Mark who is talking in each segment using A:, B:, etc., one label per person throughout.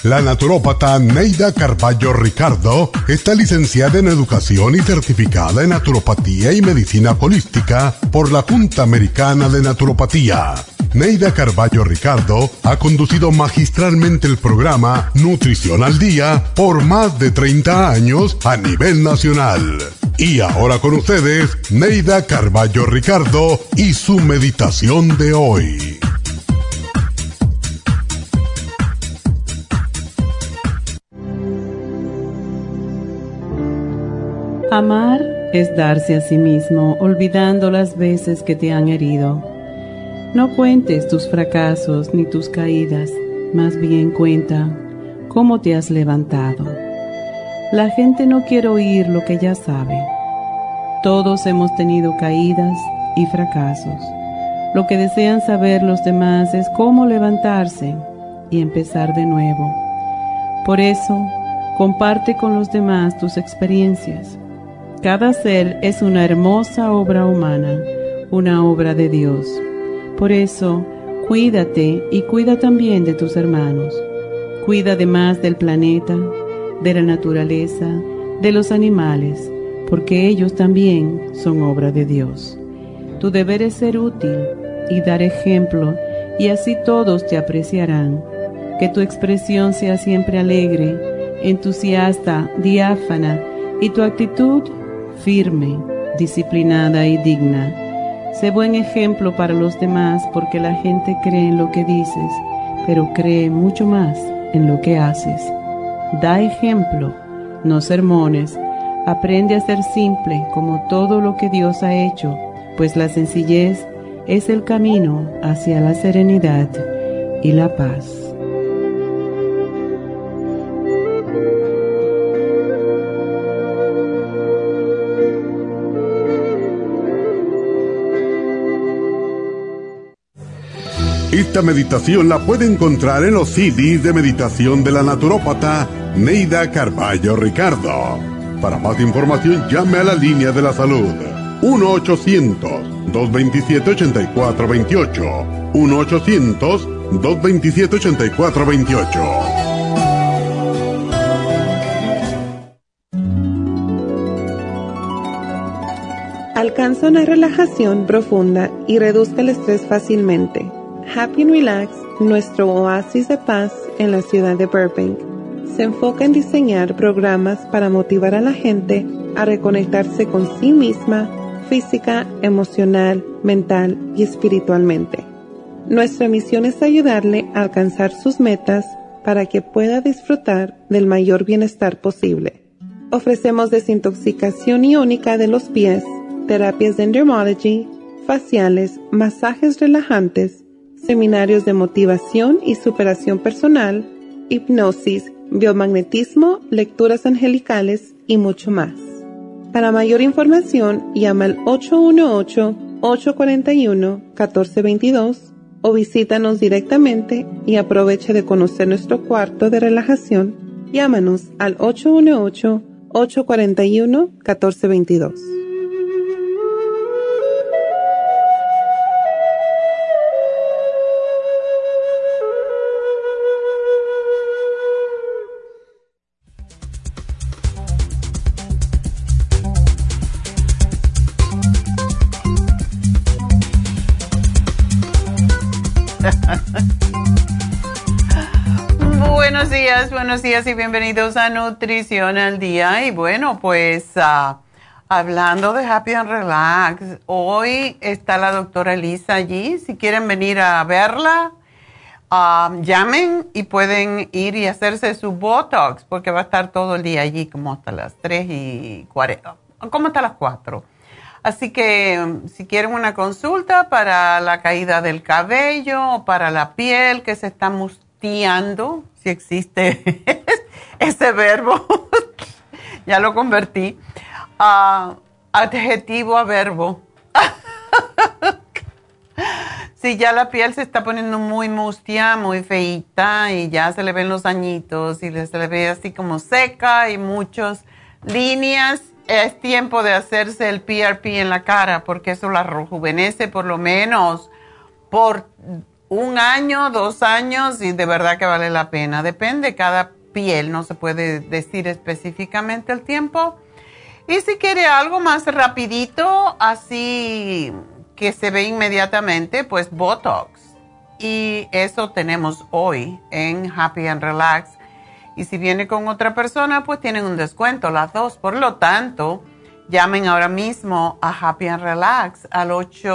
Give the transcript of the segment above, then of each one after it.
A: La naturópata Neida Carballo Ricardo está licenciada en Educación y certificada en Naturopatía y Medicina Holística por la Junta Americana de Naturopatía. Neida Carballo Ricardo ha conducido magistralmente el programa Nutrición al Día por más de 30 años a nivel nacional. Y ahora con ustedes, Neida Carballo Ricardo y su meditación de hoy.
B: Amar es darse a sí mismo, olvidando las veces que te han herido. No cuentes tus fracasos ni tus caídas, más bien cuenta cómo te has levantado. La gente no quiere oír lo que ya sabe. Todos hemos tenido caídas y fracasos. Lo que desean saber los demás es cómo levantarse y empezar de nuevo. Por eso, comparte con los demás tus experiencias. Cada ser es una hermosa obra humana, una obra de Dios. Por eso, cuídate y cuida también de tus hermanos. Cuida además del planeta, de la naturaleza, de los animales, porque ellos también son obra de Dios. Tu deber es ser útil y dar ejemplo, y así todos te apreciarán. Que tu expresión sea siempre alegre, entusiasta, diáfana, y tu actitud firme, disciplinada y digna. Sé buen ejemplo para los demás, porque la gente cree en lo que dices, pero cree mucho más en lo que haces. Da ejemplo, no sermones. Aprende a ser simple como todo lo que Dios ha hecho, pues la sencillez es el camino hacia la serenidad y la paz.
A: Esta meditación la puede encontrar en los CDs de meditación de la naturópata Neida Carballo Ricardo. Para más información, llame a la línea de la salud 1-800-227-8428. 1-800-227-8428.
C: Alcanza una relajación profunda y reduzca el estrés fácilmente. Happy and Relax, nuestro oasis de paz en la ciudad de Burbank, se enfoca en diseñar programas para motivar a la gente a reconectarse con sí misma, física, emocional, mental y espiritualmente. Nuestra misión es ayudarle a alcanzar sus metas para que pueda disfrutar del mayor bienestar posible. Ofrecemos desintoxicación iónica de los pies, terapias de dermology, faciales, masajes relajantes, seminarios de motivación y superación personal, hipnosis, biomagnetismo, lecturas angelicales y mucho más. Para mayor información, llama al 818-841-1422 o visítanos directamente y aproveche de conocer nuestro cuarto de relajación. Llámanos al 818-841-1422.
D: Buenos días y bienvenidos a Nutrición al Día. Y bueno, pues hablando de Happy and Relax, hoy está la doctora Elisa allí. Si quieren venir a verla, llamen y pueden ir y hacerse su Botox, porque va a estar todo el día allí como hasta las 3:40, como hasta las 4. Así que si quieren una consulta para la caída del cabello o para la piel que se está mustiando, si existe ese verbo, ya lo convertí, adjetivo a verbo. Si ya la piel se está poniendo muy mustia, muy feita y ya se le ven los añitos y se le ve así como seca y muchas líneas, es tiempo de hacerse el PRP en la cara porque eso la rejuvenece por lo menos por 1 año, 2 años y de verdad que vale la pena. Depende, cada piel, no se puede decir específicamente el tiempo. Y si quiere algo más rapidito, así que se ve inmediatamente, pues Botox. Y eso tenemos hoy en Happy and Relax. Y si viene con otra persona, pues tienen un descuento, las dos. Por lo tanto, llamen ahora mismo a Happy and Relax al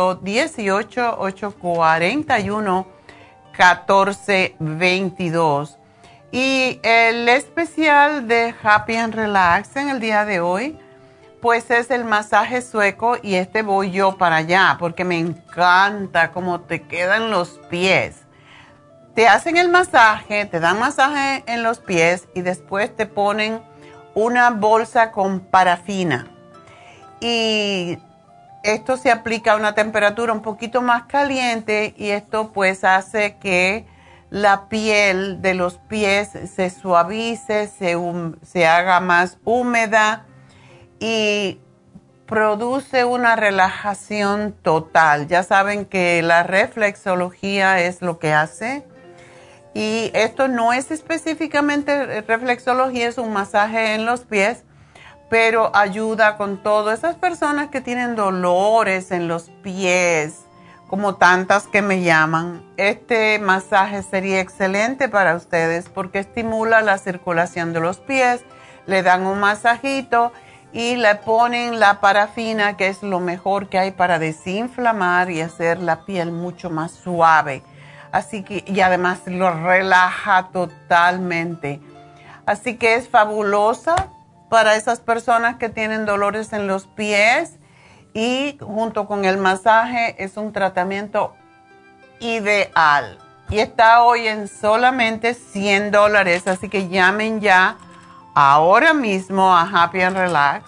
D: 818-841-1422. Y el especial de Happy and Relax en el día de hoy, pues es el masaje sueco, y voy yo para allá porque me encanta cómo te quedan los pies. Te hacen el masaje, te dan masaje en los pies y después te ponen una bolsa con parafina. Y esto se aplica a una temperatura un poquito más caliente y esto pues hace que la piel de los pies se suavice, se haga más húmeda y produce una relajación total. Ya saben que la reflexología es lo que hace. Y esto no es específicamente reflexología, es un masaje en los pies, pero ayuda con todo. Esas personas que tienen dolores en los pies, como tantas que me llaman, este masaje sería excelente para ustedes porque estimula la circulación de los pies, le dan un masajito y le ponen la parafina, que es lo mejor que hay para desinflamar y hacer la piel mucho más suave. Así que, y además lo relaja totalmente. Así que es fabulosa para esas personas que tienen dolores en los pies, y junto con el masaje es un tratamiento ideal. Y está hoy en solamente $100, así que llamen ya ahora mismo a Happy and Relax,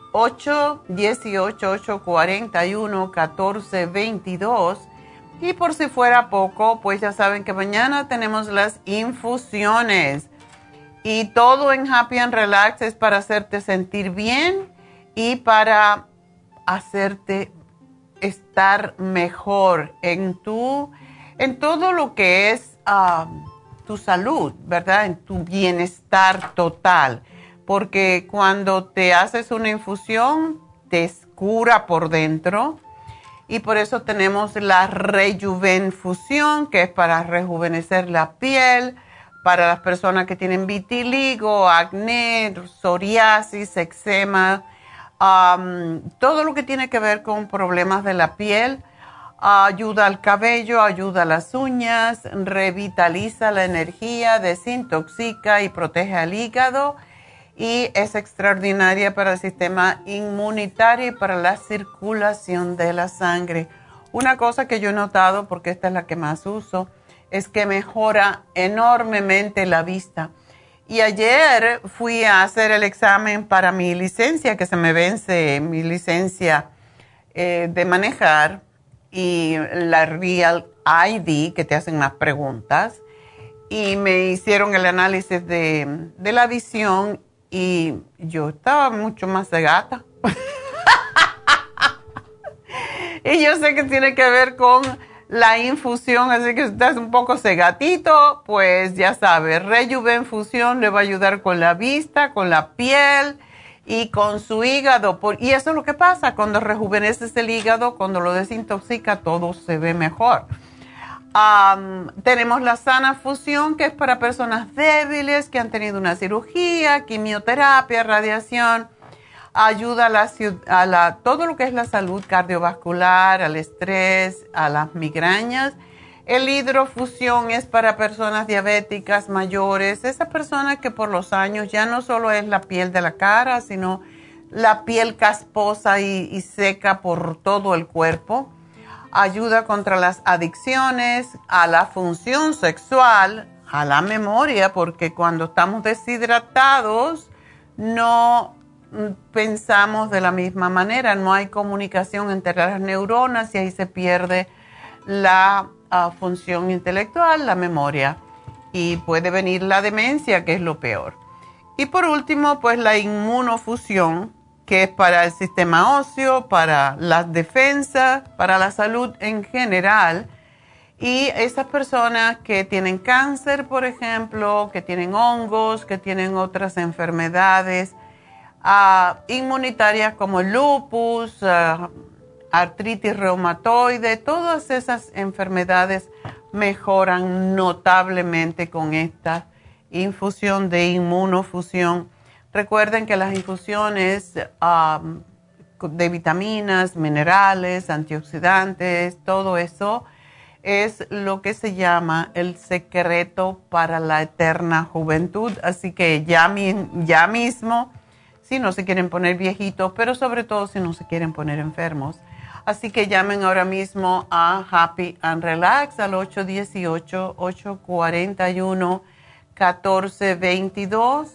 D: 818-841-1422. Y por si fuera poco, pues ya saben que mañana tenemos las infusiones. Y todo en Happy and Relax es para hacerte sentir bien y para hacerte estar mejor en todo lo que es tu salud, ¿verdad? En tu bienestar total. Porque cuando te haces una infusión, te cura por dentro. Y por eso tenemos la Rejuvenfusión, que es para rejuvenecer la piel, para las personas que tienen vitiligo, acné, psoriasis, eczema, todo lo que tiene que ver con problemas de la piel. Ayuda al cabello, ayuda a las uñas, revitaliza la energía, desintoxica y protege al hígado. Y es extraordinaria para el sistema inmunitario y para la circulación de la sangre. Una cosa que yo he notado, porque esta es la que más uso, es que mejora enormemente la vista. Y ayer fui a hacer el examen para mi licencia, que se me vence mi licencia de manejar, y la Real ID, que te hacen más preguntas. Y me hicieron el análisis de la visión y yo estaba mucho más cegata. Y yo sé que tiene que ver con la infusión, así que si estás un poco cegatito, pues ya sabes, Rejuvenfusión le va a ayudar con la vista, con la piel y con su hígado. Y eso es lo que pasa cuando rejuveneces el hígado, cuando lo desintoxica, todo se ve mejor. Tenemos la Sana Fusión, que es para personas débiles que han tenido una cirugía, quimioterapia, radiación. Ayuda a todo lo que es la salud cardiovascular, al estrés, a las migrañas. El Hidrofusión es para personas diabéticas mayores, esas personas que por los años ya no solo es la piel de la cara, sino la piel casposa y seca por todo el cuerpo. Ayuda contra las adicciones, a la función sexual, a la memoria, porque cuando estamos deshidratados no pensamos de la misma manera, no hay comunicación entre las neuronas y ahí se pierde la función intelectual, la memoria, y puede venir la demencia, que es lo peor. Y por último, pues la Inmunofusión, que es para el sistema óseo, para las defensas, para la salud en general. Y esas personas que tienen cáncer, por ejemplo, que tienen hongos, que tienen otras enfermedades inmunitarias como el lupus, artritis reumatoide, todas esas enfermedades mejoran notablemente con esta infusión de inmunofusión. Recuerden que las infusiones de vitaminas, minerales, antioxidantes, todo eso es lo que se llama el secreto para la eterna juventud. Así que ya mismo, si no se quieren poner viejitos, pero sobre todo si no se quieren poner enfermos. Así que llamen ahora mismo a Happy and Relax al 818-841-1422.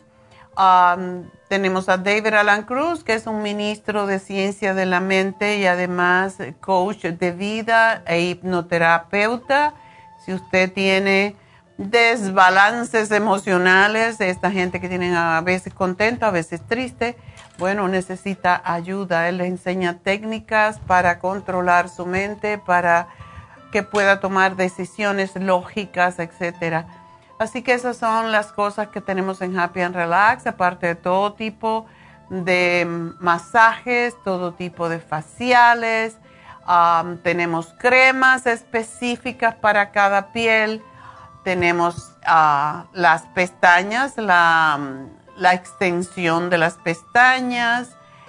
D: Tenemos a David Alan Cruz, que es un ministro de ciencia de la mente y además coach de vida e hipnoterapeuta. Si usted tiene desbalances emocionales, esta gente que tiene a veces contenta, a veces triste, bueno, necesita ayuda. Él le enseña técnicas para controlar su mente, para que pueda tomar decisiones lógicas, etcétera. Así que esas son las cosas que tenemos en Happy and Relax, aparte de todo tipo de masajes, todo tipo de faciales. Tenemos cremas específicas para cada piel. Tenemos las pestañas, la extensión de las pestañas,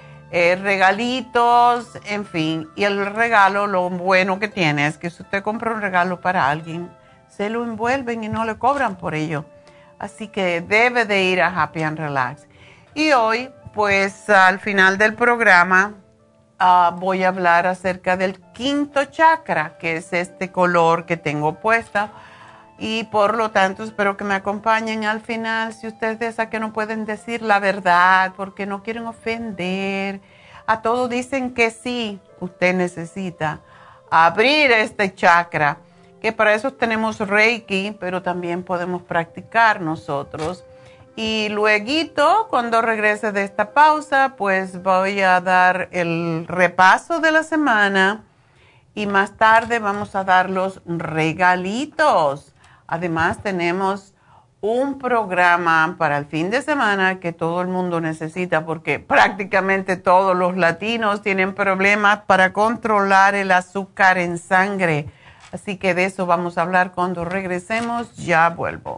D: regalitos, en fin. Y el regalo, lo bueno que tiene es que si usted compra un regalo para alguien, se lo envuelven y no le cobran por ello. Así que debe de ir a Happy and Relax. Y hoy, pues al final del programa, voy a hablar acerca del quinto chakra, que es este color que tengo puesta. Y por lo tanto, espero que me acompañen al final. Si ustedes de esas que no pueden decir la verdad porque no quieren ofender, a todos dicen que sí, usted necesita abrir este chakra. Que para eso tenemos Reiki, pero también podemos practicar nosotros. Y luego, cuando regrese de esta pausa, pues voy a dar el repaso de la semana y más tarde vamos a dar los regalitos. Además, tenemos un programa para el fin de semana que todo el mundo necesita porque prácticamente todos los latinos tienen problemas para controlar el azúcar en sangre. Así que de eso vamos a hablar cuando regresemos. Ya vuelvo.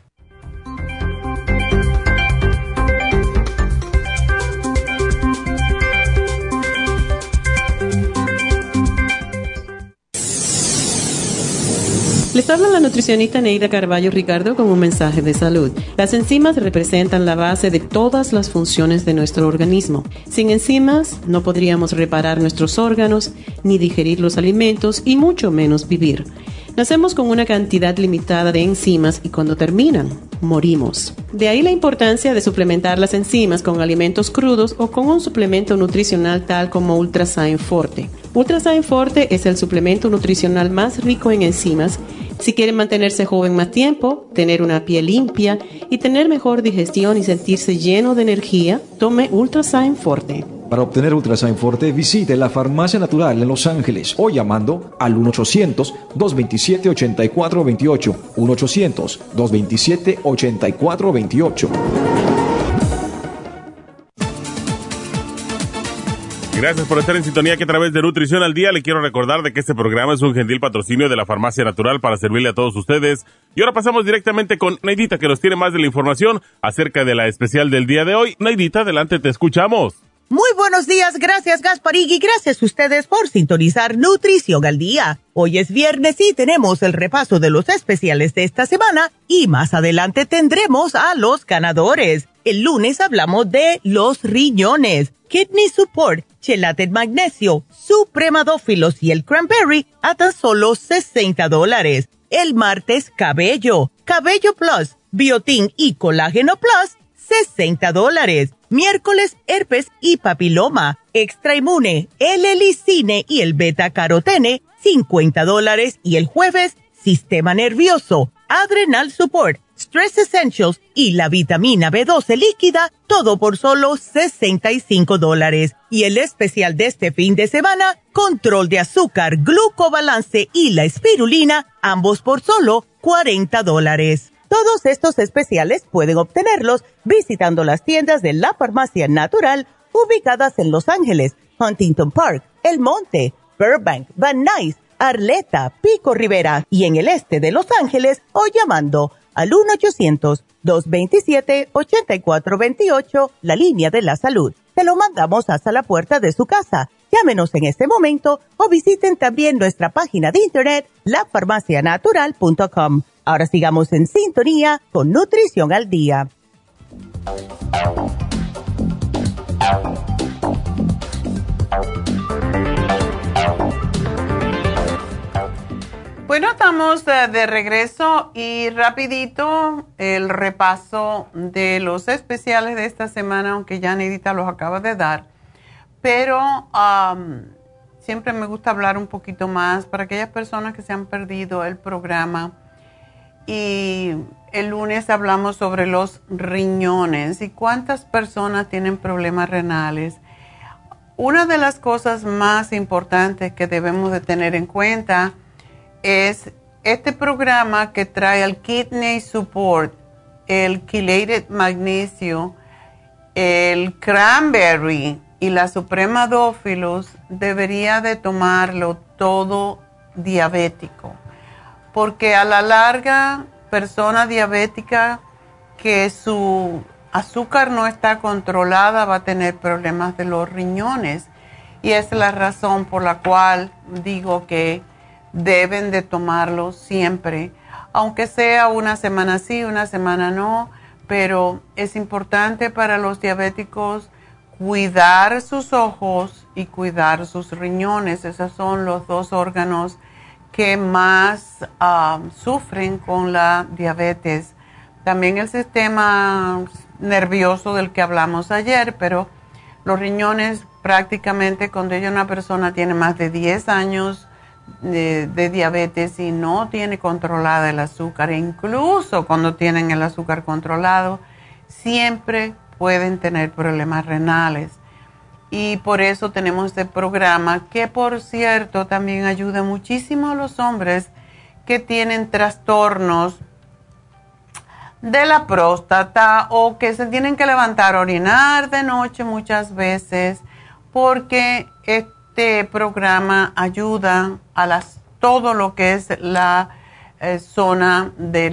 B: Les habla la nutricionista Neida Carballo Ricardo con un mensaje de salud. Las enzimas representan la base de todas las funciones de nuestro organismo. Sin enzimas no podríamos reparar nuestros órganos, ni digerir los alimentos y mucho menos vivir. Nacemos con una cantidad limitada de enzimas y cuando terminan, morimos. De ahí la importancia de suplementar las enzimas con alimentos crudos o con un suplemento nutricional tal como Ultrasign Forte. Ultrasign Forte es el suplemento nutricional más rico en enzimas. Si quieren mantenerse joven más tiempo, tener una piel limpia y tener mejor digestión y sentirse lleno de energía, tome Ultrasign Forte.
E: Para obtener Ultrasign Forte, visite la Farmacia Natural en Los Ángeles o llamando al 1-800-227-8428. 1-800-227-8428.
F: Gracias por estar en sintonía que a través de Nutrición al Día le quiero recordar de que este programa es un gentil patrocinio de la Farmacia Natural para servirle a todos ustedes. Y ahora pasamos directamente con Neidita que nos tiene más de la información acerca de la especial del día de hoy. Neidita, adelante, te escuchamos.
G: Muy buenos días, gracias Gasparín y gracias a ustedes por sintonizar Nutrición al Día. Hoy es viernes y tenemos el repaso de los especiales de esta semana y más adelante tendremos a los ganadores. El lunes hablamos de los riñones, Kidney Support, Chelate Magnesio, Supremadófilos y el Cranberry a tan solo $60. El martes, Cabello Plus, Biotin y Colágeno Plus, $60. Miércoles, herpes y papiloma, Extra Inmune, L-Licine y el beta carotene, $50. Y el jueves, sistema nervioso, Adrenal Support, Stress Essentials y la vitamina B12 líquida, todo por solo $65. Y el especial de este fin de semana, control de azúcar, glucobalance y la espirulina, ambos por solo $40. Todos estos especiales pueden obtenerlos visitando las tiendas de la Farmacia Natural ubicadas en Los Ángeles, Huntington Park, El Monte, Burbank, Van Nuys, Arleta, Pico Rivera y en el este de Los Ángeles o llamando al 1-800-227-8428, la línea de la salud. Te lo mandamos hasta la puerta de su casa. Llámenos en este momento o visiten también nuestra página de internet, lafarmacianatural.com. Ahora sigamos en sintonía con Nutrición al Día.
D: Bueno, estamos de regreso y rapidito el repaso de los especiales de esta semana, aunque ya Neidita los acaba de dar, pero siempre me gusta hablar un poquito más para aquellas personas que se han perdido el programa. Y el lunes hablamos sobre los riñones y cuántas personas tienen problemas renales. Una de las cosas más importantes que debemos de tener en cuenta es este programa que trae el Kidney Support, el Chelated Magnesio, el Cranberry y la Suprema Dófilos. Debería de tomarlo todo diabético, porque a la larga, persona diabética que su azúcar no está controlada va a tener problemas de los riñones. Y es la razón por la cual digo que deben de tomarlo siempre, aunque sea una semana sí, una semana no, pero es importante para los diabéticos cuidar sus ojos y cuidar sus riñones. Esos son los dos órganos que más sufren con la diabetes. También el sistema nervioso del que hablamos ayer, pero los riñones prácticamente cuando una persona tiene más de 10 años de diabetes y no tiene controlada el azúcar, e incluso cuando tienen el azúcar controlado, siempre pueden tener problemas renales. Y por eso tenemos este programa que, por cierto, también ayuda muchísimo a los hombres que tienen trastornos de la próstata o que se tienen que levantar a orinar de noche muchas veces, porque este programa ayuda a todo lo que es la zona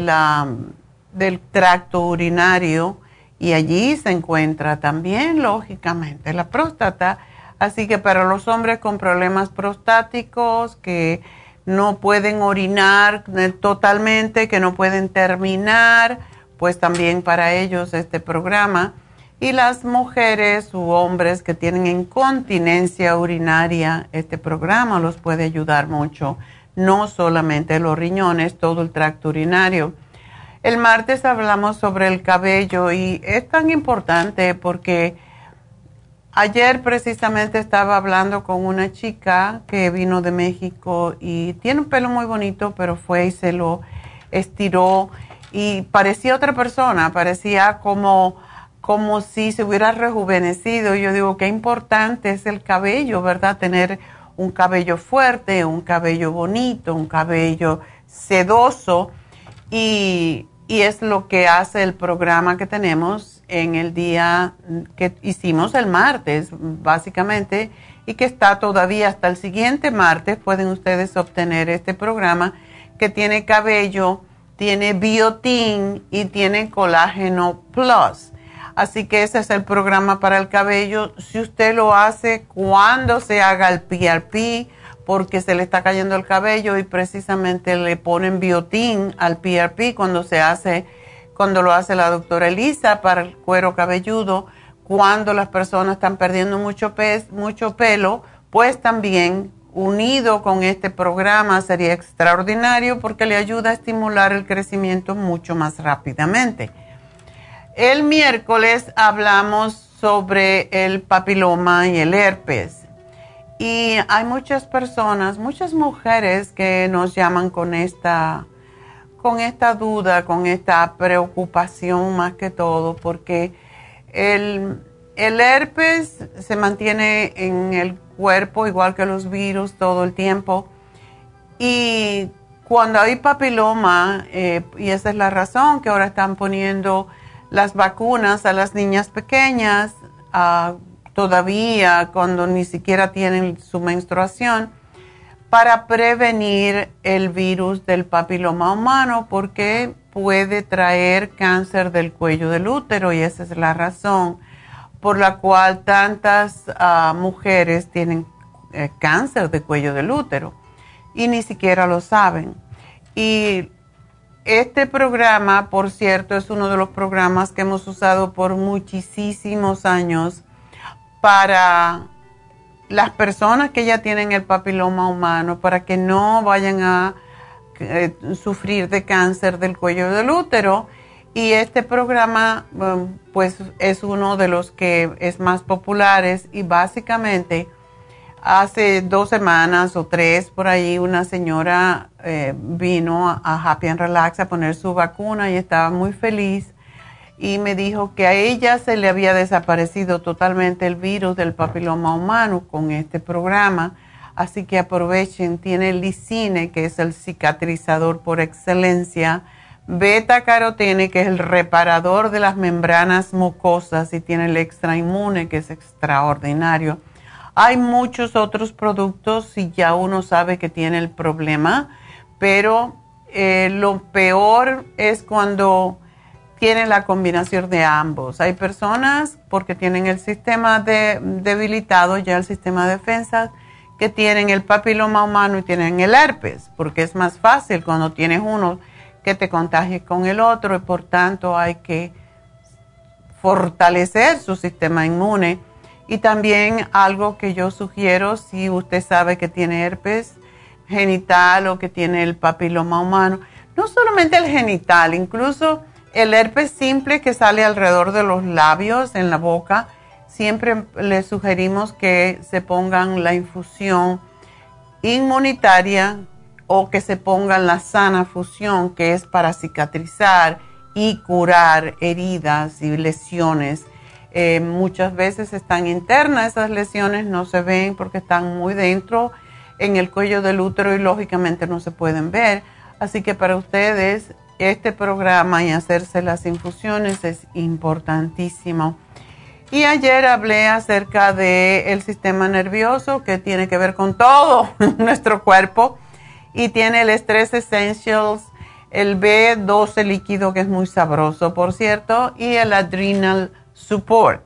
D: del tracto urinario, y allí se encuentra también, lógicamente, la próstata. Así que para los hombres con problemas prostáticos, que no pueden orinar totalmente, que no pueden terminar, pues también para ellos este programa. Y las mujeres u hombres que tienen incontinencia urinaria, este programa los puede ayudar mucho. No solamente los riñones, todo el tracto urinario. El martes hablamos sobre el cabello y es tan importante porque ayer precisamente estaba hablando con una chica que vino de México y tiene un pelo muy bonito, pero fue y se lo estiró y parecía otra persona, parecía como si se hubiera rejuvenecido. Yo digo, qué importante es el cabello, ¿verdad? Tener un cabello fuerte, un cabello bonito, un cabello sedoso, y es lo que hace el programa que tenemos en el día que hicimos el martes, básicamente, y que está todavía hasta el siguiente martes. Pueden ustedes obtener este programa que tiene cabello, tiene biotin y tiene colágeno plus. Así que ese es el programa para el cabello. Si usted lo hace cuando se haga el PRP, porque se le está cayendo el cabello y precisamente le ponen biotin al PRP cuando lo hace la doctora Elisa para el cuero cabelludo, cuando las personas están perdiendo mucho pelo, pues también unido con este programa sería extraordinario porque le ayuda a estimular el crecimiento mucho más rápidamente. El miércoles hablamos sobre el papiloma y el herpes. Y hay muchas personas, muchas mujeres que nos llaman con con esta duda, con esta preocupación más que todo, porque el herpes se mantiene en el cuerpo igual que los virus todo el tiempo. Y cuando hay papiloma, y esa es la razón que ahora están poniendo las vacunas a las niñas pequeñas, todavía cuando ni siquiera tienen su menstruación, para prevenir el virus del papiloma humano, porque puede traer cáncer del cuello del útero, y esa es la razón por la cual tantas mujeres tienen cáncer de cuello del útero y ni siquiera lo saben. Y este programa, por cierto, es uno de los programas que hemos usado por muchísimos años para las personas que ya tienen el papiloma humano, para que no vayan a sufrir de cáncer del cuello del útero. Y este programa, pues, es uno de los que es más populares, y básicamente hace 2 semanas o 3 por ahí una señora vino a Happy and Relax a poner su vacuna y estaba muy feliz, y me dijo que a ella se le había desaparecido totalmente el virus del papiloma humano con este programa. Así que aprovechen, tiene el lisine, que es el cicatrizador por excelencia, beta carotene, que es el reparador de las membranas mucosas, y tiene el extra inmune, que es extraordinario. Hay muchos otros productos si ya uno sabe que tiene el problema, pero lo peor es cuando tienen la combinación de ambos. Hay personas, porque tienen el sistema debilitado, ya el sistema de defensas, que tienen el papiloma humano y tienen el herpes, porque es más fácil cuando tienes uno que te contagie con el otro, y por tanto hay que fortalecer su sistema inmune. Y también algo que yo sugiero, si usted sabe que tiene herpes genital o que tiene el papiloma humano, no solamente el genital, incluso el herpes simple que sale alrededor de los labios, en la boca, siempre le sugerimos que se pongan la infusión inmunitaria, o que se pongan la sana fusión, que es para cicatrizar y curar heridas y lesiones. Muchas veces están internas esas lesiones, no se ven porque están muy dentro en el cuello del útero y lógicamente no se pueden ver. Así que para ustedes este programa y hacerse las infusiones es importantísimo. Y ayer hablé acerca del sistema nervioso, que tiene que ver con todo nuestro cuerpo, y tiene el Stress Essentials, el B12 líquido, que es muy sabroso, por cierto, y el Adrenal Support.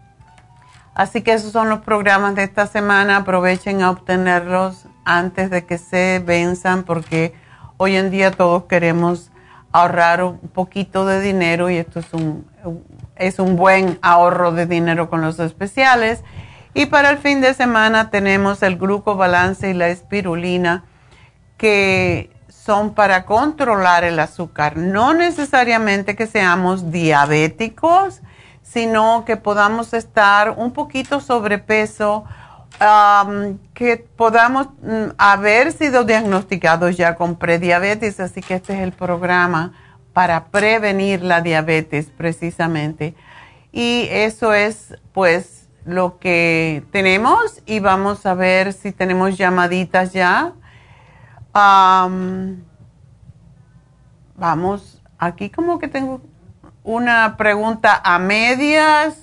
D: Así que esos son los programas de esta semana. Aprovechen a obtenerlos antes de que se venzan, porque hoy en día todos queremos ahorrar un poquito de dinero, y esto es un buen ahorro de dinero con los especiales. Y para el fin de semana tenemos el glucobalance y la espirulina, que son para controlar el azúcar. No necesariamente que seamos diabéticos, sino que podamos estar un poquito sobrepeso, que podamos haber sido diagnosticados ya con prediabetes. Así que este es el programa para prevenir la diabetes precisamente. Y eso es pues lo que tenemos, y vamos a ver si tenemos llamaditas ya. Vamos, aquí como que tengo una pregunta a medias,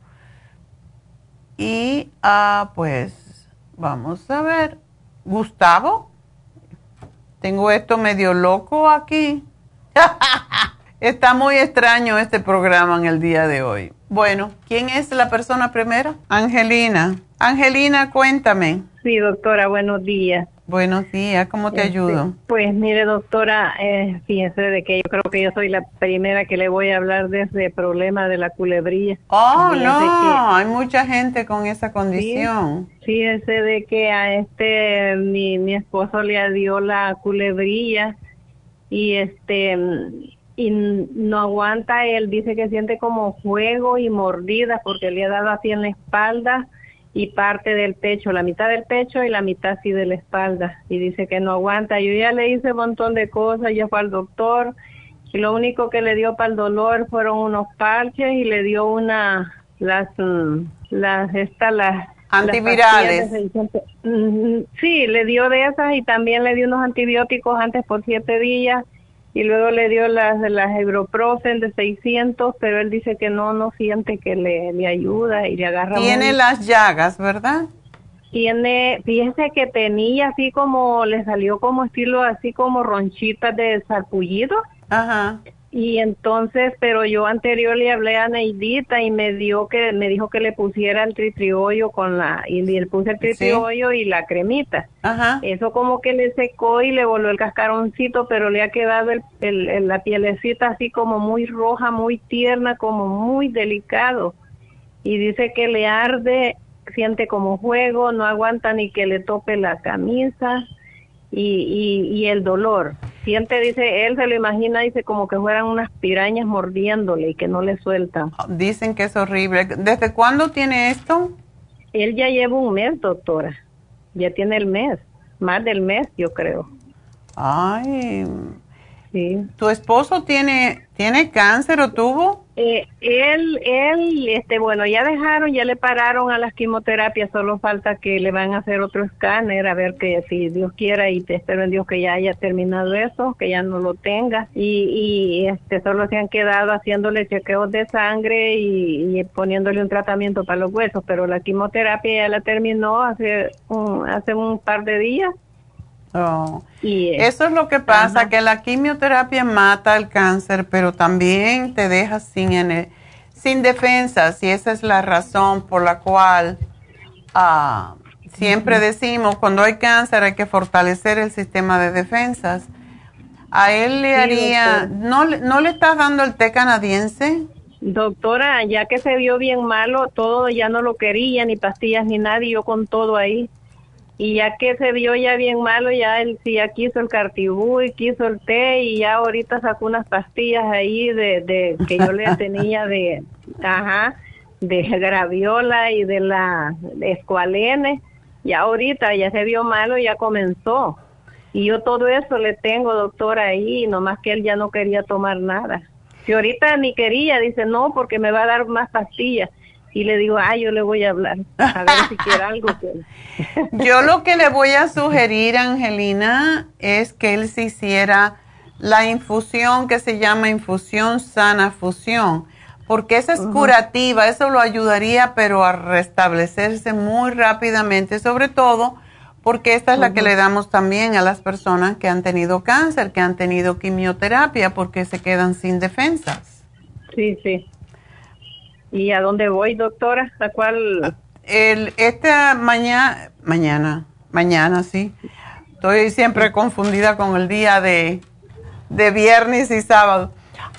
D: y pues vamos a ver. Gustavo, tengo esto medio loco aquí. Está muy extraño este programa en el día de hoy. Bueno, ¿quién es la persona primera? Angelina. Angelina, cuéntame.
H: Sí, doctora, buenos días.
D: Buenos días, ¿cómo te ayudo?
H: Pues mire, doctora, fíjense de que yo creo que yo soy la primera que le voy a hablar de ese problema de la culebrilla.
D: Oh, no, hay mucha gente con esa condición.
H: Sí, fíjense de que a mi esposo le dio la culebrilla, y y no aguanta. Él dice que siente como fuego y mordidas porque le ha dado así en la espalda, y parte del pecho, la mitad del pecho y la mitad así de la espalda, y dice que no aguanta. Yo ya le hice un montón de cosas, ya fue al doctor, y lo único que le dio para el dolor fueron unos parches y le dio las
D: antivirales.
H: Sí, le dio de esas y también le dio unos antibióticos antes por 7 días y luego le dio las ibuprofen de 600, pero él dice que no siente que le ayuda y le agarra.
D: Tiene las llagas, ¿verdad?
H: Fíjese que tenía así como, le salió como estilo así como ronchitas de sarpullido.
D: Ajá.
H: Y entonces, pero yo anterior le hablé a Neidita y me dijo que le pusiera el tritriollo y le puse el tritriollo y la cremita.
D: Ajá.
H: Eso como que le secó y le volvió el cascaroncito, pero le ha quedado la pielecita así como muy roja, muy tierna, como muy delicado. Y dice que le arde, siente como fuego, no aguanta ni que le tope la camisa. Y el dolor, siente, dice, él se lo imagina, dice como que fueran unas pirañas mordiéndole y que no le sueltan.
D: Dicen que es horrible. ¿Desde cuándo tiene esto?
H: Él ya lleva un mes, doctora, ya tiene el mes, más del mes yo creo.
D: Ay,
H: sí.
D: ¿Tu esposo tiene cáncer o tuvo?
H: Bueno, ya le pararon a las quimioterapias, solo falta que le van a hacer otro escáner, a ver que si Dios quiera, y te espero en Dios que ya haya terminado eso, que ya no lo tenga, y solo se han quedado haciéndole chequeos de sangre y poniéndole un tratamiento para los huesos, pero la quimioterapia ya la terminó hace un par de días.
D: Oh. Eso es lo que pasa, ajá, que la quimioterapia mata el cáncer, pero también te deja sin defensas, y esa es la razón por la cual siempre decimos, cuando hay cáncer hay que fortalecer el sistema de defensas. A él le haría, ¿no le estás dando el té canadiense?
H: Doctora, ya que se vio bien malo, todo ya no lo quería, ni pastillas ni nada, y yo con todo ahí. Y ya que se vio ya bien malo, ya él sí ya quiso el Cartibú y quiso el té, y ya ahorita sacó unas pastillas ahí de que yo le tenía de graviola y de la escualene. Y ahorita ya se vio malo y ya comenzó. Y yo todo eso le tengo, doctora, ahí, nomás que él ya no quería tomar nada. Si ahorita ni quería, dice, no, porque me va a dar más pastillas. Y le digo, yo le voy a hablar, a ver si quiere algo.
D: Yo lo que le voy a sugerir, Angelina, es que él se hiciera la infusión que se llama infusión sana fusión, porque esa es curativa, eso lo ayudaría, pero a restablecerse muy rápidamente, sobre todo porque esta es la que le damos también a las personas que han tenido cáncer, que han tenido quimioterapia, porque se quedan sin defensas.
H: Sí, sí. ¿Y a dónde voy, doctora? ¿A cuál? Mañana,
D: sí. Estoy siempre confundida con el día de viernes y sábado.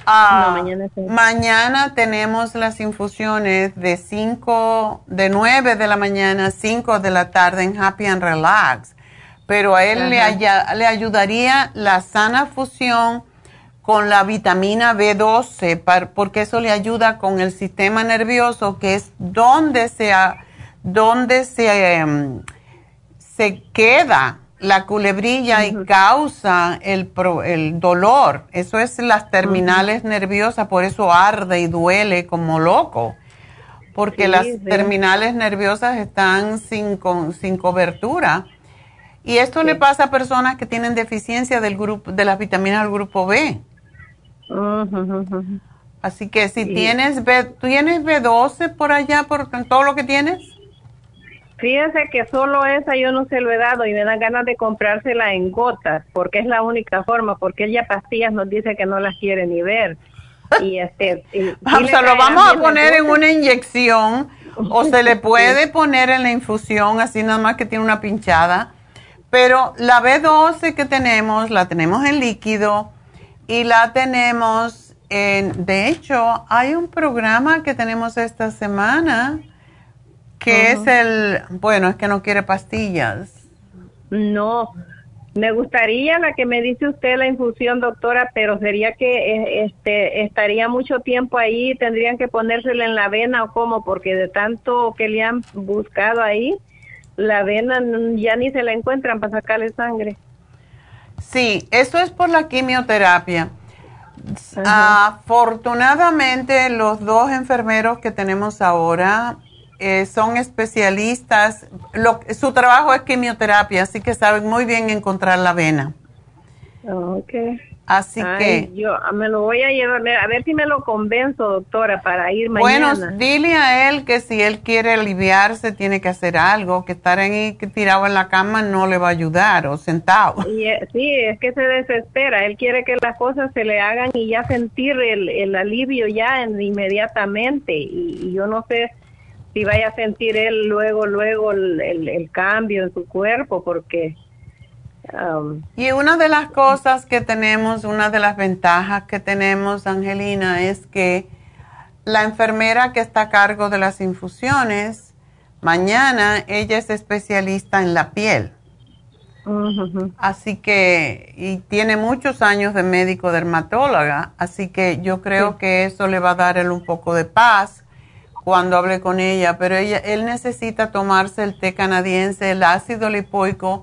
D: Mañana tenemos las infusiones de 9 de la mañana a 5 de la tarde en Happy and Relax. Pero a él le ayudaría la sana fusión con la vitamina B12, porque eso le ayuda con el sistema nervioso, que es donde se queda la culebrilla y causa el dolor. Eso es las terminales nerviosas, por eso arde y duele como loco, porque las terminales nerviosas están sin cobertura. Y esto le pasa a personas que tienen deficiencia de las vitaminas del grupo B. Así que si ¿tienes B12 por allá, por todo lo que tienes?
H: Fíjese que solo esa yo no se lo he dado y me dan ganas de comprársela en gotas, porque es la única forma, porque ella pastillas nos dice que no las quiere ni ver. Y
D: se lo vamos a poner en una inyección o se le puede poner en la infusión, así nada más que tiene una pinchada. Pero la B12 que tenemos, la tenemos en líquido. Y la tenemos de hecho, hay un programa que tenemos esta semana que es es que no quiere pastillas.
H: No, Me gustaría la que me dice usted, la infusión, doctora, pero sería que estaría mucho tiempo ahí, tendrían que ponérsela en la vena o cómo, porque de tanto que le han buscado ahí, la vena ya ni se la encuentran para sacarle sangre.
D: Sí, eso es por la quimioterapia. Afortunadamente, los 2 enfermeros que tenemos ahora son especialistas. Su trabajo es quimioterapia, así que saben muy bien encontrar la vena.
H: Okay.
D: Así que
H: yo me lo voy a llevar, a ver si me lo convenzo, doctora, para ir mañana.
D: Bueno, dile a él que si él quiere aliviarse tiene que hacer algo, que estar ahí tirado en la cama no le va a ayudar, o sentado.
H: Sí, es que se desespera, él quiere que las cosas se le hagan y ya sentir el alivio ya inmediatamente, y yo no sé si vaya a sentir él luego el cambio en su cuerpo, porque...
D: y una de las cosas que tenemos, una de las ventajas que tenemos, Angelina, es que la enfermera que está a cargo de las infusiones, mañana ella es especialista en la piel. Así que, y tiene muchos años de médico dermatóloga, así que yo creo que eso le va a dar él un poco de paz cuando hable con ella, pero él necesita tomarse el té canadiense, el ácido lipoico,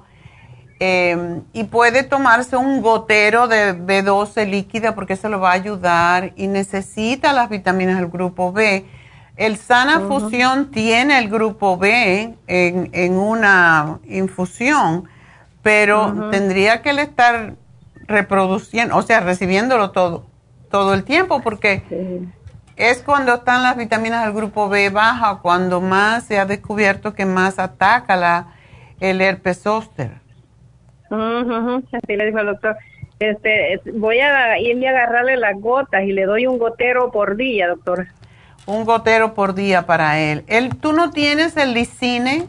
D: y puede tomarse un gotero de B12 líquida porque eso le va a ayudar, y necesita las vitaminas del grupo B. El Sana Fusión tiene el grupo B en una infusión, pero tendría que él estar reproduciendo, o sea, recibiéndolo todo el tiempo, porque es cuando están las vitaminas del grupo B baja, cuando más se ha descubierto que más ataca el herpes zóster.
H: Así le dijo el doctor. Voy a irle a agarrarle las gotas y le doy un gotero por día, doctora.
D: Un gotero por día para él. ¿Tú no tienes el Licine?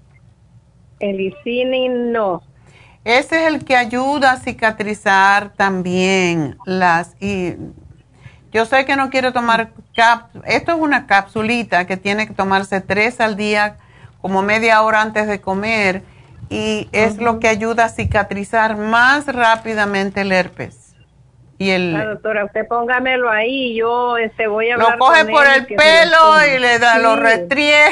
H: El Licine no.
D: Ese es el que ayuda a cicatrizar también y yo sé que no quiero tomar esto es una capsulita que tiene que tomarse 3 al día, como media hora antes de comer, y es lo que ayuda a cicatrizar más rápidamente el herpes. Y
H: doctora, usted póngamelo ahí, yo voy a hablar
D: lo coge
H: con
D: por
H: él,
D: el pelo y le da los restriega.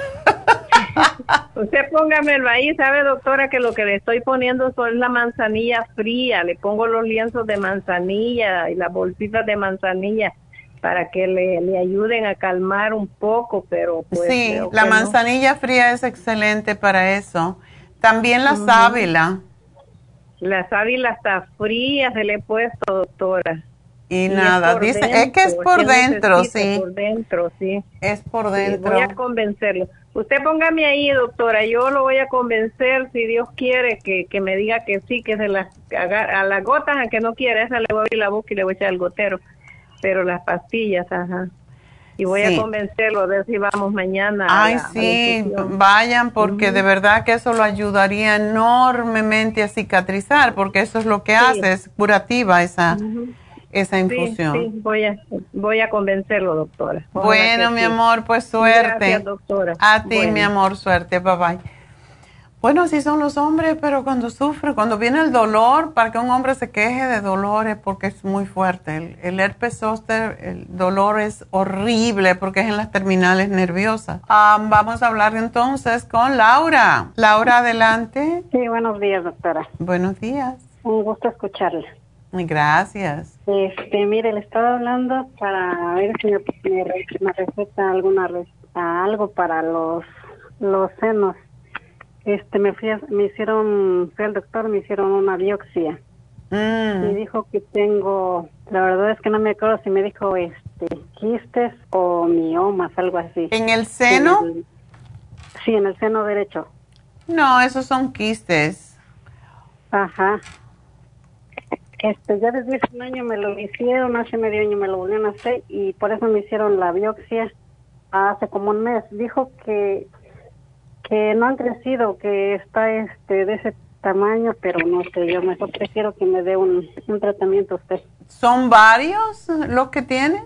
H: Usted póngamelo ahí, sabe, doctora, que lo que le estoy poniendo son la manzanilla fría, le pongo los lienzos de manzanilla y las bolsitas de manzanilla para que le ayuden a calmar un poco, pero pues...
D: Sí, la manzanilla fría es excelente para eso. También la sábila.
H: La sábila está fría, se le he puesto, doctora.
D: Y nada, dice, dentro, es que es por dentro, sí.
H: Por dentro, sí.
D: Es por dentro.
H: Sí, voy a convencerlo. Usted póngame ahí, doctora, yo lo voy a convencer, si Dios quiere, que me diga que sí, que se las a las gotas, aunque no quiera, esa le voy a abrir la boca y le voy a echar el gotero. Pero las pastillas, y voy a convencerlo a ver si vamos mañana.
D: Ay, sí, vayan, porque de verdad que eso lo ayudaría enormemente a cicatrizar, porque eso es lo que hace, es curativa esa infusión.
H: Sí, voy a convencerlo, doctora.
D: Bueno, mi amor, pues suerte.
H: Gracias, doctora.
D: A ti, mi amor, suerte, bye bye. Bueno, así son los hombres, pero cuando sufre, cuando viene el dolor, para que un hombre se queje de dolores, porque es muy fuerte. El herpes zóster, el dolor es horrible porque es en las terminales nerviosas. Vamos a hablar entonces con Laura. Laura, adelante.
I: Sí, buenos días, doctora.
D: Buenos días.
I: Un gusto escucharla.
D: Gracias.
I: Mire, le estaba hablando para ver si me receta algo para los senos. Fui al doctor, me hicieron una biopsia. Y dijo que tengo, la verdad es que no me acuerdo si me dijo quistes o miomas, algo así.
D: ¿En el seno?
I: Sí, en el seno derecho.
D: No, esos son quistes.
I: Ajá. Ya desde hace un año me lo hicieron, hace medio año me lo volvieron a hacer y por eso me hicieron la biopsia hace como un mes. Dijo que no han crecido, que está de ese tamaño, pero no sé, yo mejor prefiero que me dé un tratamiento usted.
D: ¿Son varios los que tienes?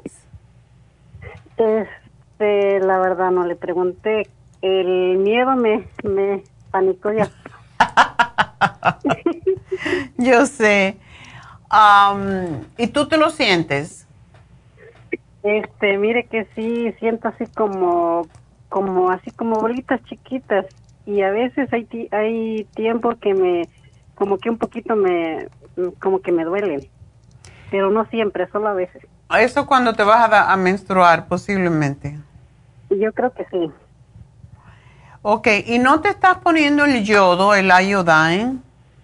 I: La verdad no le pregunté. El miedo me panicó ya.
D: Yo sé. ¿Y tú te lo sientes?
I: Mire que sí, siento así como bolitas chiquitas, y a veces hay tiempo que como que un poquito como que me duelen, pero no siempre, solo a veces.
D: Eso cuando te vas a menstruar, posiblemente.
I: Yo creo que sí.
D: Ok, ¿y no te estás poniendo el yodo, el iodine?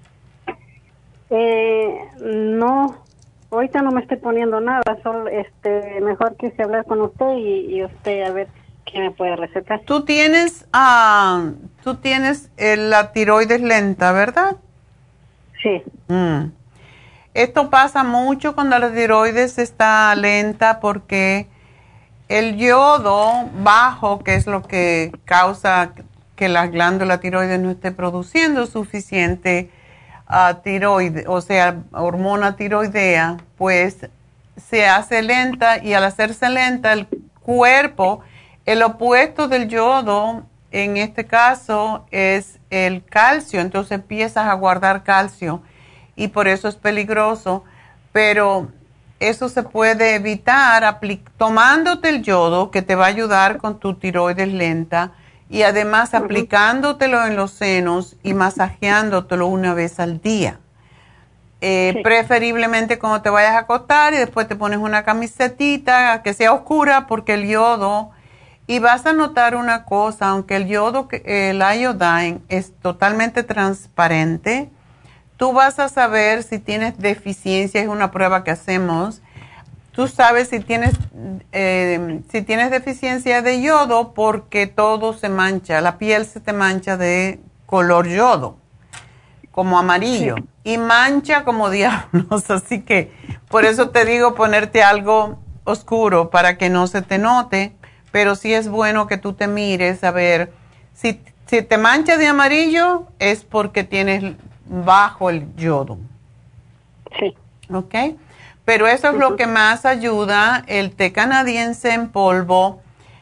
I: No, ahorita no me estoy poniendo nada, solo mejor quise hablar con usted y usted a ver qué me puede recetar.
D: Tú tienes la tiroides lenta, ¿verdad?
I: Sí.
D: Esto pasa mucho cuando la tiroides está lenta porque el yodo bajo, que es lo que causa que la glándula tiroides no esté produciendo suficiente tiroides, o sea, hormona tiroidea, pues se hace lenta, y al hacerse lenta el cuerpo, el opuesto del yodo en este caso es el calcio, entonces empiezas a guardar calcio y por eso es peligroso, pero eso se puede evitar tomándote el yodo, que te va a ayudar con tu tiroides lenta, y además aplicándotelo en los senos y masajeándotelo una vez al día. Sí. Preferiblemente cuando te vayas a acostar, y después te pones una camisetita que sea oscura, porque el yodo, y vas a notar una cosa, aunque el yodo, el iodine es totalmente transparente, tú vas a saber si tienes deficiencia, es una prueba que hacemos. Tú sabes si tienes deficiencia de yodo porque todo se mancha, la piel se te mancha de color yodo, como amarillo, sí, y mancha como diablos, así que por eso te digo ponerte algo oscuro para que no se te note, pero sí es bueno que tú te mires a ver si te mancha de amarillo es porque tienes bajo el yodo.
I: Sí.
D: ¿Ok? Pero eso es lo que más ayuda, el té canadiense en polvo.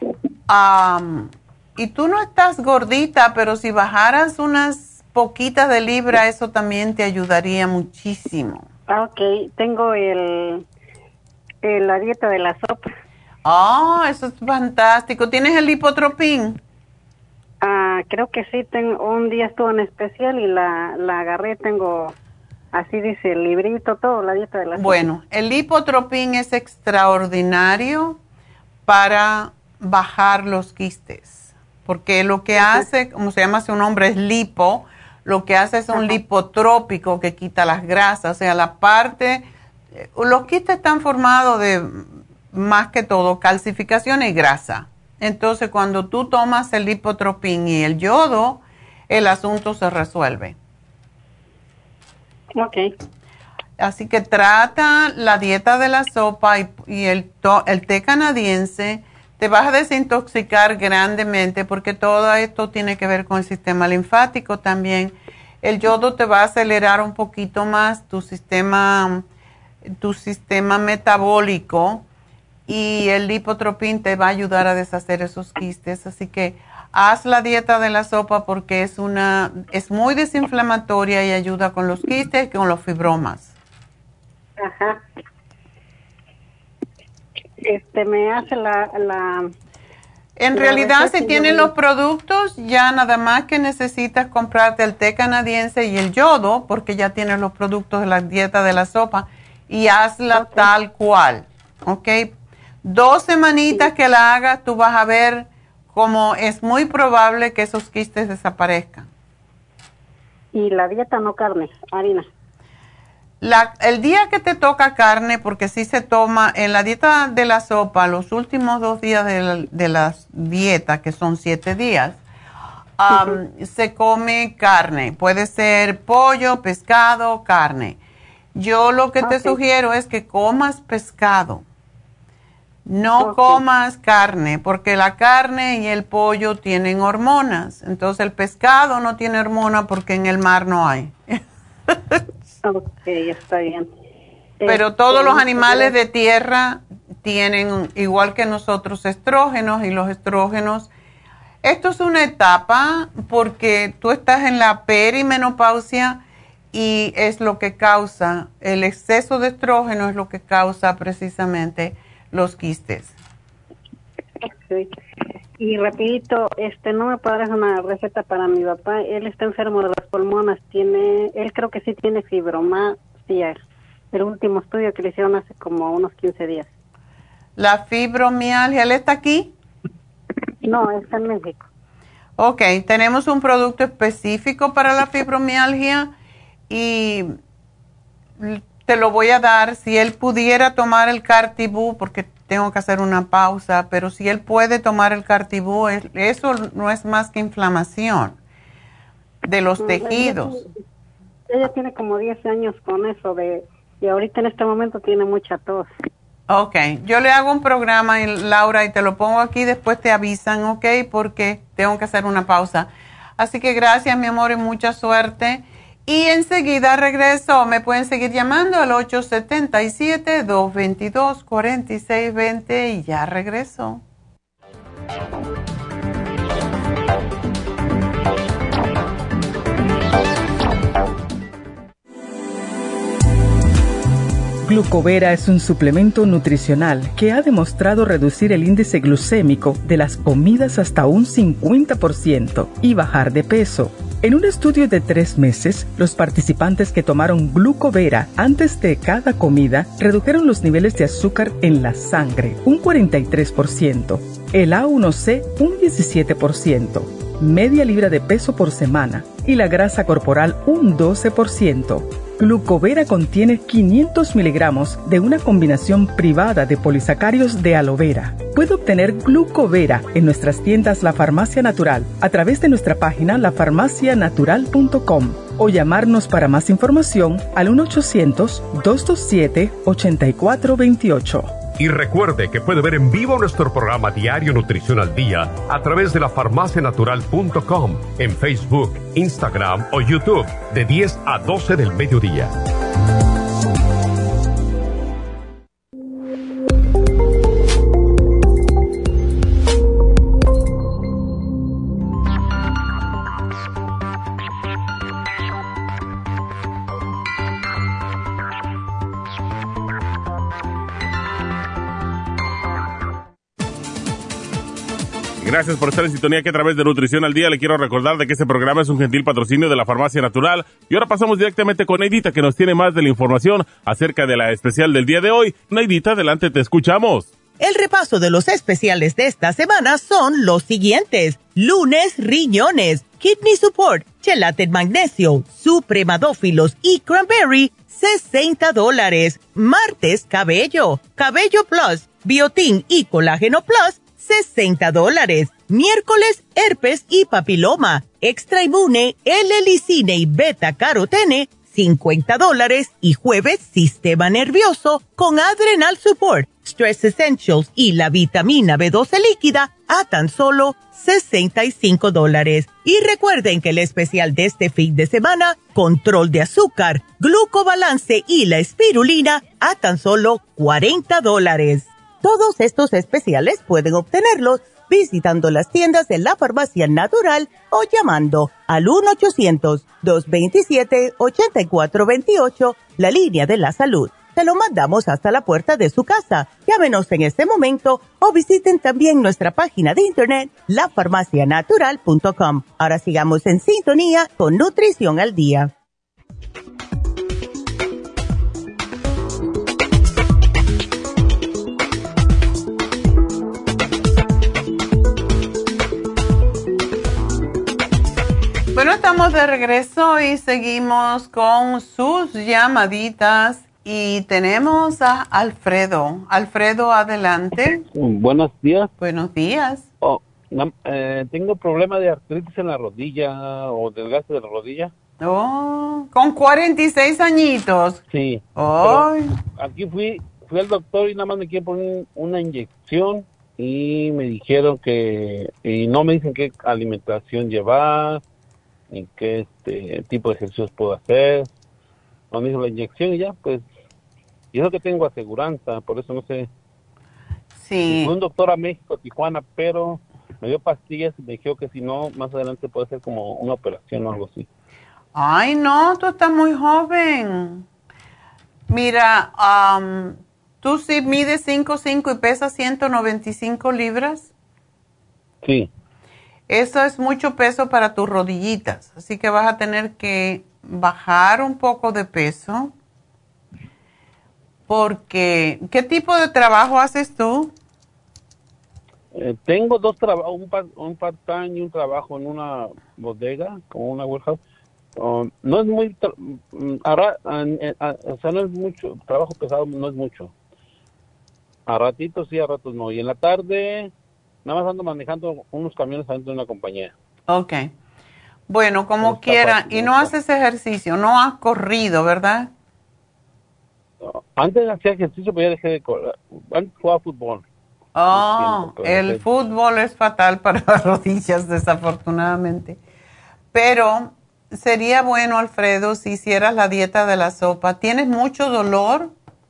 D: Y tú no estás gordita, pero si bajaras unas poquitas de libra, eso también te ayudaría muchísimo.
I: Ok, tengo la dieta de la sopa.
D: Eso es fantástico. ¿Tienes el lipotropín?
I: Creo que sí, un día estuvo en especial y la agarré, tengo... Así dice el librito, todo, la dieta de la sopa.
D: Bueno, el lipotropín es extraordinario para bajar los quistes, porque lo que hace, como se llama su nombre, es lipo, lo que hace es un lipotrópico que quita las grasas, o sea, los quistes están formados de, más que todo, calcificación y grasa. Entonces, cuando tú tomas el lipotropín y el yodo, el asunto se resuelve.
I: Ok.
D: Así que trata la dieta de la sopa y el té canadiense. Te vas a desintoxicar grandemente porque todo esto tiene que ver con el sistema linfático también. El yodo te va a acelerar un poquito más tu sistema metabólico, y el lipotropín te va a ayudar a deshacer esos quistes. Así que haz la dieta de la sopa porque es muy desinflamatoria y ayuda con los quistes y con los fibromas.
I: Ajá. Me hace
D: En realidad, si tienes los productos, ya nada más que necesitas comprarte el té canadiense y el yodo, porque ya tienes los productos de la dieta de la sopa, y hazla tal cual, ¿ok? 2 semanitas que la hagas, tú vas a ver como es muy probable que esos quistes desaparezcan.
I: Y la dieta no carne, harina.
D: El día que te toca carne, porque sí se toma, en la dieta de la sopa, los últimos 2 días de la dieta, que son 7 días, se come carne. Puede ser pollo, pescado, carne. Yo lo que te sugiero es que comas pescado. No comas carne, porque la carne y el pollo tienen hormonas. Entonces el pescado no tiene hormona porque en el mar no hay.
I: Ok, está bien.
D: Pero todos los animales de tierra tienen, igual que nosotros, estrógenos, y los estrógenos, esto es una etapa porque tú estás en la perimenopausia y es lo que causa, el exceso de estrógeno es lo que causa precisamente los quistes.
I: Sí. Y rapidito, no me podrás una receta para mi papá. Él está enfermo de los pulmones, él creo que sí tiene fibromialgia. El último estudio que le hicieron hace como unos 15 días.
D: La fibromialgia, ¿él está aquí?
I: No, está en México.
D: Ok, tenemos un producto específico para la fibromialgia y te lo voy a dar si él pudiera tomar el Cartibú, porque tengo que hacer una pausa, pero si él puede tomar el Cartibú, eso no es más que inflamación de los tejidos.
I: Ella tiene como 10 años con eso y ahorita en este momento tiene mucha tos.
D: Ok, yo le hago un programa, Laura, y te lo pongo aquí, después te avisan, ok, porque tengo que hacer una pausa. Así que gracias, mi amor, y mucha suerte. Y enseguida regreso. Me pueden seguir llamando al 877-222-4620 y ya regreso.
J: Glucovera es un suplemento nutricional que ha demostrado reducir el índice glucémico de las comidas hasta un 50% y bajar de peso. En un estudio de 3 meses, los participantes que tomaron Glucovera antes de cada comida redujeron los niveles de azúcar en la sangre un 43%, el A1C un 17%, media libra de peso por semana y la grasa corporal un 12%. Glucovera contiene 500 miligramos de una combinación privada de polisacáridos de aloe vera. Puede obtener Glucovera en nuestras tiendas La Farmacia Natural a través de nuestra página lafarmacianatural.com o llamarnos para más información al 1-800-227-8428.
K: Y recuerde que puede ver en vivo nuestro programa Diario Nutrición al Día a través de lafarmacianatural.com en Facebook, Instagram o YouTube de 10 a 12 del mediodía.
F: Gracias por estar en sintonía que a través de Nutrición al Día le quiero recordar de que este programa es un gentil patrocinio de la Farmacia Natural. Y ahora pasamos directamente con Neidita, que nos tiene más de la información acerca de la especial del día de hoy. Neidita, adelante, te escuchamos.
G: El repaso de los especiales de esta semana son los siguientes. Lunes, riñones, kidney support, chelate magnesio, supremadófilos y cranberry, $60. Martes, cabello plus, biotin y colágeno plus, $60. Miércoles, herpes y papiloma, extra inmune, L-licine y beta carotene, $50. Y jueves, sistema nervioso con adrenal support, stress essentials y la vitamina B12 líquida a tan solo $65. Y recuerden que el especial de este fin de semana, control de azúcar, glucobalance y la espirulina a tan solo $40. Todos estos especiales pueden obtenerlos visitando las tiendas de la Farmacia Natural o llamando al 1-800-227-8428, la línea de la salud. Se lo mandamos hasta la puerta de su casa. Llámenos en este momento o visiten también nuestra página de internet, lafarmacianatural.com. Ahora sigamos en sintonía con Nutrición al Día.
D: Bueno, estamos de regreso y seguimos con sus llamaditas y tenemos a Alfredo. Alfredo, adelante.
L: Buenos días.
D: Buenos días.
L: Tengo problema de artritis en la rodilla o desgaste de la rodilla.
D: Oh, con 46 añitos.
L: Sí.
D: Oh.
L: Aquí fui al doctor y nada más me quieren poner una inyección y me dijeron y no me dicen qué alimentación llevar y qué tipo de ejercicios puedo hacer. No me hizo la inyección y ya, pues, y eso que tengo aseguranza, por eso no sé.
D: Sí.
L: Fui un doctor a México, Tijuana, pero me dio pastillas y me dijo que si no, más adelante puede ser como una operación o algo así.
D: Ay, no, tú estás muy joven. Mira, ¿tú sí mides 5'5" y pesas 195 libras?
L: Sí.
D: Eso es mucho peso para tus rodillitas, así que vas a tener que bajar un poco de peso. Porque, ¿qué tipo de trabajo haces tú?
L: Tengo dos trabajos, un part-time y un trabajo en una bodega, como una warehouse. No es muy, o sea, no es mucho, trabajo pesado no es mucho. A ratitos sí, a ratos no. Y en la tarde, nada más ando manejando unos camiones adentro de una compañía.
D: Ok. Bueno, como quiera, y no haces ejercicio, no has corrido, ¿verdad?
L: Antes hacía ejercicio, pero ya dejé de correr. Antes jugaba fútbol.
D: Oh, el fútbol es fatal para las rodillas, desafortunadamente. Pero sería bueno, Alfredo, si hicieras la dieta de la sopa. ¿Tienes mucho dolor?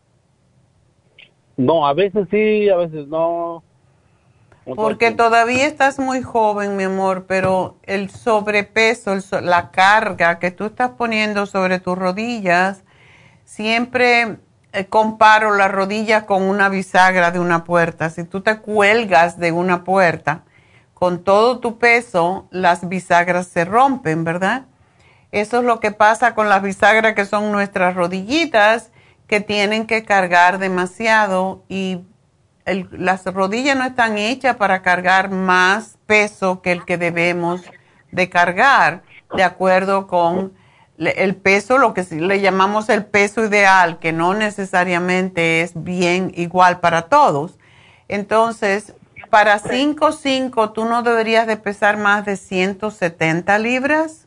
L: No, a veces sí, a veces no.
D: Porque todavía estás muy joven, mi amor, pero el sobrepeso, la carga que tú estás poniendo sobre tus rodillas, siempre comparo las rodillas con una bisagra de una puerta. Si tú te cuelgas de una puerta, con todo tu peso, las bisagras se rompen, ¿verdad? Eso es lo que pasa con las bisagras que son nuestras rodillitas, que tienen que cargar demasiado y las rodillas no están hechas para cargar más peso que el que debemos de cargar, de acuerdo con el peso, lo que le llamamos el peso ideal, que no necesariamente es bien igual para todos. Entonces, para 5'5", tú no deberías de pesar más de 170 libras.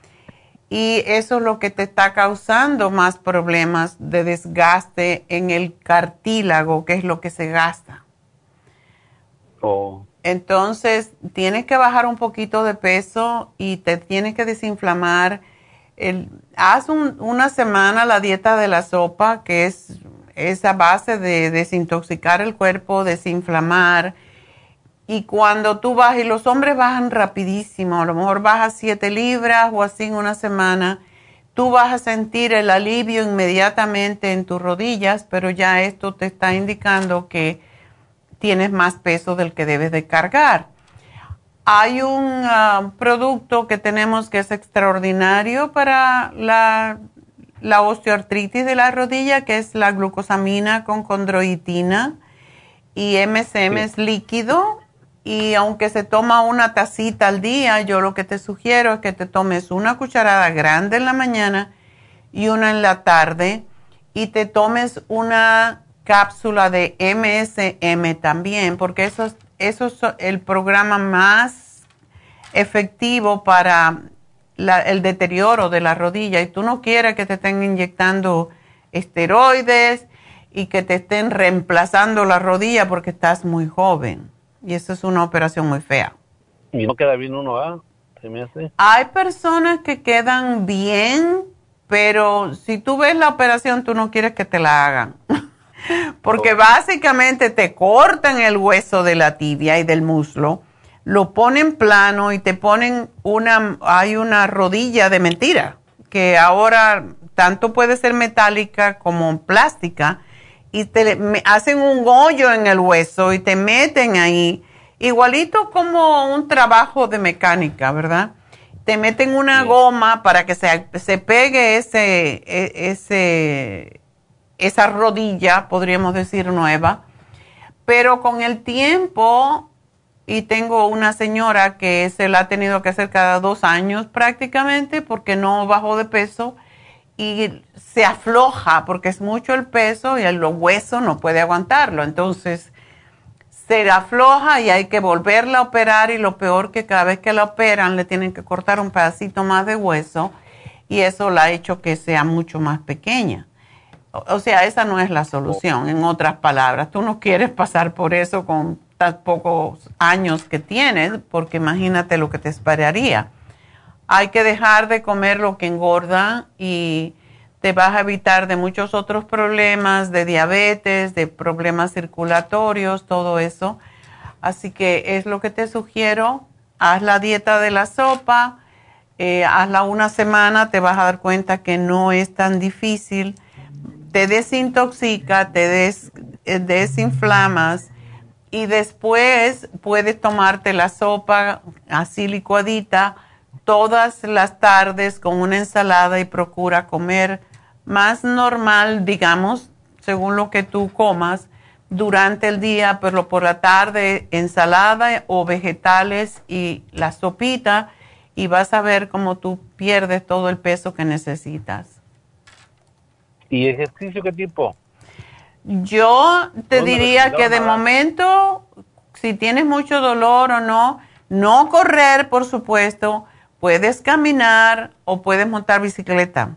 D: Y eso es lo que te está causando más problemas de desgaste en el cartílago, que es lo que se gasta.
L: Oh.
D: Entonces, tienes que bajar un poquito de peso y te tienes que desinflamar. Haz una semana la dieta de la sopa, que es esa base de desintoxicar el cuerpo, desinflamar. Y cuando tú bajas, y los hombres bajan rapidísimo, a lo mejor bajas 7 libras o así en una semana, tú vas a sentir el alivio inmediatamente en tus rodillas, pero ya esto te está indicando que tienes más peso del que debes de cargar. Hay un producto que tenemos que es extraordinario para la osteoartritis de la rodilla, que es la glucosamina con condroitina, y MSM es líquido. Y aunque se toma una tacita al día, yo lo que te sugiero es que te tomes una cucharada grande en la mañana y una en la tarde, y te tomes una cápsula de MSM también, porque eso es el programa más efectivo para el deterioro de la rodilla, y tú no quieres que te estén inyectando esteroides y que te estén reemplazando la rodilla porque estás muy joven. Y eso es una operación muy fea.
L: Y no queda bien uno, ¿ah? Se me hace.
D: Hay personas que quedan bien, pero si tú ves la operación, tú no quieres que te la hagan. Porque básicamente te cortan el hueso de la tibia y del muslo, lo ponen plano y te ponen hay una rodilla de mentira, que ahora tanto puede ser metálica como plástica, y hacen un hoyo en el hueso y te meten ahí, igualito como un trabajo de mecánica, ¿verdad? Te meten una goma para que se pegue esa rodilla, podríamos decir nueva, pero con el tiempo, y tengo una señora que se la ha tenido que hacer cada 2 años prácticamente porque no bajó de peso, y se afloja porque es mucho el peso y el hueso no puede aguantarlo. Entonces se afloja y hay que volverla a operar, y lo peor que cada vez que la operan le tienen que cortar un pedacito más de hueso, y eso la ha hecho que sea mucho más pequeña. O sea, esa no es la solución, en otras palabras. Tú no quieres pasar por eso con tan pocos años que tienes, porque imagínate lo que te esperaría. Hay que dejar de comer lo que engorda y te vas a evitar de muchos otros problemas, de diabetes, de problemas circulatorios, todo eso. Así que es lo que te sugiero. Haz la dieta de la sopa, hazla una semana, te vas a dar cuenta que no es tan difícil. Te desintoxica, te desinflamas y después puedes tomarte la sopa así licuadita todas las tardes con una ensalada y procura comer más normal, digamos, según lo que tú comas durante el día, pero por la tarde ensalada o vegetales y la sopita y vas a ver cómo tú pierdes todo el peso que necesitas.
L: ¿Y ejercicio qué tipo?
D: Yo te diría que de momento, si tienes mucho dolor o no correr, por supuesto, puedes caminar o puedes montar bicicleta.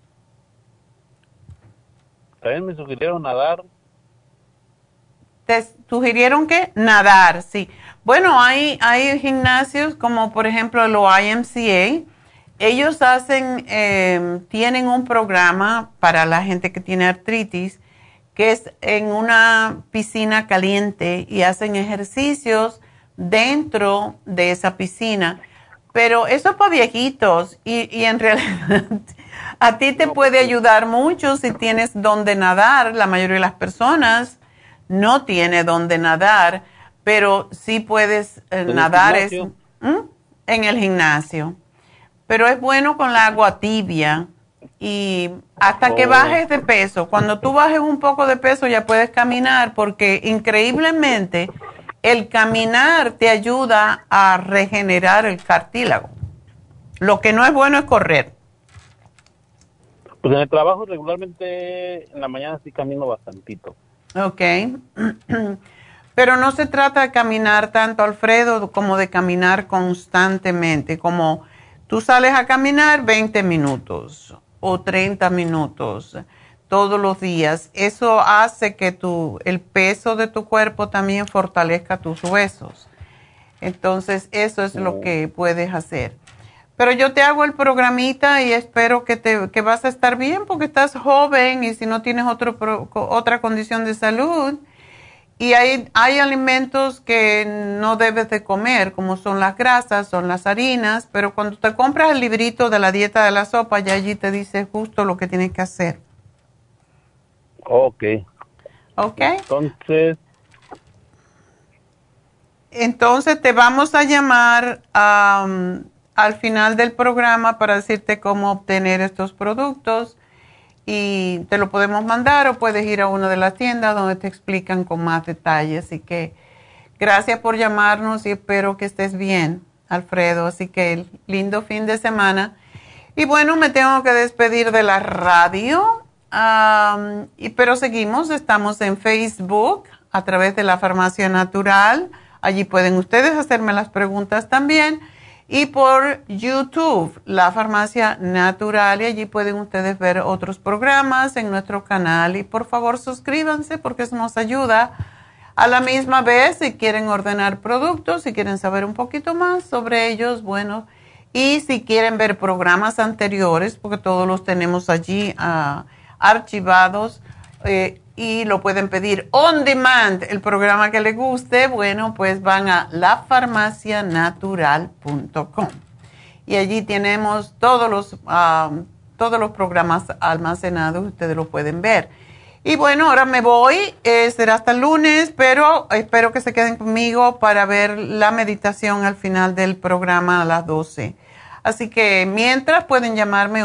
L: También me sugirieron nadar.
D: ¿Te sugirieron qué? Nadar, sí. Bueno, hay gimnasios como por ejemplo el YMCA. Ellos tienen un programa para la gente que tiene artritis que es en una piscina caliente y hacen ejercicios dentro de esa piscina. Pero eso es para viejitos y en realidad a ti te puede ayudar mucho si tienes donde nadar. La mayoría de las personas no tiene donde nadar, pero sí puedes nadar en el gimnasio. Pero es bueno con la agua tibia y hasta que bajes de peso. Cuando tú bajes un poco de peso ya puedes caminar porque increíblemente el caminar te ayuda a regenerar el cartílago. Lo que no es bueno es correr.
L: Pues en el trabajo regularmente en la mañana sí camino bastantito.
D: Ok. Pero no se trata de caminar tanto, Alfredo, como de caminar constantemente. Como tú sales a caminar 20 minutos o 30 minutos todos los días. Eso hace que el peso de tu cuerpo también fortalezca tus huesos. Entonces, eso es lo que puedes hacer. Pero yo te hago el programita y espero que vas a estar bien porque estás joven y si no tienes otra condición de salud. Y hay alimentos que no debes de comer, como son las grasas, son las harinas, pero cuando te compras el librito de la dieta de la sopa, ya allí te dice justo lo que tienes que hacer.
L: Ok.
D: Ok. Entonces te vamos a llamar al final del programa para decirte cómo obtener estos productos y te lo podemos mandar o puedes ir a una de las tiendas donde te explican con más detalle. Así que gracias por llamarnos y espero que estés bien, Alfredo. Así que lindo fin de semana. Y bueno, me tengo que despedir de la radio, pero seguimos, estamos en Facebook a través de la Farmacia Natural. Allí pueden ustedes hacerme las preguntas también. Y por YouTube, La Farmacia Natural, y allí pueden ustedes ver otros programas en nuestro canal. Y por favor suscríbanse porque eso nos ayuda. A la misma vez, si quieren ordenar productos, si quieren saber un poquito más sobre ellos, bueno. Y si quieren ver programas anteriores, porque todos los tenemos allí archivados, y lo pueden pedir on demand, el programa que les guste, bueno, pues van a lafarmacianatural.com y allí tenemos todos los programas almacenados, ustedes lo pueden ver. Y bueno, ahora me voy, será hasta el lunes, pero espero que se queden conmigo para ver la meditación al final del programa a las 12. Así que mientras pueden llamarme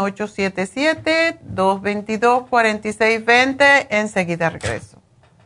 D: 877-222-4620. Enseguida regreso.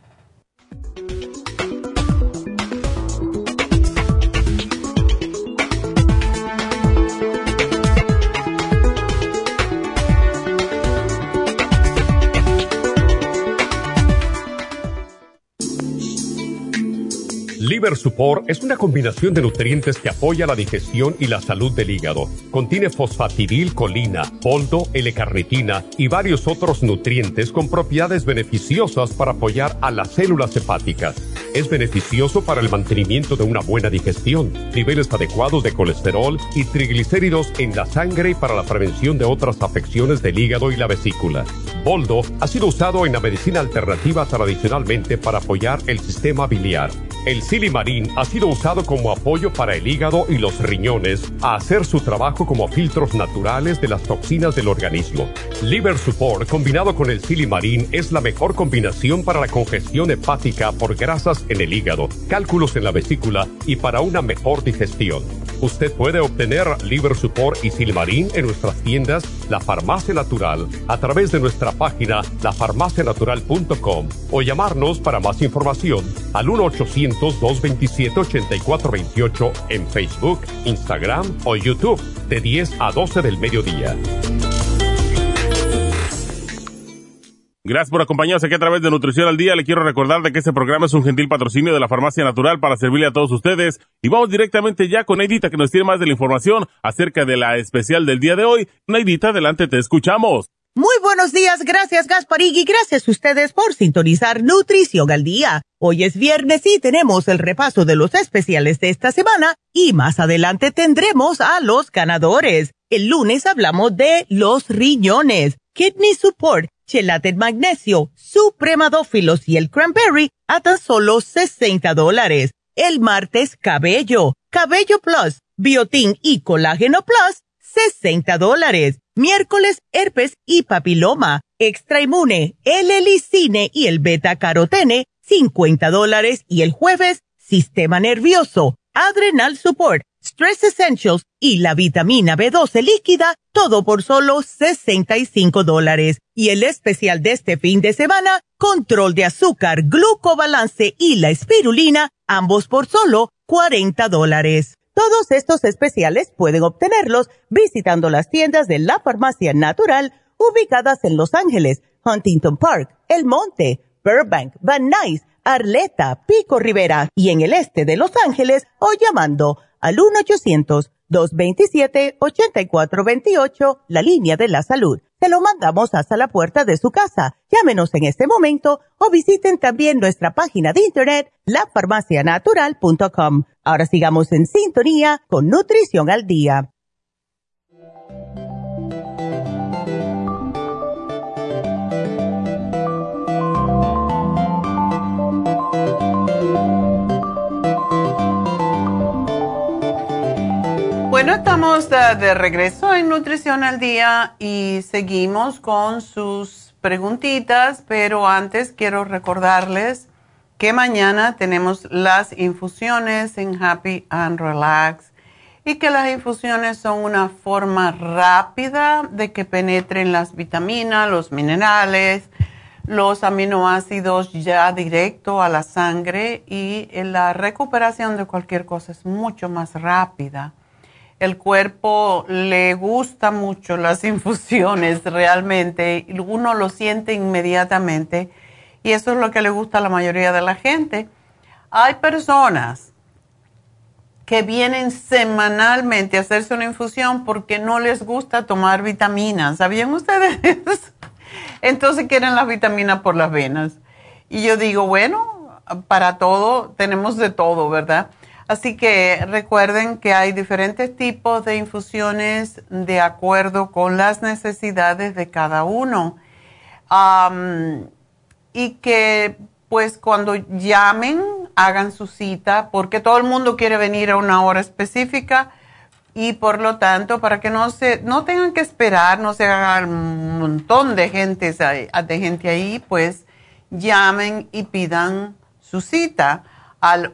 K: Liver Support es una combinación de nutrientes que apoya la digestión y la salud del hígado. Contiene fosfatidilcolina, boldo, L-carnitina y varios otros nutrientes con propiedades beneficiosas para apoyar a las células hepáticas. Es beneficioso para el mantenimiento de una buena digestión, niveles adecuados de colesterol y triglicéridos en la sangre y para la prevención de otras afecciones del hígado y la vesícula. Boldo ha sido usado en la medicina alternativa tradicionalmente para apoyar el sistema biliar. El Silimarín ha sido usado como apoyo para el hígado y los riñones a hacer su trabajo como filtros naturales de las toxinas del organismo. Liver Support combinado con el Silimarín es la mejor combinación para la congestión hepática por grasas en el hígado, cálculos en la vesícula y para una mejor digestión. Usted puede obtener Liver Support y Silimarín en nuestras tiendas La Farmacia Natural a través de nuestra página lafarmacianatural.com o llamarnos para más información al 1-800-227-8428 en Facebook, Instagram o YouTube de 10 a 12 del mediodía.
F: Gracias por acompañarnos aquí a través de Nutrición al Día. Le quiero recordar de que este programa es un gentil patrocinio de la Farmacia Natural para servirle a todos ustedes. Y vamos directamente ya con Neidita, que nos tiene más de la información acerca de la especial del día de hoy. Neidita, adelante, te escuchamos.
G: Muy buenos días, gracias Gasparín y gracias a ustedes por sintonizar Nutrición al Día. Hoy es viernes y tenemos el repaso de los especiales de esta semana y más adelante tendremos a los ganadores. El lunes hablamos de los riñones, Kidney Support, Chelate Magnesio, Supremadófilos y el Cranberry a tan solo $60. El martes, Cabello Plus, Biotin y Colágeno Plus, $60. Miércoles, Herpes y Papiloma, Extra Inmune, el Helicine y el Beta Carotene, $50. Y el jueves, Sistema Nervioso, Adrenal Support, Stress Essentials y la vitamina B12 líquida, todo por solo $65. Y el especial de este fin de semana, Control de Azúcar, Glucobalance y la Espirulina, ambos por solo $40. Todos estos especiales pueden obtenerlos visitando las tiendas de la Farmacia Natural ubicadas en Los Ángeles, Huntington Park, El Monte, Burbank, Van Nuys, Arleta, Pico Rivera y en el este de Los Ángeles o llamando al 1-800-227-8428, la línea de la salud. Se lo mandamos hasta la puerta de su casa. Llámenos en este momento o visiten también nuestra página de internet, lafarmacianatural.com. Ahora sigamos en sintonía con Nutrición al Día.
D: Bueno, estamos de regreso en Nutrición al Día y seguimos con sus preguntitas, pero antes quiero recordarles que mañana tenemos las infusiones en Happy and Relax y que las infusiones son una forma rápida de que penetren las vitaminas, los minerales, los aminoácidos ya directo a la sangre y la recuperación de cualquier cosa es mucho más rápida. El cuerpo le gusta mucho las infusiones realmente, uno lo siente inmediatamente y eso es lo que le gusta a la mayoría de la gente. Hay personas que vienen semanalmente a hacerse una infusión porque no les gusta tomar vitaminas, ¿sabían ustedes? Entonces quieren las vitaminas por las venas. Y yo digo, bueno, para todo tenemos de todo, ¿verdad? Así que recuerden que hay diferentes tipos de infusiones de acuerdo con las necesidades de cada uno. Y que pues cuando llamen, hagan su cita, porque todo el mundo quiere venir a una hora específica y por lo tanto para que no tengan que esperar, no se haga un montón de gente ahí, pues llamen y pidan su cita al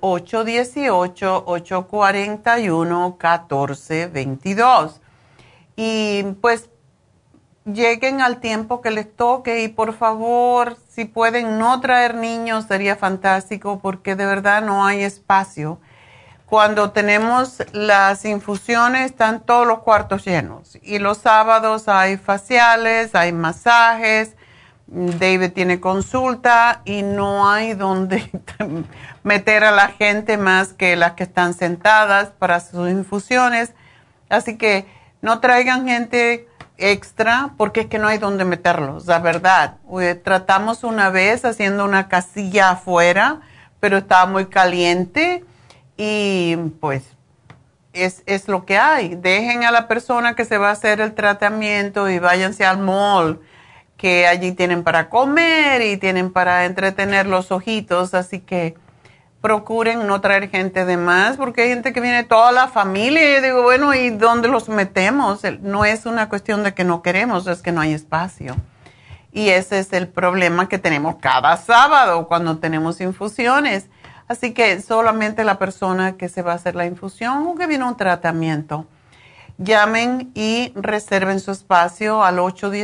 D: 818-841-1422. Y pues lleguen al tiempo que les toque y por favor, si pueden no traer niños sería fantástico porque de verdad no hay espacio. Cuando tenemos las infusiones están todos los cuartos llenos y los sábados hay faciales, hay masajes, David tiene consulta y no hay donde meter a la gente más que las que están sentadas para sus infusiones. Así que no traigan gente extra porque es que no hay donde meterlos, la verdad. Tratamos una vez haciendo una casilla afuera, pero estaba muy caliente y pues es lo que hay. Dejen a la persona que se va a hacer el tratamiento y váyanse al mall, que allí tienen para comer y tienen para entretener los ojitos, así que procuren no traer gente de más, porque hay gente que viene toda la familia y yo digo, bueno, ¿y dónde los metemos? No es una cuestión de que no queremos, es que no hay espacio. Y ese es el problema que tenemos cada sábado cuando tenemos infusiones. Así que solamente la persona que se va a hacer la infusión o que viene a un tratamiento. Llamen y reserven su espacio al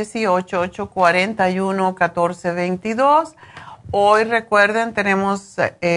D: 818-841-1422. Hoy recuerden, tenemos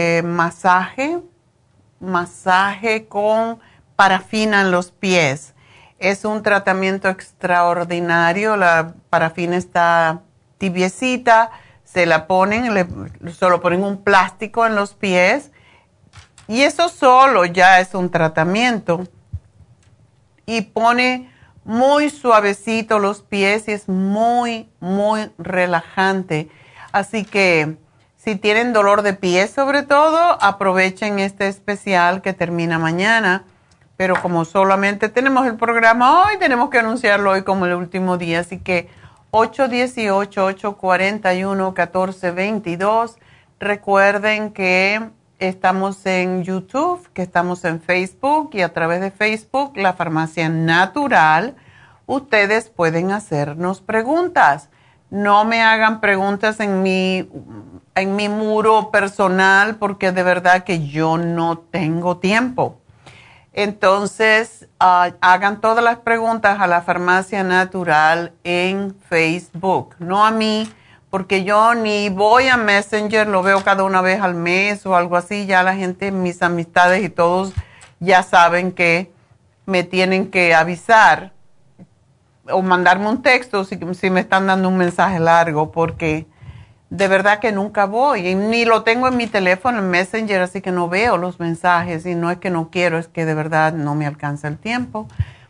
D: masaje con parafina en los pies. Es un tratamiento extraordinario. La parafina está tibiecita, se la ponen, solo ponen un plástico en los pies y eso solo ya es un tratamiento. Y pone muy suavecito los pies y es muy, muy relajante. Así que si tienen dolor de pies sobre todo, aprovechen este especial que termina mañana. Pero como solamente tenemos el programa hoy, tenemos que anunciarlo hoy como el último día. Así que 818-841-1422. Recuerden que estamos en YouTube, que estamos en Facebook y a través de Facebook, La Farmacia Natural, ustedes pueden hacernos preguntas. No me hagan preguntas en mi muro personal porque de verdad que yo no tengo tiempo. Entonces, hagan todas las preguntas a La Farmacia Natural en Facebook, no a mí, porque yo ni voy a Messenger, lo veo cada una vez al mes o algo así. Ya la gente, mis amistades y todos ya saben que me tienen que avisar o mandarme un texto si me están dando un mensaje largo, porque de verdad que nunca voy. Y ni lo tengo en mi teléfono, en Messenger, así que no veo los mensajes. Y no es que no quiero, es que de verdad no me alcanza el tiempo.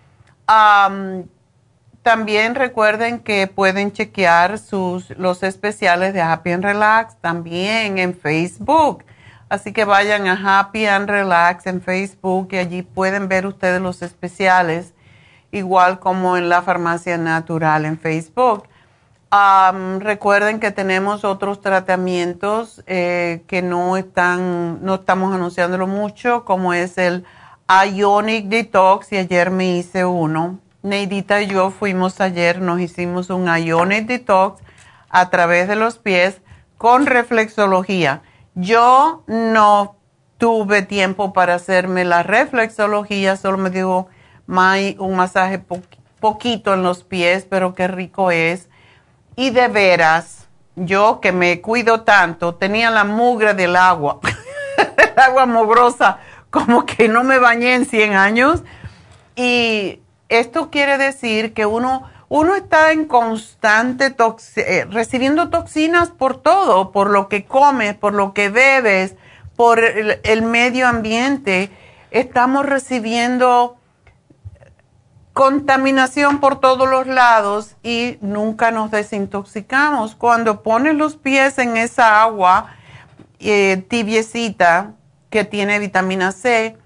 D: También recuerden que pueden chequear los especiales de Happy and Relax también en Facebook. Así que vayan a Happy and Relax en Facebook y allí pueden ver ustedes los especiales, igual como en La Farmacia Natural en Facebook. Recuerden que tenemos otros tratamientos que no estamos anunciándolo mucho, como es el Ionic Detox, y ayer me hice uno. Neidita y yo fuimos ayer, nos hicimos un Ionic Detox a través de los pies con reflexología. Yo no tuve tiempo para hacerme la reflexología, solo me dio un masaje poquito en los pies, pero qué rico es. Y de veras, yo que me cuido tanto, tenía la mugre del agua, el agua mugrosa, como que no me bañé en 100 años. Y esto quiere decir que uno está en constante recibiendo toxinas por todo, por lo que comes, por lo que bebes, por el medio ambiente. Estamos recibiendo contaminación por todos los lados y nunca nos desintoxicamos. Cuando pones los pies en esa agua tibiecita que tiene vitamina C,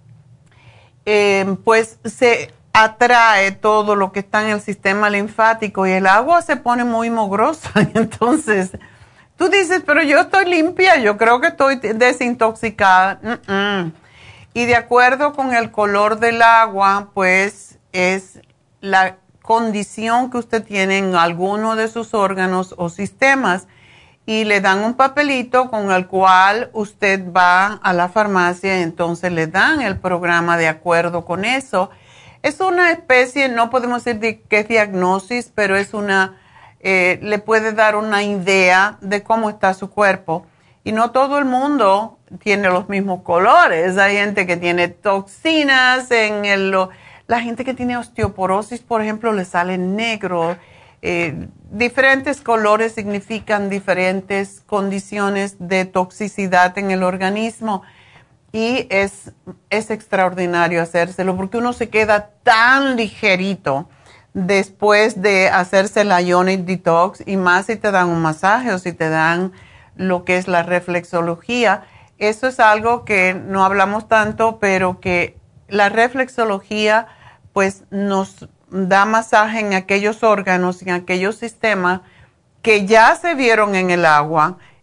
D: pues se atrae todo lo que está en el sistema linfático y el agua se pone muy mugrosa. Entonces, tú dices, pero yo estoy limpia, yo creo que estoy desintoxicada. Y de acuerdo con el color del agua, pues es la condición que usted tiene en alguno de sus órganos o sistemas. Y le dan un papelito con el cual usted va a la farmacia y entonces le dan el programa de acuerdo con eso. Es una especie, no podemos decir que es diagnosis, pero es le puede dar una idea de cómo está su cuerpo. Y no todo el mundo tiene los mismos colores. Hay gente que tiene toxinas, la gente que tiene osteoporosis, por ejemplo, le sale negro. Diferentes colores significan diferentes condiciones de toxicidad en el organismo. Y es extraordinario hacérselo porque uno se queda tan ligerito después de hacerse la Ionic Detox, y más si te dan un masaje o si te dan lo que es la reflexología. Eso es algo que no hablamos tanto, pero que la reflexología pues nos da masaje en aquellos órganos, en aquellos sistemas que ya se vieron en el agua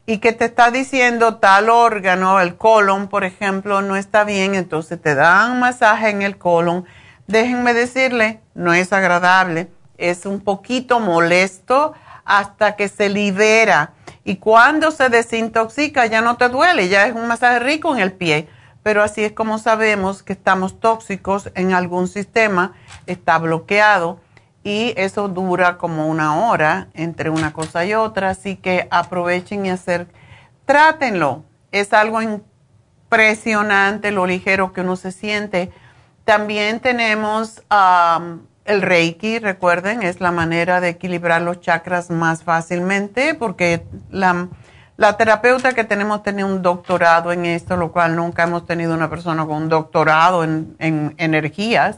D: y que te está diciendo tal órgano, el colon, por ejemplo, no está bien, entonces te dan masaje en el colon. Déjenme decirle, no es agradable, es un poquito molesto hasta que se libera. Y cuando se desintoxica ya no te duele, ya es un masaje rico en el pie. Pero así es como sabemos que estamos tóxicos en algún sistema, está bloqueado. Y eso dura como 1 hora entre una cosa y otra, así que aprovechen y trátenlo. Es algo impresionante lo ligero que uno se siente. También tenemos el Reiki, recuerden, es la manera de equilibrar los chakras más fácilmente, porque la terapeuta que tenemos tiene un doctorado en esto, lo cual nunca hemos tenido una persona con un doctorado en energías.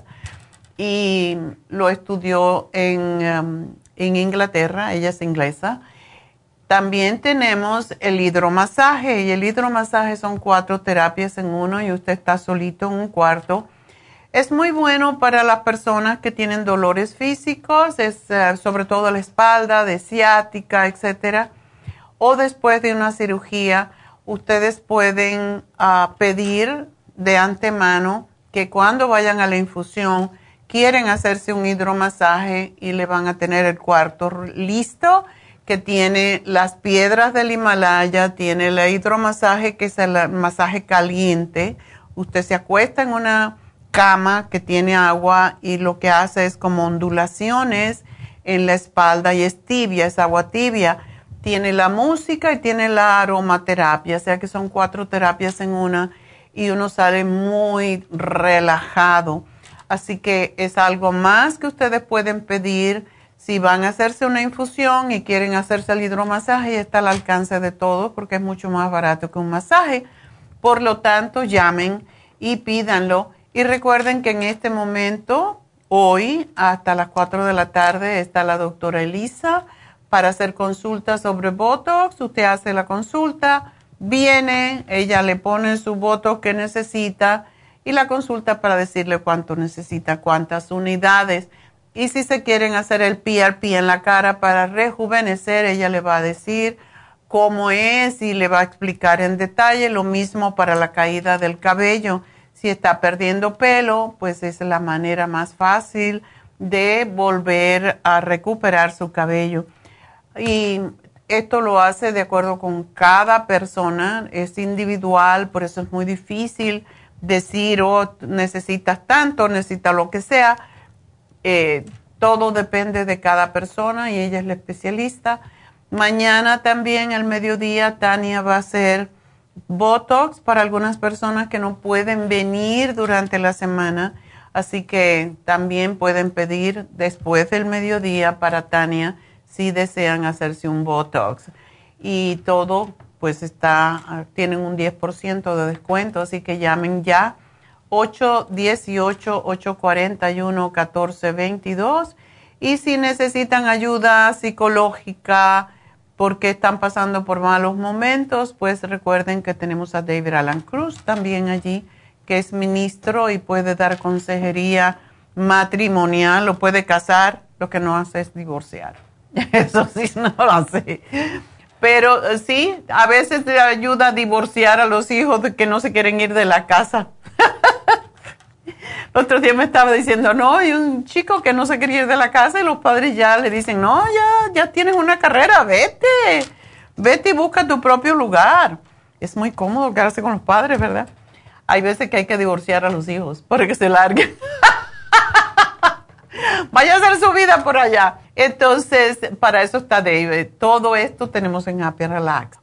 D: Y lo estudió en Inglaterra, ella es inglesa. También tenemos el hidromasaje, y el hidromasaje son 4 terapias en uno y usted está solito en un cuarto. Es muy bueno para las personas que tienen dolores físicos, es sobre todo la espalda, de ciática, etcétera. O después de una cirugía, ustedes pueden pedir de antemano que cuando vayan a la infusión quieren hacerse un hidromasaje y le van a tener el cuarto listo, que tiene las piedras del Himalaya, tiene el hidromasaje, que es el masaje caliente. Usted se acuesta en una cama que tiene agua y lo que hace es como ondulaciones en la espalda y es tibia, es agua tibia. Tiene la música y tiene la aromaterapia, o sea que son 4 terapias en una y uno sale muy relajado. Así que es algo más que ustedes pueden pedir si van a hacerse una infusión y quieren hacerse el hidromasaje, y está al alcance de todos porque es mucho más barato que un masaje. Por lo tanto, llamen y pídanlo. Y recuerden que en este momento, hoy, hasta las 4 de la tarde, está la doctora Elisa para hacer consultas sobre Botox. Usted hace la consulta, viene, ella le pone su Botox que necesita, y la consulta para decirle cuánto necesita, cuántas unidades. Y si se quieren hacer el PRP en la cara para rejuvenecer, ella le va a decir cómo es y le va a explicar en detalle. Lo mismo para la caída del cabello. Si está perdiendo pelo, pues es la manera más fácil de volver a recuperar su cabello. Y esto lo hace de acuerdo con cada persona, es individual, por eso es muy difícil decir, oh, necesitas tanto, necesitas lo que sea. Todo depende de cada persona y ella es la especialista. Mañana también al mediodía Tania va a hacer Botox para algunas personas que no pueden venir durante la semana, así que también pueden pedir después del mediodía para Tania si desean hacerse un Botox. Y todo pues tienen un 10% de descuento, así que llamen ya 818-841-1422. Y si necesitan ayuda psicológica porque están pasando por malos momentos, pues recuerden que tenemos a David Alan Cruz también allí, que es ministro y puede dar consejería matrimonial, lo puede casar, lo que no hace es divorciar. Eso sí no lo hace. Pero sí, a veces le ayuda a divorciar a los hijos de que no se quieren ir de la casa. El otro día me estaba diciendo, no, hay un chico que no se quiere ir de la casa y los padres ya le dicen, no, ya tienes una carrera, vete y busca tu propio lugar. Es muy cómodo quedarse con los padres, ¿verdad? Hay veces que hay que divorciar a los hijos para que se larguen. Vaya a hacer su vida por allá. Entonces, para eso está David. Todo esto tenemos en Happy Relax.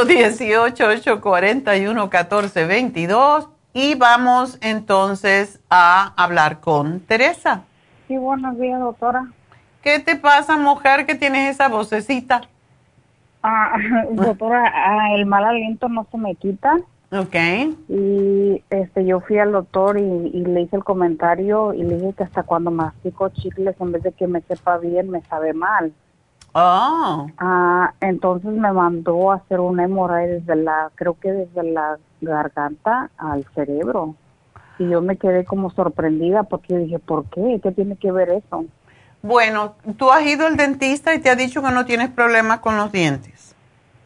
D: 818-841-1422. Y vamos entonces a hablar con Teresa.
M: Sí, buenos días, doctora.
D: ¿Qué te pasa, mujer, que tienes esa vocecita?
M: Doctora, el mal aliento no se me quita.
D: Okay.
M: Y yo fui al doctor y le hice el comentario y le dije que hasta cuando mastico chicles, en vez de que me sepa bien, me sabe mal.
D: Oh.
M: Entonces me mandó a hacer un hemorroide desde la garganta al cerebro. Y yo me quedé como sorprendida porque dije, ¿por qué? ¿Qué tiene que ver eso?
D: Bueno, ¿tú has ido al dentista y te ha dicho que no tienes problemas con los dientes?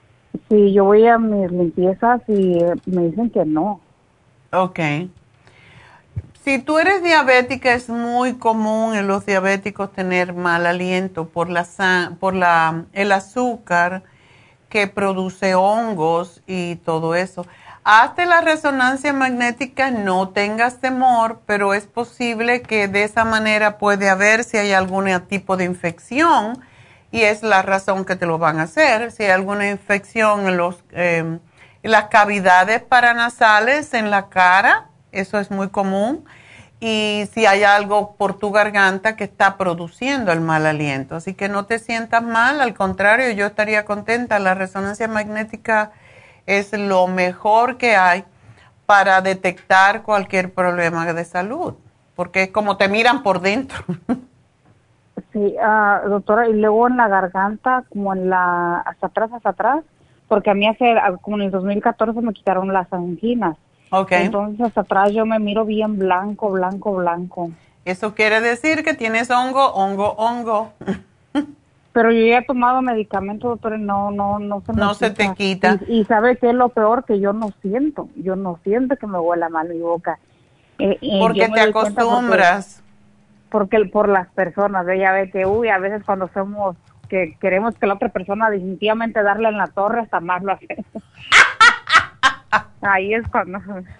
M: Sí, yo voy a mis limpiezas y me dicen que no.
D: Ok. Si tú eres diabética, es muy común en los diabéticos tener mal aliento por el azúcar que produce hongos y todo eso. Hazte la resonancia magnética, no tengas temor, pero es posible que de esa manera puede haber si hay algún tipo de infección y es la razón que te lo van a hacer. Si hay alguna infección en las cavidades paranasales, en la cara, eso es muy común. Y si hay algo por tu garganta que está produciendo el mal aliento. Así que no te sientas mal, al contrario, yo estaría contenta. La resonancia magnética es lo mejor que hay para detectar cualquier problema de salud, porque es como te miran por dentro.
M: Sí, doctora, y luego en la garganta, como hasta atrás, porque a mí como en el 2014 me quitaron las anginas.
D: Okay.
M: Entonces hasta atrás yo me miro bien blanco.
D: Eso quiere decir que tienes hongo.
M: Pero yo ya he tomado medicamentos, doctora, no se
D: te quita.
M: Y ¿sabe qué es lo peor? Que yo no siento que me huela mal mi boca.
D: Porque te acostumbras.
M: Porque por las personas, ya ve que, a veces cuando que queremos que la otra persona definitivamente darle en la torre, hasta más lo hacemos. Ahí es cuando...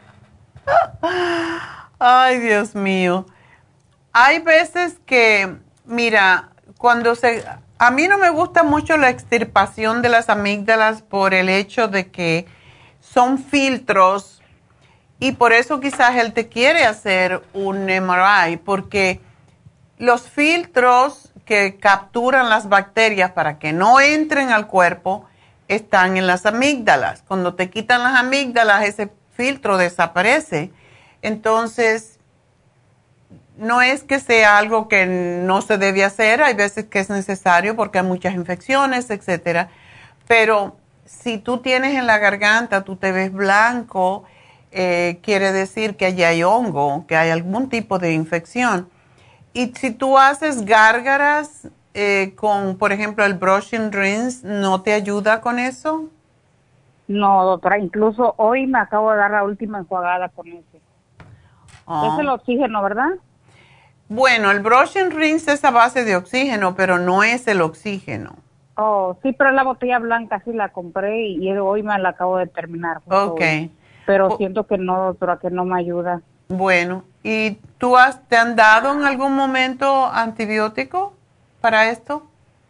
D: Ay, Dios mío. Hay veces que, mira, a mí no me gusta mucho la extirpación de las amígdalas por el hecho de que son filtros y por eso quizás él te quiere hacer un MRI, porque los filtros que capturan las bacterias para que no entren al cuerpo están en las amígdalas. Cuando te quitan las amígdalas, ese filtro desaparece. Entonces, no es que sea algo que no se debe hacer, hay veces que es necesario porque hay muchas infecciones, etcétera. Pero si tú tienes en la garganta, tú te ves blanco, quiere decir que allí hay hongo, que hay algún tipo de infección. Y si tú haces gárgaras con, por ejemplo, el brushing rinse, ¿no te ayuda con eso?
M: No, doctora, incluso hoy me acabo de dar la última enjuagada con ese. Es el oxígeno, ¿verdad?
D: Bueno, el brushing rinse es a base de oxígeno, pero no es el oxígeno.
M: Oh, sí, pero la botella blanca sí la compré y hoy me la acabo de terminar.
D: Ok.
M: Hoy. Pero siento que no, doctora, que no me ayuda.
D: Bueno, ¿y tú te han dado en algún momento antibiótico para esto?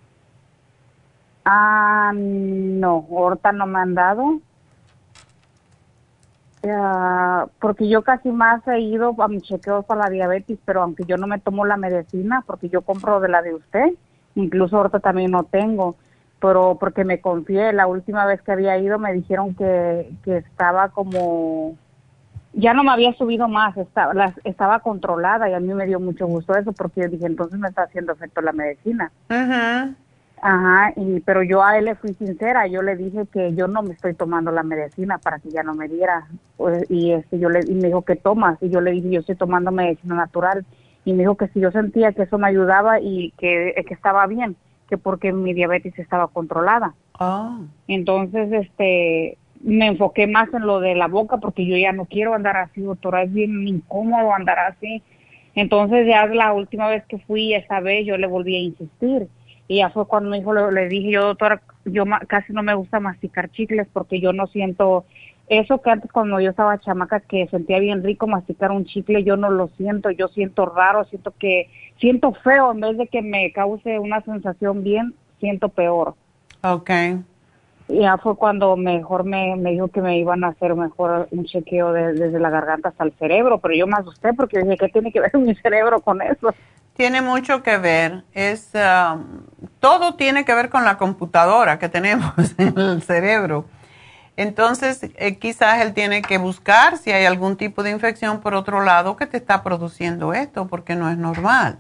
M: No, ahorita no me han dado. Porque yo casi más he ido a mis chequeos para la diabetes, pero aunque yo no me tomo la medicina, porque yo compro de la de usted, incluso ahorita también no tengo, pero porque me confié, la última vez que había ido me dijeron que estaba como, ya no me había subido más, estaba controlada y a mí me dio mucho gusto eso, porque yo dije, entonces me está haciendo efecto la medicina. Ajá, pero yo a él le fui sincera, yo le dije que yo no me estoy tomando la medicina para que ya no me diera, y me dijo, ¿qué tomas? Y yo le dije, yo estoy tomando medicina natural, y me dijo que si yo sentía que eso me ayudaba y que estaba bien, que porque mi diabetes estaba controlada. Entonces, me enfoqué más en lo de la boca, porque yo ya no quiero andar así, doctora, es bien incómodo andar así. Entonces ya la última vez que fui, esa vez, yo le volví a insistir. Y ya fue cuando me dijo, le dije yo, doctora, yo casi no me gusta masticar chicles porque yo no siento eso que antes cuando yo estaba chamaca que sentía bien rico masticar un chicle, yo no lo siento, yo siento raro, siento feo, en vez de que me cause una sensación bien, siento peor.
D: Okay.
M: Y ya fue cuando mejor me dijo que me iban a hacer mejor un chequeo desde la garganta hasta el cerebro, pero yo me asusté porque dije, ¿qué tiene que ver mi cerebro con eso?
D: Tiene mucho que ver, todo tiene que ver con la computadora que tenemos en el cerebro. Entonces, quizás él tiene que buscar si hay algún tipo de infección por otro lado que te está produciendo esto, porque no es normal.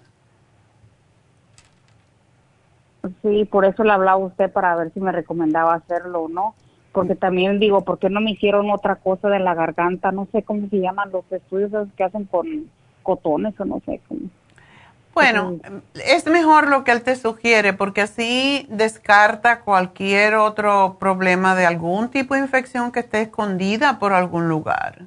M: Sí, por eso le hablaba a usted para ver si me recomendaba hacerlo o no. Porque también digo, ¿por qué no me hicieron otra cosa de la garganta? No sé cómo se llaman los estudios esos que hacen con cotones o no sé cómo.
D: Bueno, es mejor lo que él te sugiere porque así descarta cualquier otro problema de algún tipo de infección que esté escondida por algún lugar.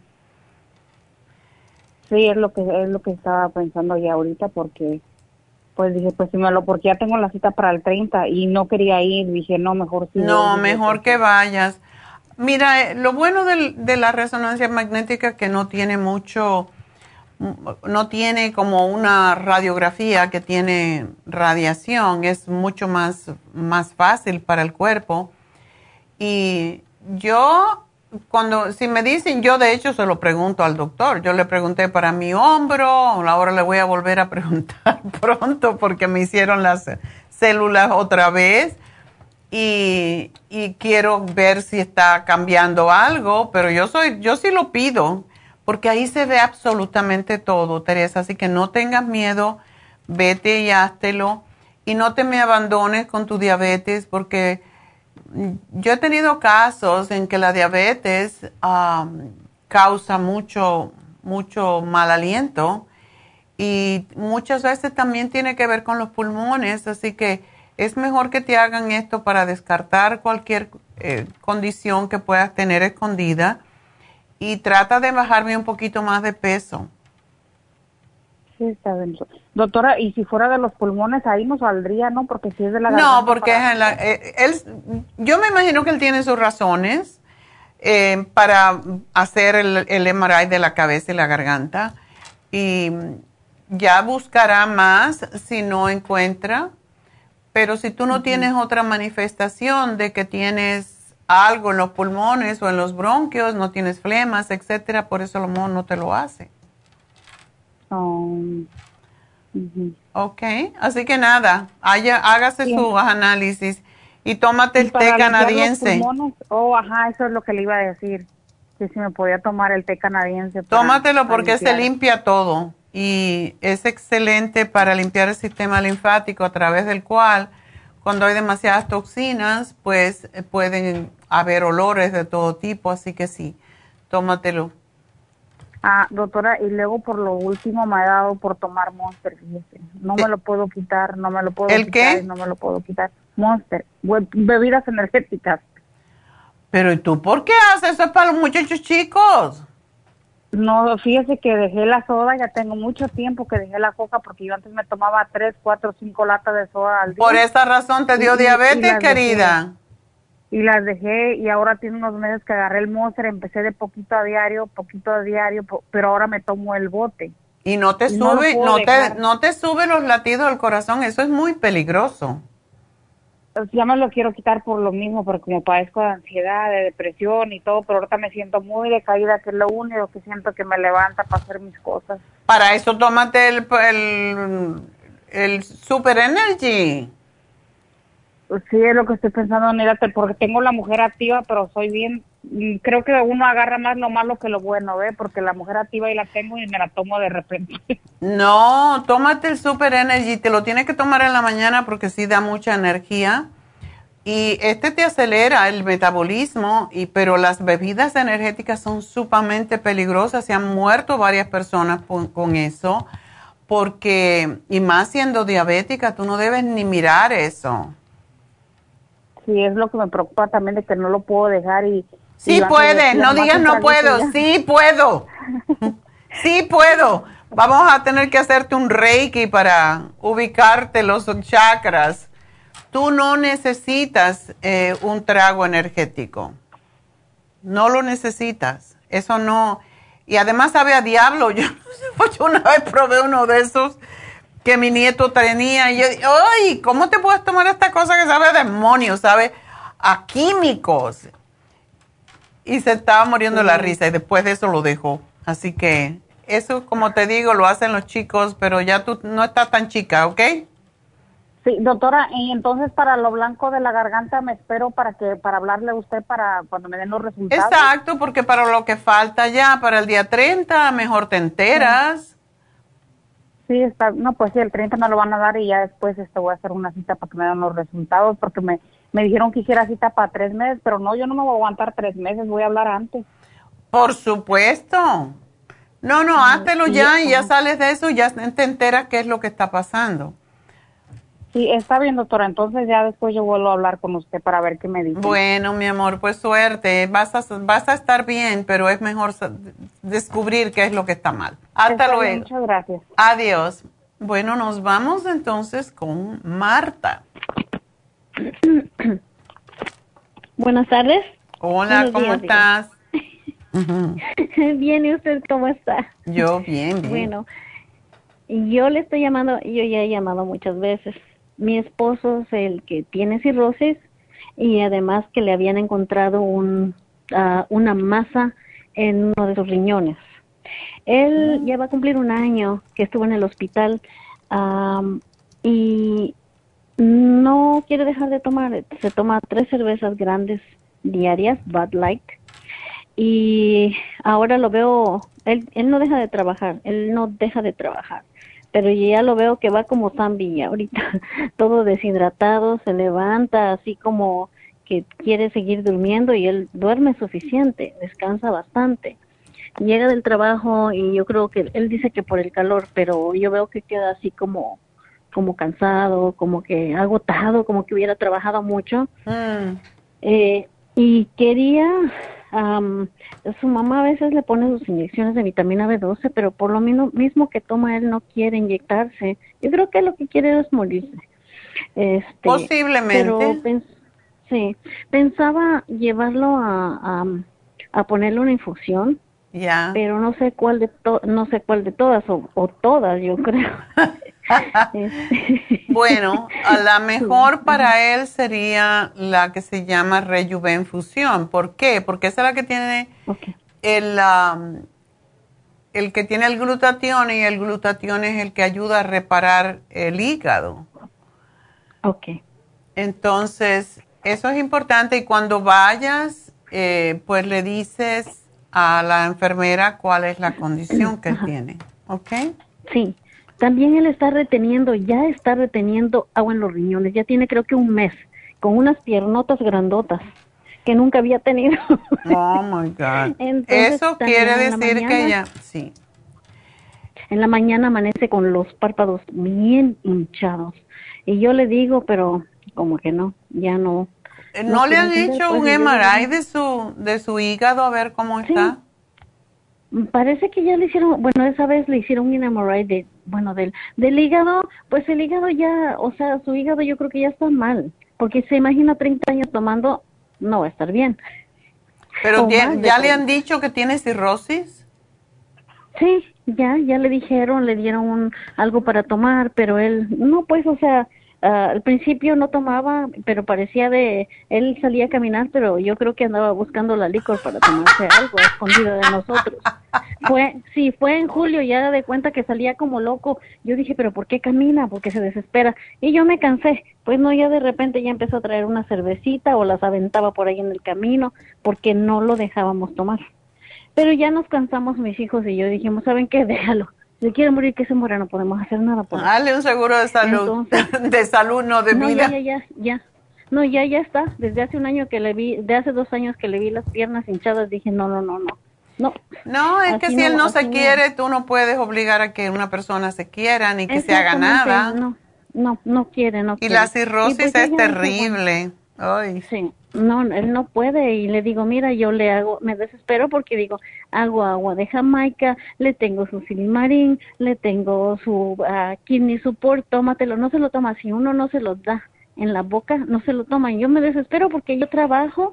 M: Sí, es lo que estaba pensando ya ahorita porque pues dije, pues porque ya tengo la cita para el 30 y no quería ir, dije, no, mejor sí.
D: No, mejor que vayas. Mira, lo bueno de la resonancia magnética que no tiene como una radiografía que tiene radiación, es mucho más fácil para el cuerpo. Y si me dicen, yo de hecho se lo pregunto al doctor, yo le pregunté para mi hombro, ahora le voy a volver a preguntar pronto porque me hicieron las células otra vez y quiero ver si está cambiando algo, pero yo sí lo pido. Porque ahí se ve absolutamente todo, Teresa. Así que no tengas miedo, vete y háztelo. Y no te me abandones con tu diabetes, porque yo he tenido casos en que la diabetes causa mucho mal aliento. Y muchas veces también tiene que ver con los pulmones. Así que es mejor que te hagan esto para descartar cualquier condición que puedas tener escondida. Y trata de bajarme un poquito más de peso.
M: Sí, está bien. Doctora, y si fuera de los pulmones, ahí no saldría, ¿no? Porque si es de la garganta.
D: No, porque yo me imagino que él tiene sus razones para hacer el MRI de la cabeza y la garganta. Y ya buscará más si no encuentra. Pero si tú no tienes otra manifestación de que tienes algo en los pulmones o en los bronquios, no tienes flemas, etcétera, por eso a lo mejor no te lo hace. Ok, así que nada, hágase sus análisis y tómate el té canadiense.
M: Eso es lo que le iba a decir, que si me podía tomar el té canadiense.
D: Tómatelo porque se limpia todo y es excelente para limpiar el sistema linfático a través del cual cuando hay demasiadas toxinas, pues pueden haber olores de todo tipo, así que sí, tómatelo.
M: Doctora, y luego por lo último me ha dado por tomar Monster, fíjese. No me lo puedo quitar, no me lo puedo quitar.
D: ¿El qué?
M: No me lo puedo quitar. Monster, bebidas energéticas.
D: Pero ¿y tú por qué haces eso? Es para los muchachos chicos.
M: No, fíjese que dejé la soda, ya tengo mucho tiempo que dejé la coca porque yo antes me tomaba 3, 4, 5 latas de soda al día.
D: Por esa razón te dio diabetes, querida.
M: Y las dejé y ahora tiene unos meses que agarré el Monster, empecé de poquito a diario, pero ahora me tomo el bote.
D: Y no te sube los latidos del corazón, eso es muy peligroso.
M: Ya me lo quiero quitar por lo mismo, porque como padezco de ansiedad, de depresión y todo, pero ahorita me siento muy decaída, que es lo único que siento que me levanta para hacer mis cosas.
D: Para eso tómate el Super Energy.
M: Sí, es lo que estoy pensando, mírate, porque tengo la mujer activa, pero soy bien, creo que uno agarra más lo malo que lo bueno, ¿ve? Porque la mujer activa ahí la tengo y me la tomo de repente.
D: No, tómate el Super Energy, te lo tienes que tomar en la mañana porque sí da mucha energía y te acelera el metabolismo, pero las bebidas energéticas son sumamente peligrosas, se han muerto varias personas con eso, porque, y más siendo diabética, tú no debes ni mirar eso.
M: Sí, es lo que me preocupa también, de que no lo puedo dejar y...
D: Sí puedes, no digas no puedo, sí puedo, sí puedo. Vamos a tener que hacerte un Reiki para ubicarte los chakras. Tú no necesitas un trago energético, no lo necesitas, eso no. Y además sabe a diablo, yo una vez probé uno de esos que mi nieto tenía y yo dije, ¡ay! ¿Cómo te puedes tomar esta cosa que sabe a demonios, sabe a químicos? Y se estaba muriendo la risa y después de eso lo dejó. Así que eso, como te digo, lo hacen los chicos, pero ya tú no estás tan chica, ¿ok?
M: Sí, doctora, y entonces para lo blanco de la garganta me espero para hablarle a usted para cuando me den los resultados.
D: Exacto, porque para lo que falta ya, para el día 30, mejor te enteras.
M: Sí, está, no, pues sí, el 30 me lo van a dar y ya después voy a hacer una cita para que me den los resultados, porque me dijeron que hiciera cita para 3 meses, pero no, yo no me voy a aguantar 3 meses, voy a hablar antes.
D: Por supuesto. No, háztelo ya y ya sales de eso, ya te enteras qué es lo que está pasando.
M: Sí, está bien, doctora. Entonces ya después yo vuelvo a hablar con usted para ver qué me dice.
D: Bueno, mi amor, pues suerte. Vas a estar bien, pero es mejor descubrir qué es lo que está mal. Hasta luego.
M: Bien, muchas gracias.
D: Adiós. Bueno, nos vamos entonces con Marta.
N: Buenas tardes.
D: Hola, ¿cómo estás?
N: Bien, ¿y usted cómo está?
D: Yo bien.
N: Bueno, yo le estoy llamando, yo ya he llamado muchas veces. Mi esposo es el que tiene cirrosis y además que le habían encontrado una masa en uno de sus riñones. Él ya va a cumplir 1 año que estuvo en el hospital y no quiere dejar de tomar. Se toma 3 cervezas grandes diarias, Bud Light, y ahora lo veo, él no deja de trabajar, pero yo ya lo veo que va como zombie ahorita, todo deshidratado, se levanta así como que quiere seguir durmiendo y él duerme suficiente, descansa bastante. Llega del trabajo y yo creo que él dice que por el calor, pero yo veo que queda así como cansado, como que agotado, como que hubiera trabajado mucho. Y quería, su mamá a veces le pone sus inyecciones de vitamina B12, pero por lo mismo que toma él no quiere inyectarse. Yo creo que lo que quiere es morirse.
D: Posiblemente.
N: Pero sí, pensaba llevarlo a ponerle una infusión.
D: Ya.
N: Pero no sé cuál de todas o todas, yo creo.
D: Bueno, a la mejor para él sería la que se llama Rejuvenfusión. ¿Por qué? Porque esa es la que tiene el que tiene el glutatión, y el glutatión es el que ayuda a reparar el hígado.
N: Okay.
D: Entonces, eso es importante, y cuando vayas, pues le dices a la enfermera cuál es la condición que él tiene, ¿ok?
N: Sí, también él ya está reteniendo agua en los riñones, ya tiene creo que 1 mes, con unas piernotas grandotas que nunca había tenido.
D: Oh, my God. Entonces, eso quiere decir que ya, sí.
N: En la mañana amanece con los párpados bien hinchados, y yo le digo, pero como que no, ya no.
D: ¿No le han hecho un MRI de su hígado a ver cómo está?
N: Parece que ya le hicieron, bueno, esa vez le hicieron un MRI del hígado, pues el hígado ya, o sea, su hígado yo creo que ya está mal, porque se imagina 30 años tomando, no va a estar bien.
D: ¿Pero ya le han dicho que tiene cirrosis?
N: Sí, ya le dijeron, le dieron algo para tomar, pero él, no, pues, o sea, al principio no tomaba, pero él salía a caminar, pero yo creo que andaba buscando la licor para tomarse algo escondido de nosotros. Fue en julio, ya de cuenta que salía como loco. Yo dije, pero ¿por qué camina? Porque se desespera. Y yo me cansé. Pues no, ya de repente ya empezó a traer una cervecita o las aventaba por ahí en el camino, porque no lo dejábamos tomar. Pero ya nos cansamos mis hijos y yo dijimos, ¿saben qué? Déjalo. Si quiere morir, que se muera, no podemos hacer nada por él.
D: Dale un seguro de salud. Entonces, de salud, no de vida.
N: Ya. No, ya está. Desde hace 1 año que le vi, de hace 2 años que le vi las piernas hinchadas, dije, no.
D: No, es que si él no se quiere, tú no puedes obligar a que una persona se quiera ni que se haga nada.
N: No quiere.
D: Y la cirrosis es terrible. Ay.
N: Sí. No, él no puede, y le digo, mira, me desespero porque digo, hago agua de Jamaica, le tengo su Silimarín, le tengo su Kidney Support, tómatelo, no se lo toma, si uno no se lo da en la boca, no se lo toma, y yo me desespero porque yo trabajo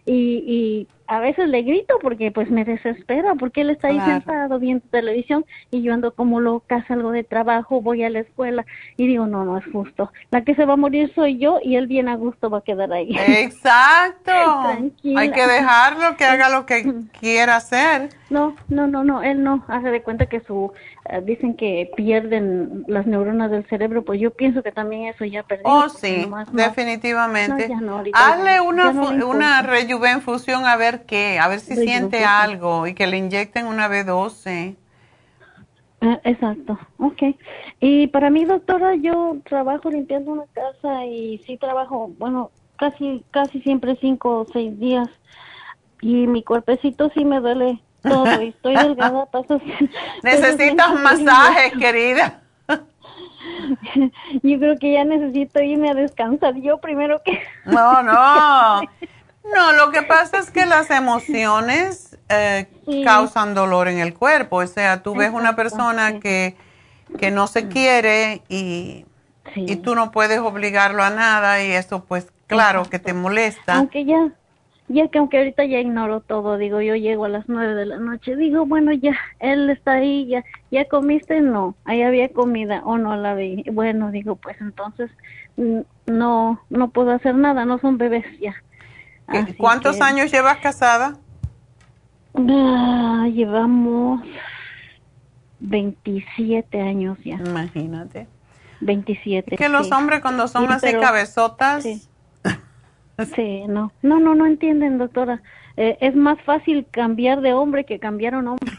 N: y a veces le grito porque pues me desespera, porque él está ahí sentado viendo televisión y yo ando como loca, salgo de trabajo, voy a la escuela y digo, no es justo, la que se va a morir soy yo y él bien a gusto va a quedar ahí.
D: Exacto.
N: Tranquila.
D: Hay que dejarlo que haga lo que quiera hacer.
N: No, él no, hace de cuenta que dicen que pierden las neuronas del cerebro, pues yo pienso que también eso ya perdió.
D: Oh, sí, definitivamente. Hazle una Rejuvenfusión a ver si siente algo y que le inyecten una B12.
N: Exacto, okay. Y para mí, doctora, yo trabajo limpiando una casa y sí trabajo, bueno, casi siempre 5 o 6 días y mi cuerpecito sí me duele todo, y estoy delgada.
D: Necesitas masajes, querida.
N: Yo creo que ya necesito irme a descansar yo primero que...
D: No, lo que pasa es que las emociones causan dolor en el cuerpo. O sea, tú ves una persona que no se quiere y tú no puedes obligarlo a nada y eso pues claro que te molesta.
N: Aunque aunque ahorita ya ignoro todo, digo, yo llego a las 9 de la noche, digo, bueno, ya, él está ahí, ya comiste, no, ahí había comida, o no la vi, bueno, digo, pues entonces, no puedo hacer nada, no son bebés ya.
D: ¿Cuántos años llevas casada?
N: Llevamos 27 años ya.
D: Imagínate.
N: 27.
D: Es que los hombres cuando son así cabezotas...
N: Sí, no entienden, doctora. Es más fácil cambiar de hombre que cambiar a un hombre.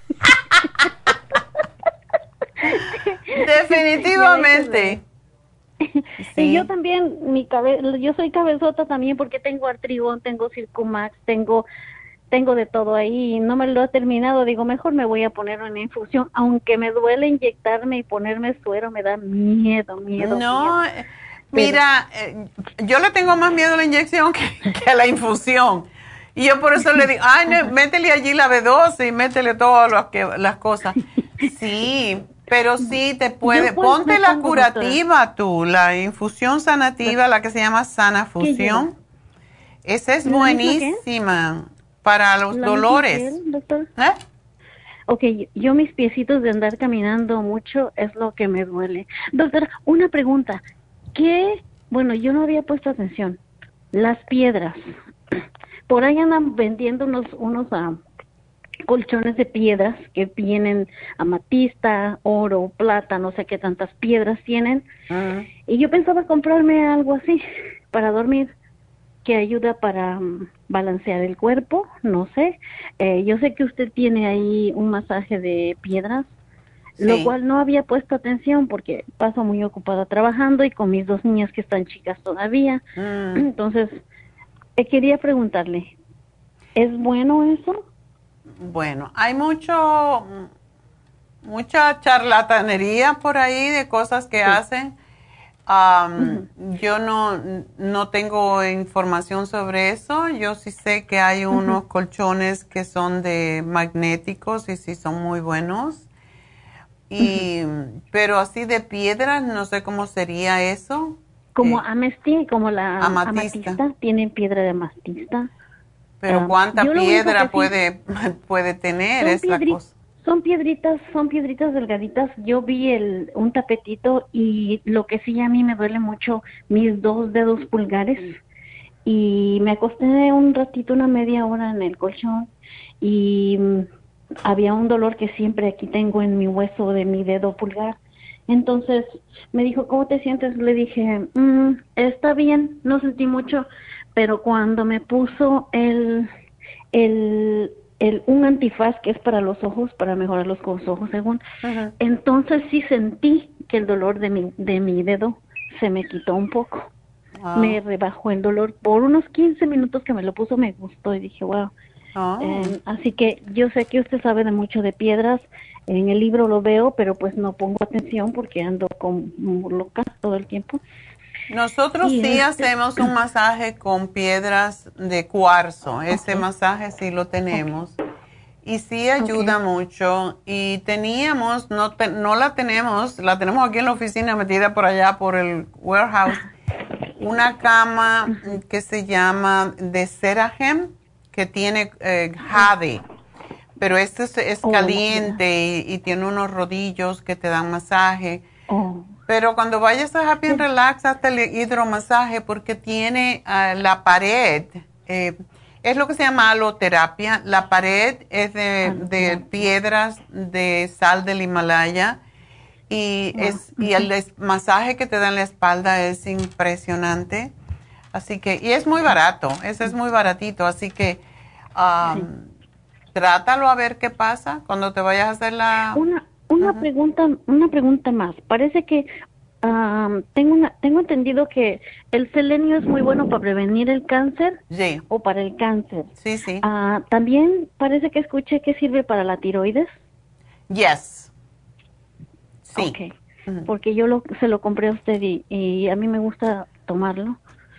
D: Definitivamente.
N: Sí. Y yo también, yo soy cabezota también porque tengo artrigón, tengo Circumax, tengo de todo ahí y no me lo he terminado. Digo, mejor me voy a poner una infusión, aunque me duele inyectarme y ponerme suero, me da miedo.
D: No, mira, yo le tengo más miedo a la inyección que a la infusión. Y yo por eso le digo, métele allí la B12 y métele todas las cosas. Sí, pero sí te puede. Ponte la curativa tú, la infusión sanativa, la que se llama Sanafusión. Esa es buenísima para los dolores.
N: Doctor? Ok, yo mis piecitos de andar caminando mucho es lo que me duele. Doctora, una pregunta. Bueno, yo no había puesto atención. Las piedras. Por ahí andan vendiendo unos colchones de piedras que tienen amatista, oro, plata, no sé qué tantas piedras tienen. Y yo pensaba comprarme algo así para dormir, que ayuda para balancear el cuerpo, no sé. Yo sé que usted tiene ahí un masaje de piedras. Sí. Lo cual no había puesto atención porque paso muy ocupada trabajando y con mis 2 niñas que están chicas todavía. Entonces, quería preguntarle, ¿es bueno eso?
D: Bueno, hay mucha charlatanería por ahí de cosas que hacen. Yo no tengo información sobre eso. Yo sí sé que hay unos colchones que son de magnéticos y sí son muy buenos. Pero así de piedras, no sé cómo sería eso.
N: Como como la amatista. Tienen piedra de amatista.
D: Pero ¿cuánta piedra puede tener? Es la cosa.
N: Son piedritas delgaditas. Yo vi un tapetito y lo que sí a mí me duele mucho, mis 2 dedos pulgares. Y me acosté un ratito, una media hora en el colchón y había un dolor que siempre aquí tengo en mi hueso de mi dedo pulgar. Entonces me dijo, ¿cómo te sientes? Le dije, está bien, no sentí mucho, pero cuando me puso un antifaz que es para los ojos, para mejorar los ojos según, entonces sí sentí que el dolor de mi dedo se me quitó un poco. Me rebajó el dolor. Por unos 15 minutos que me lo puso me gustó y dije, wow. Así que yo sé que usted sabe de mucho de piedras, en el libro lo veo, pero pues no pongo atención porque ando como loca todo el tiempo.
D: Nosotros sí hacemos un masaje con piedras de cuarzo, ese masaje sí lo tenemos y sí ayuda mucho. Y teníamos, no la tenemos aquí en la oficina metida por allá por el warehouse, una cama que se llama de Ceragem, que tiene jade, pero este es caliente y tiene unos rodillos que te dan masaje. Pero cuando vayas a Happy and Relax, hazte el hidromasaje porque tiene la pared, es lo que se llama aloterapia. La pared es de piedras de sal del Himalaya y el masaje que te da en la espalda es impresionante. Así que, y es muy barato, ese es muy baratito, así que trátalo a ver qué pasa cuando te vayas a hacer la...
N: Una pregunta más. Parece que Tengo entendido que el selenio es muy bueno para prevenir el cáncer.
D: Sí.
N: O para el cáncer.
D: Sí, sí.
N: También parece que escuché que sirve para la tiroides.
D: Yes. Sí.
N: Okay. Porque yo se lo compré a usted y a mí me gusta tomarlo.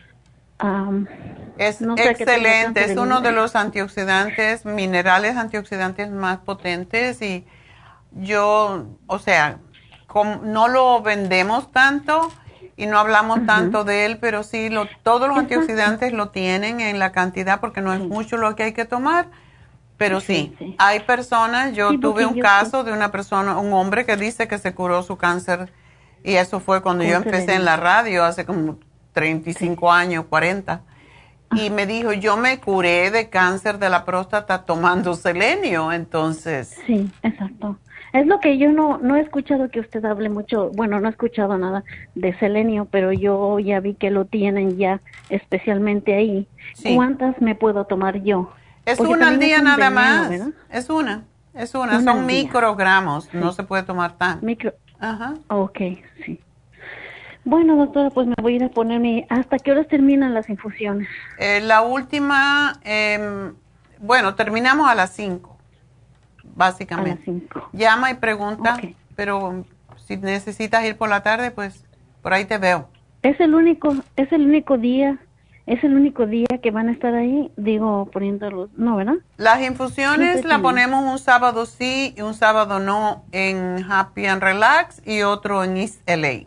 D: Es
N: no sé
D: excelente, es uno de los antioxidantes, minerales antioxidantes más potentes y yo, o sea, no lo vendemos tanto y no hablamos tanto de él, pero sí, todos los antioxidantes lo tienen en la cantidad porque no es mucho lo que hay que tomar, pero sí. Hay personas, yo tuve un caso de una persona, un hombre que dice que se curó su cáncer y eso fue cuando yo empecé en la radio hace como 35 años, 40. Y me dijo, yo me curé de cáncer de la próstata tomando selenio, entonces.
N: Sí, exacto. Es lo que yo no he escuchado que usted hable mucho, bueno, no he escuchado nada de selenio, pero yo ya vi que lo tienen ya especialmente ahí. Sí. ¿Cuántas me puedo tomar yo?
D: Es una al día nada más. ¿Verdad? Es una. Son microgramos, no se puede tomar tan.
N: Ajá. Ok, sí. Bueno, doctora, pues me voy a ir a ponerme. ¿Hasta qué horas terminan las infusiones?
D: La última, bueno, terminamos a las 5, básicamente. A las 5. Llama y pregunta, pero si necesitas ir por la tarde, pues por ahí te veo.
N: Es el único día que van a estar ahí, digo, poniéndolos, ¿no, verdad?
D: Las infusiones las ponemos un sábado sí y un sábado no en Happy and Relax y otro en East LA.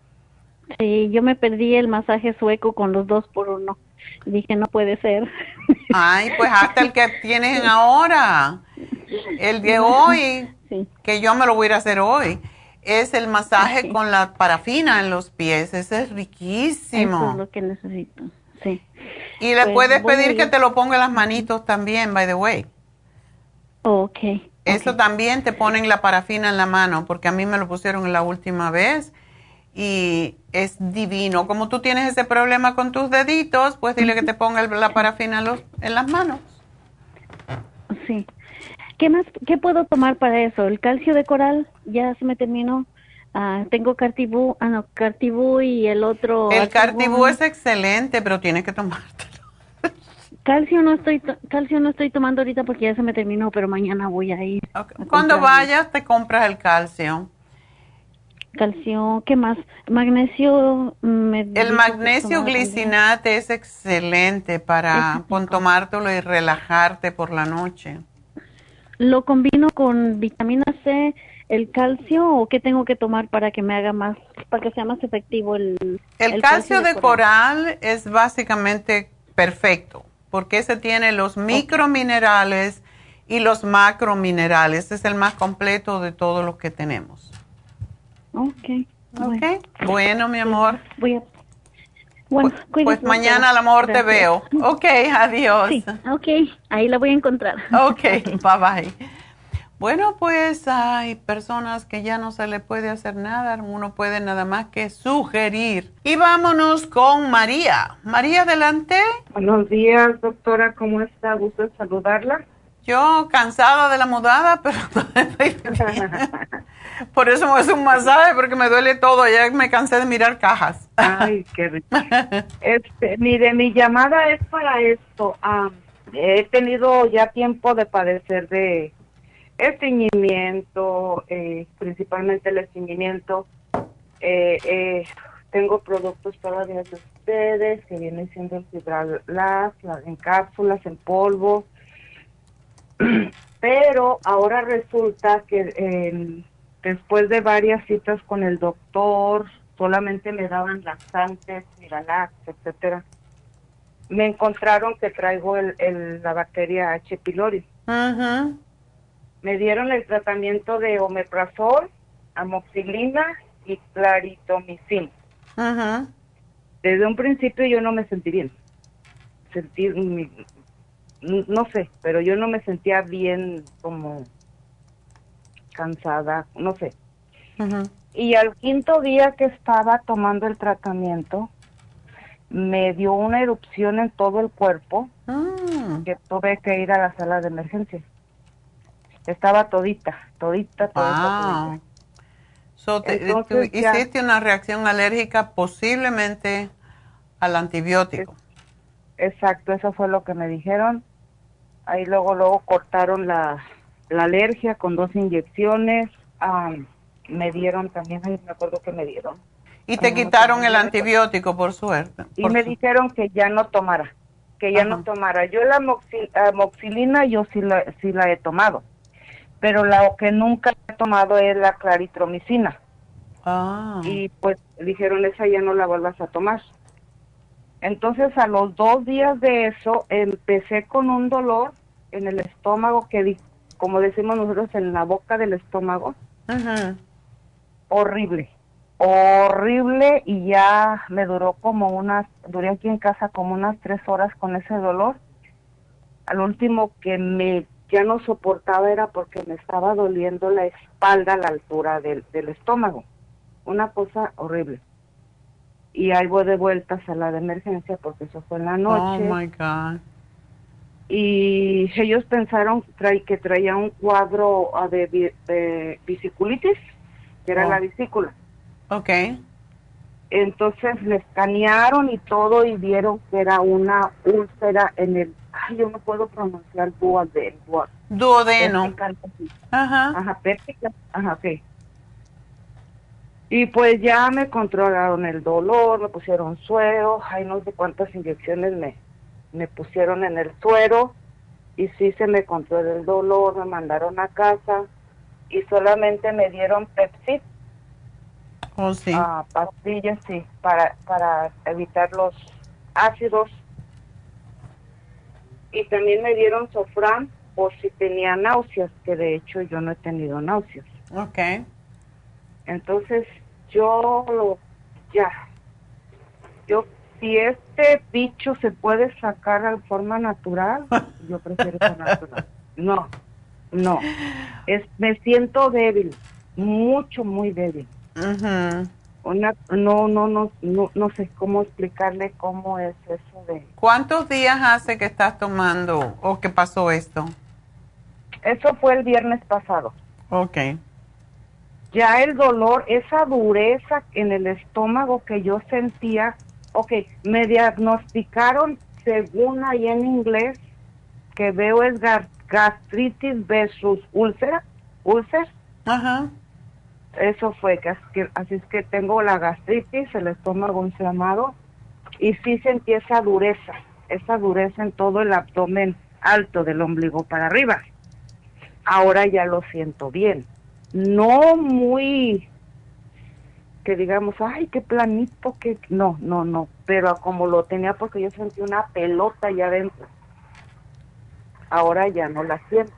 N: Sí, yo me perdí el masaje sueco con los 2x1. Dije, no puede ser.
D: Ay, pues hasta el que tienes ahora. El de hoy, que yo me lo voy a ir a hacer hoy, es el masaje con la parafina en los pies. Ese es riquísimo.
N: Eso es lo que necesito, sí.
D: Y le puedes pedir que te lo ponga en las manitos también, by the way.
N: Okay.
D: Eso también te ponen la parafina en la mano, porque a mí me lo pusieron la última vez. Y es divino. Como tú tienes ese problema con tus deditos, pues dile que te ponga la parafina en las manos.
N: Sí. ¿Qué puedo tomar para eso? El calcio de coral ya se me terminó. Tengo Cartibú, Cartibú y el otro.
D: El Cartibú es excelente, pero tienes que tomártelo.
N: Calcio no estoy tomando ahorita porque ya se me terminó, pero mañana voy a ir.
D: Okay. Cuando vayas te compras el calcio.
N: Calcio, ¿qué más? Magnesio.
D: El magnesio glicinate es excelente para tomártelo y relajarte por la noche.
N: ¿Lo combino con vitamina C, el calcio o qué tengo que tomar para que me haga más, para que sea más efectivo el
D: calcio de coral es básicamente perfecto porque ese tiene los microminerales y los macrominerales. Es el más completo de todos los que tenemos. Bueno, mi amor. Pues mañana a lo mejor te veo. Adiós.
N: Sí, ahí la voy a encontrar.
D: Bye bye. Bueno, pues hay personas que ya no se le puede hacer nada, uno puede nada más que sugerir. Y vámonos con María. María, adelante.
O: Buenos días, doctora, ¿cómo está? Gusto en saludarla.
D: Yo cansada de la mudada, pero por eso me hace un masaje, porque me duele todo. Ya me cansé de mirar cajas.
O: Ay, qué rico. Mire, mi llamada es para esto. He tenido ya tiempo de padecer de estreñimiento, principalmente el estreñimiento. Tengo productos todavía de ustedes, que vienen siendo el Fibralaz, en cápsulas, en polvo. Pero ahora resulta que después de varias citas con el doctor, solamente me daban laxantes, Miralax, etcétera. Me encontraron que traigo la bacteria H. pylori. Me dieron el tratamiento de omeprazol, amoxicilina y claritomicin. Desde un principio yo no me sentí bien. No sé, pero yo no me sentía bien, como cansada, no sé. Y al quinto día que estaba tomando el tratamiento, me dio una erupción en todo el cuerpo, que tuve que ir a la sala de emergencia. Estaba todita.
D: Tú hiciste una reacción alérgica posiblemente al antibiótico.
O: Exacto, eso fue lo que me dijeron. Ahí luego cortaron la alergia con 2 inyecciones. Me dieron también, me acuerdo que me dieron.
D: Y te quitaron el antibiótico, por suerte.
O: Y me dijeron que ya no tomara, no tomara. Yo la amoxicilina yo sí la he tomado, pero lo que nunca he tomado es la claritromicina. Y pues dijeron, esa ya no la vuelvas a tomar. Entonces a los 2 días de eso empecé con un dolor en el estómago como decimos nosotros, en la boca del estómago. Horrible, y ya me duró duré aquí en casa como unas 3 horas con ese dolor. Al último que ya no soportaba era porque me estaba doliendo la espalda a la altura del estómago. Una cosa horrible. Y ahí voy de vuelta a sala de emergencia porque eso fue en la noche.
D: Oh, my God.
O: Y ellos pensaron que traía un cuadro de vesiculitis, que era la vesícula.
D: Okay.
O: Entonces le escanearon y todo y vieron que era una úlcera en el... yo no puedo pronunciar
D: duodeno.
O: Péptica. Ok. Y pues ya me controlaron el dolor, me pusieron suero, no sé cuántas inyecciones me pusieron en el suero, y sí se me controló el dolor, me mandaron a casa, y solamente me dieron Pepsi. Pastillas, sí, para evitar los ácidos. Y también me dieron Sofran por si tenía náuseas, que de hecho yo no he tenido náuseas.
D: Okay.
O: Entonces, si este bicho se puede sacar de forma natural, yo prefiero ser natural. No. Me siento débil, muy débil. No sé cómo explicarle cómo es eso de...
D: ¿Cuántos días hace que estás tomando o que pasó esto?
O: Eso fue el viernes pasado.
D: Okay.
O: Ya el dolor, esa dureza en el estómago que yo sentía, me diagnosticaron, según ahí en inglés, que veo es gastritis versus úlcer. Eso fue, así es que tengo la gastritis, el estómago inflamado, y sí sentí esa dureza en todo el abdomen alto del ombligo para arriba. Ahora ya lo siento bien. No muy, que digamos, qué planito, no, pero como lo tenía porque yo sentí una pelota allá adentro. Ahora ya no la siento.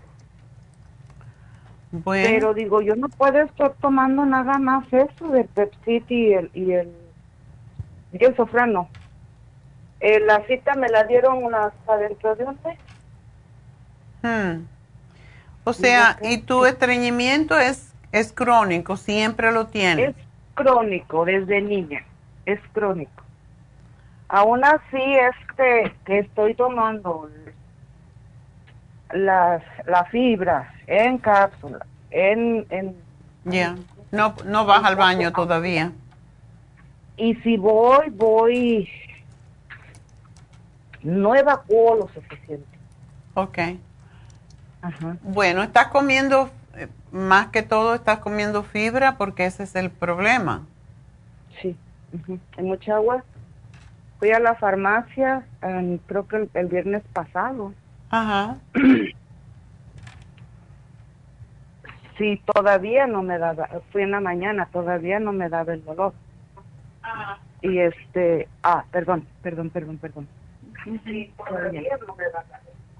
D: Bueno.
O: Pero digo, yo no puedo estar tomando nada más eso del Pepsi y el Sofran, no. La cita me la dieron hasta dentro de un mes.
D: O sea, ¿y tu estreñimiento es crónico? ¿Siempre lo tienes?
O: Es crónico, desde niña. Es crónico. Aún así, que estoy tomando la fibra en cápsula,
D: no vas al baño todavía.
O: Y si voy, no evacuo lo suficiente.
D: Okay. Bueno, estás comiendo, más que todo estás comiendo fibra porque ese es el problema.
O: Sí, hay mucha agua. Fui a la farmacia, creo que el viernes pasado. Sí, todavía no me daba, fui en la mañana, todavía no me daba el dolor. Y perdón. Sí, todavía no me daba.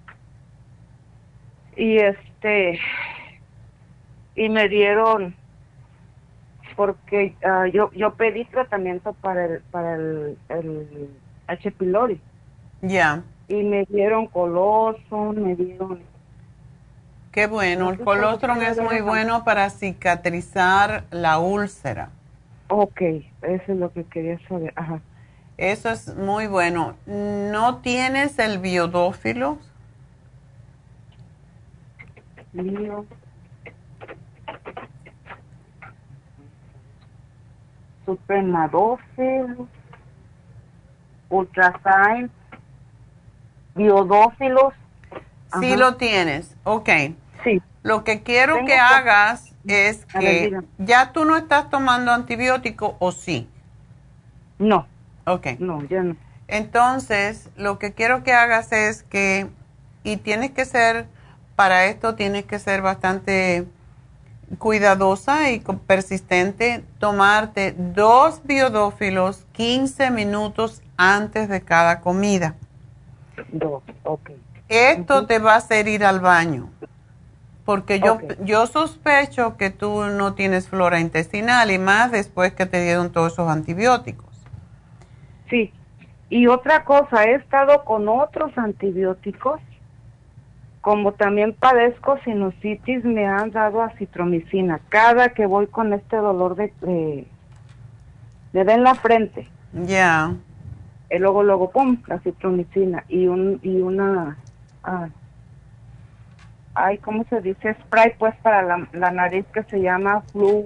O: Y me dieron, porque yo pedí tratamiento para el H. pylori.
D: Ya.
O: Y me dieron colostrum, me dieron...
D: Qué bueno, el colostrum es muy bueno para cicatrizar la úlcera.
O: Ok, eso es lo que quería saber.
D: Eso es muy bueno. ¿No tienes el biodófilo?
O: Suprenadófil, Ultrasign, Biodófilos.
D: Sí lo tienes, ok.
O: Sí.
D: Lo que quiero
O: Tengo
D: que hagas es
O: A ver,
D: que
O: dígame.
D: ya tú no estás tomando antibiótico, ¿o sí?
O: No.
D: Ok.
O: No, ya no.
D: Entonces, lo que quiero que hagas es que, y tienes que ser, para esto tienes que ser bastante cuidadosa y persistente, tomarte 2 biodófilos 15 minutos antes de cada comida.
O: 2, ok.
D: Esto te va a hacer ir al baño, porque yo sospecho que tú no tienes flora intestinal y más después que te dieron todos esos antibióticos.
O: Sí. Y otra cosa, he estado con otros antibióticos. Como también padezco sinusitis, me han dado acitromicina. Cada que voy con este dolor me da en la frente.
D: Ya.
O: Y luego, pum, la acitromicina. Y una, ¿cómo se dice? Spray, pues, para la nariz que se llama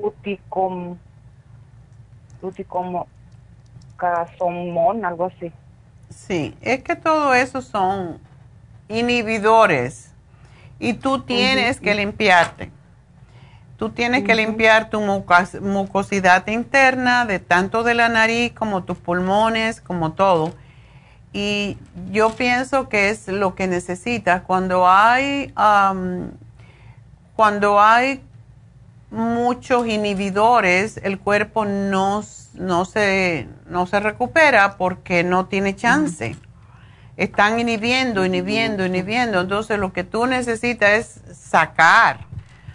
O: fluticomón, algo así.
D: Sí, es que todo eso son inhibidores y tú tienes que limpiarte. Tú tienes que limpiar tu mucosidad interna, de tanto de la nariz como tus pulmones, como todo. Y yo pienso que es lo que necesitas. Cuando hay muchos inhibidores, el cuerpo no se recupera porque no tiene chance. Están inhibiendo. Entonces lo que tú necesitas es sacar.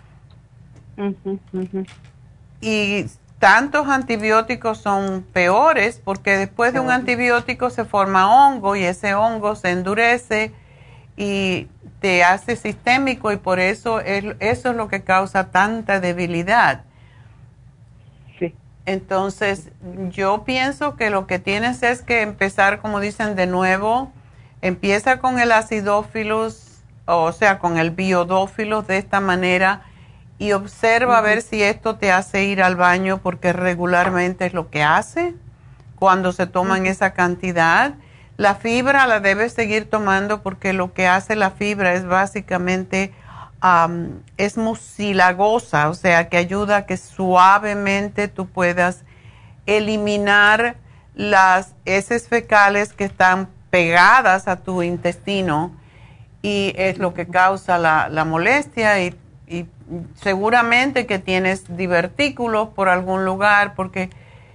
D: Y tantos antibióticos son peores porque después de un antibiótico se forma hongo y ese hongo se endurece y te hace sistémico y por eso eso es lo que causa tanta debilidad.
O: Sí.
D: Entonces yo pienso que lo que tienes es que empezar, como dicen, de nuevo. Empieza con el acidófilos, o sea, con el biodófilos de esta manera y observa a ver si esto te hace ir al baño porque regularmente es lo que hace cuando se toman esa cantidad. La fibra la debes seguir tomando porque lo que hace la fibra es básicamente, es mucilagosa, o sea, que ayuda a que suavemente tú puedas eliminar las heces fecales que están pegadas a tu intestino y es lo que causa la molestia y seguramente que tienes divertículos por algún lugar porque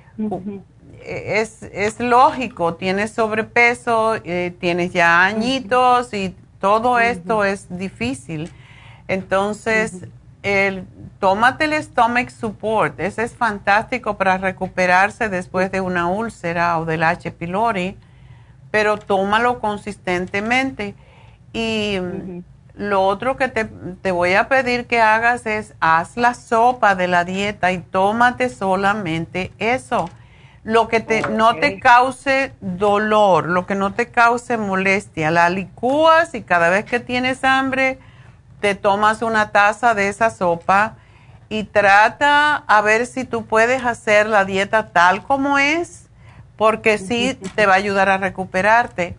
D: es lógico, tienes sobrepeso, tienes ya añitos y todo esto es difícil. Entonces, tómate el Stomach Support, ese es fantástico para recuperarse después de una úlcera o del H. pylori, pero tómalo consistentemente. Y lo otro que te voy a pedir que hagas es, haz la sopa de la dieta y tómate solamente eso. Lo que no te cause dolor, lo que no te cause molestia, la licúas y cada vez que tienes hambre te tomas una taza de esa sopa y trata a ver si tú puedes hacer la dieta tal como es, porque sí te va a ayudar a recuperarte.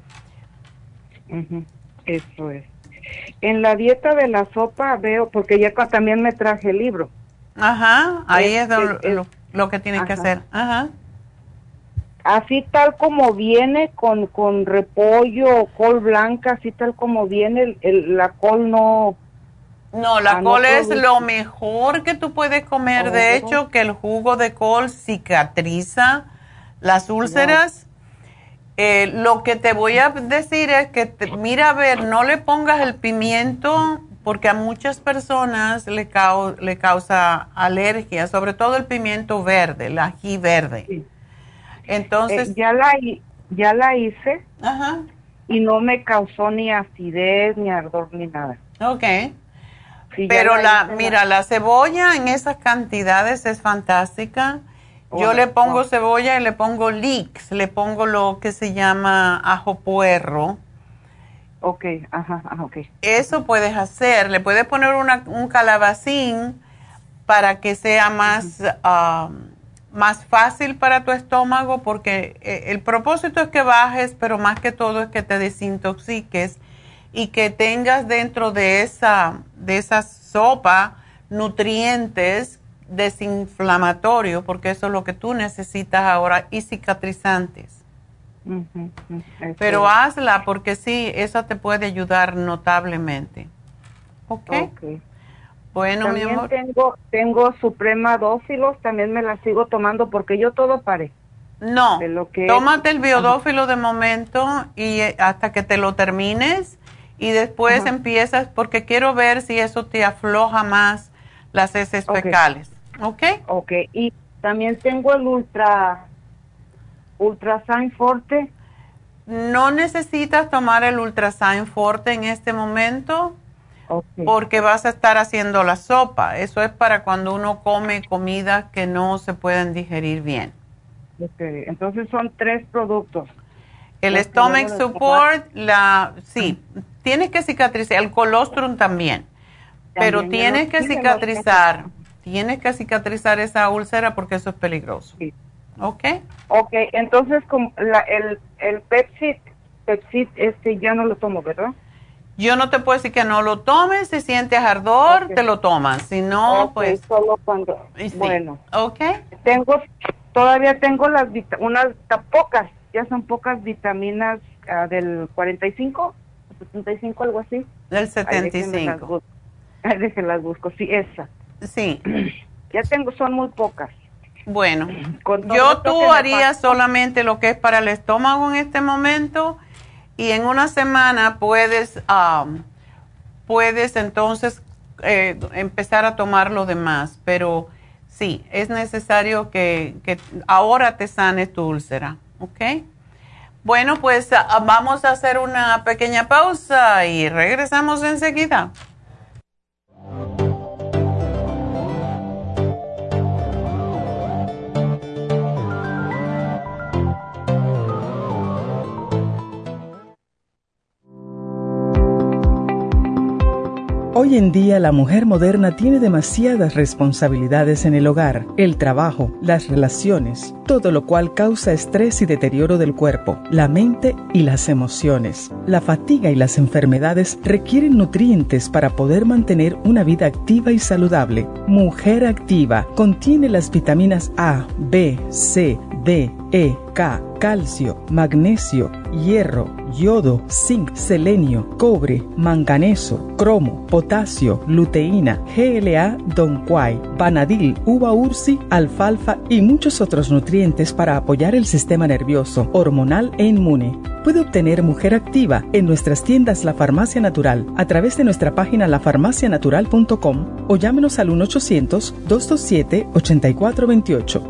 O: Eso es. En la dieta de la sopa veo, porque ya también me traje el libro.
D: Ajá, ahí es lo que tienes que hacer. Ajá.
O: Así tal como viene, con repollo o col blanca, así tal como viene, la col no...
D: No, la col es lo mejor que tú puedes comer. De hecho, que el jugo de col cicatriza las úlceras. Lo que te voy a decir es que, mira, a ver, no le pongas el pimiento porque a muchas personas le causa alergia, sobre todo el pimiento verde, el ají verde. Sí. Entonces...
O: ya la hice.
D: Ajá.
O: Y no me causó ni acidez, ni ardor, ni nada.
D: Ok. Sí, pero mira, la cebolla en esas cantidades es fantástica. Yo le pongo cebolla y le pongo leeks, le pongo lo que se llama ajo puerro.
O: Ok, ok.
D: Eso puedes hacer. Le puedes poner un calabacín para que sea más fácil para tu estómago, porque el propósito es que bajes, pero más que todo es que te desintoxiques y que tengas dentro de esa sopa nutrientes desinflamatorios, porque eso es lo que tú necesitas ahora, y cicatrizantes. Pero hazla, porque sí, esa te puede ayudar notablemente. ¿Ok? Bueno,
O: también
D: mi amor.
O: Tengo Suprema Dófilos, también me la sigo tomando porque yo todo paré.
D: No, tómate el biodófilo de momento y hasta que te lo termines y después empiezas, porque quiero ver si eso te afloja más las heces fecales. ¿Ok?
O: Ok, y también tengo el Ultrasign Forte.
D: No necesitas tomar el Ultrasign Forte en este momento. Porque vas a estar haciendo la sopa. Eso es para cuando uno come comidas que no se pueden digerir bien.
O: Entonces son 3 productos.
D: El Stomach Support, sí, tienes que cicatrizar. El Colostrum también. Pero tienes que cicatrizar. Tienes que cicatrizar esa úlcera porque eso es peligroso.
O: Sí.
D: ¿Ok?
O: Ok, entonces como el Pepsi ya no lo tomo, ¿verdad?
D: Yo no te puedo decir que no lo tomes. Si sientes ardor, te lo tomas. Si no, pues...
O: solo cuando...
D: Sí.
O: Bueno.
D: Ok.
O: Todavía tengo unas pocas, ya son pocas vitaminas del 45, 75, algo así.
D: Del 75.
O: Déjenlas busco, sí, esa.
D: Sí.
O: Ya son muy pocas.
D: Bueno, tú harías solamente lo que es para el estómago en este momento. Y en una semana puedes entonces empezar a tomar lo demás. Pero sí, es necesario que ahora te sanes tu úlcera. ¿Ok? Bueno, pues vamos a hacer una pequeña pausa y regresamos enseguida.
J: Hoy en día la mujer moderna tiene demasiadas responsabilidades en el hogar, el trabajo, las relaciones, todo lo cual causa estrés y deterioro del cuerpo, la mente y las emociones. La fatiga y las enfermedades requieren nutrientes para poder mantener una vida activa y saludable. Mujer Activa contiene las vitaminas A, B, C, D, E, K, calcio, magnesio, hierro, yodo, zinc, selenio, cobre, manganeso, cromo, potasio, luteína, GLA, Donquai, Vanadil, uva ursi, alfalfa y muchos otros nutrientes para apoyar el sistema nervioso, hormonal e inmune. Puede obtener Mujer Activa en nuestras tiendas La Farmacia Natural a través de nuestra página lafarmacianatural.com o llámenos al 1-800-227-8428.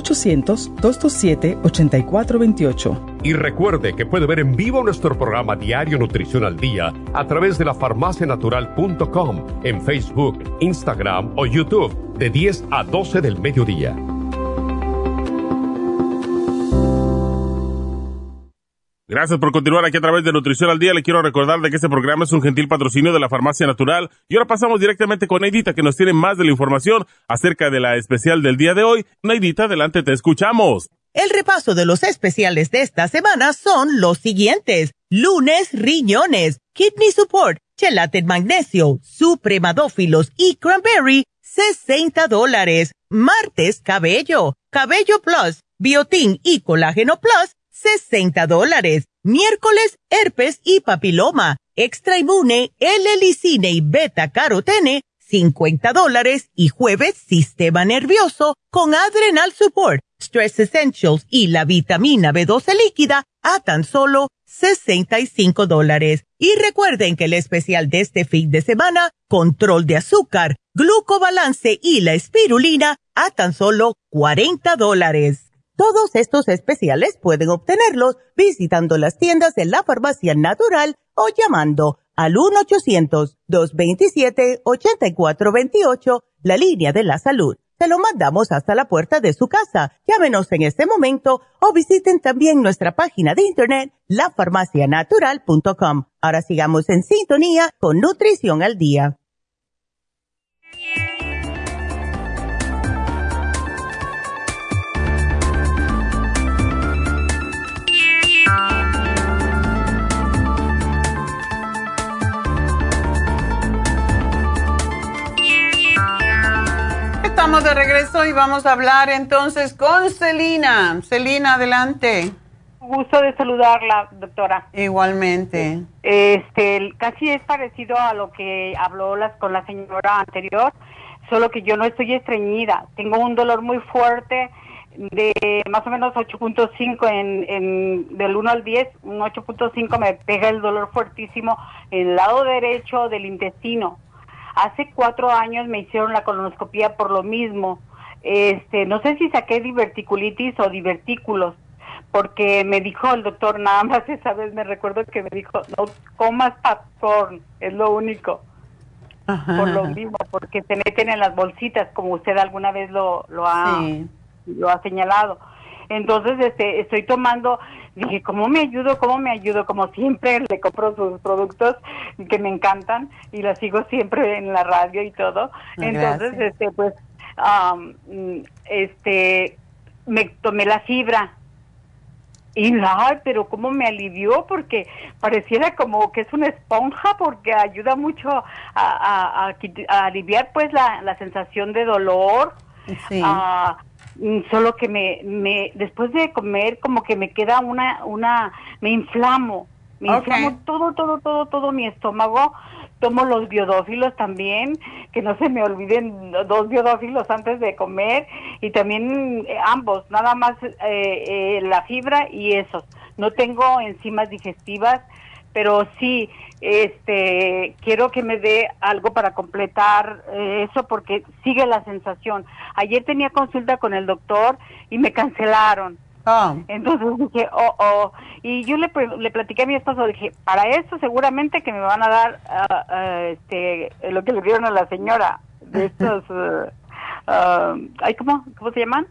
J: 1-800-227-8428.
K: Y recuerde que puede ver en vivo nuestro programa Diario Nutrición al Día a través de lafarmacianatural.com en Facebook, Instagram o YouTube de 10 a 12 del mediodía.
F: Gracias por continuar aquí a través de Nutrición al Día. Le quiero recordar de que este programa es un gentil patrocinio de la Farmacia Natural. Y ahora pasamos directamente con Neidita, que nos tiene más de la información acerca de la especial del día de hoy. Neidita, adelante, te escuchamos.
G: El repaso de los especiales de esta semana son los siguientes. Lunes, riñones, Kidney Support, Chelate Magnesio, Supremadófilos y Cranberry, $60. Martes, cabello Plus, Biotin y Colágeno Plus, $60. Miércoles, herpes y papiloma, Extra Inmune, L-Licine y Beta Carotene, $50. Y jueves, sistema nervioso con Adrenal Support, Stress Essentials y la vitamina B12 líquida a tan solo $65. Y recuerden que el especial de este fin de semana, control de azúcar, glucobalance y la espirulina a tan solo $40. Todos estos especiales pueden obtenerlos visitando las tiendas de la Farmacia Natural o llamando al 1-800-227-8428, la línea de la salud. Se lo mandamos hasta la puerta de su casa. Llámenos en este momento o visiten también nuestra página de internet, lafarmacianatural.com. Ahora sigamos en sintonía con Nutrición al Día.
D: estamos de regreso y vamos a hablar entonces con Celina. Celina, adelante.
P: Gusto de saludarla, doctora.
D: Igualmente.
P: Casi es parecido a lo que habló con la señora anterior, solo que yo no estoy estreñida. Tengo un dolor muy fuerte de más o menos 8.5 del 1 al 10, un 8.5 me pega el dolor fuertísimo en el lado derecho del intestino. Hace 4 años me hicieron la colonoscopía por lo mismo. No sé si saqué diverticulitis o divertículos, porque me dijo el doctor, nada más esa vez me recuerdo que me dijo, no comas popcorn, es lo único. Ajá. Por lo mismo, porque se meten en las bolsitas, como usted alguna vez lo ha señalado. Entonces, estoy tomando, dije, ¿cómo me ayudo? Como siempre le compro sus productos que me encantan y la sigo siempre en la radio y todo. Entonces, me tomé la fibra. Y pero cómo me alivió, porque pareciera como que es una esponja, porque ayuda mucho a aliviar pues la sensación de dolor. Sí. Solo que me después de comer como que me queda me inflamo todo mi estómago. Tomo los biodófilos también, que no se me olviden 2 biodófilos antes de comer, y también ambos, nada más la fibra y esos. No tengo enzimas digestivas, pero sí, quiero que me dé algo para completar eso, porque sigue la sensación. Ayer tenía consulta con el doctor y me cancelaron. Entonces dije, y yo le platiqué a mi esposo, dije, para eso seguramente que me van a dar lo que le dieron a la señora de estos ¿cómo se llaman?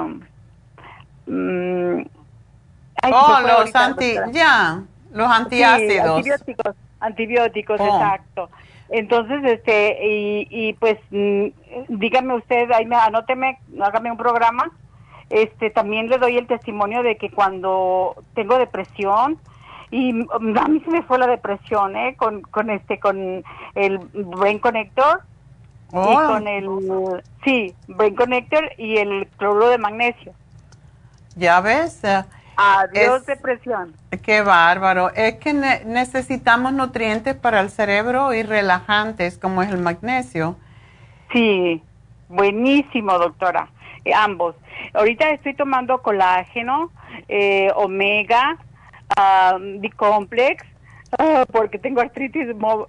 D: Los antiácidos.
P: Sí, antibióticos, exacto. Entonces, pues dígame usted, anóteme, hágame un programa. También le doy el testimonio de que cuando tengo depresión, y a mí se me fue la depresión, con el Brain Connector, y con Brain Connector y el cloruro de magnesio.
D: Ya ves.
P: Adiós depresión.
D: Qué bárbaro. Es que necesitamos nutrientes para el cerebro y relajantes, como es el magnesio.
P: Sí, buenísimo, doctora. Ambos. Ahorita estoy tomando colágeno, omega, B-complex, porque tengo artritis,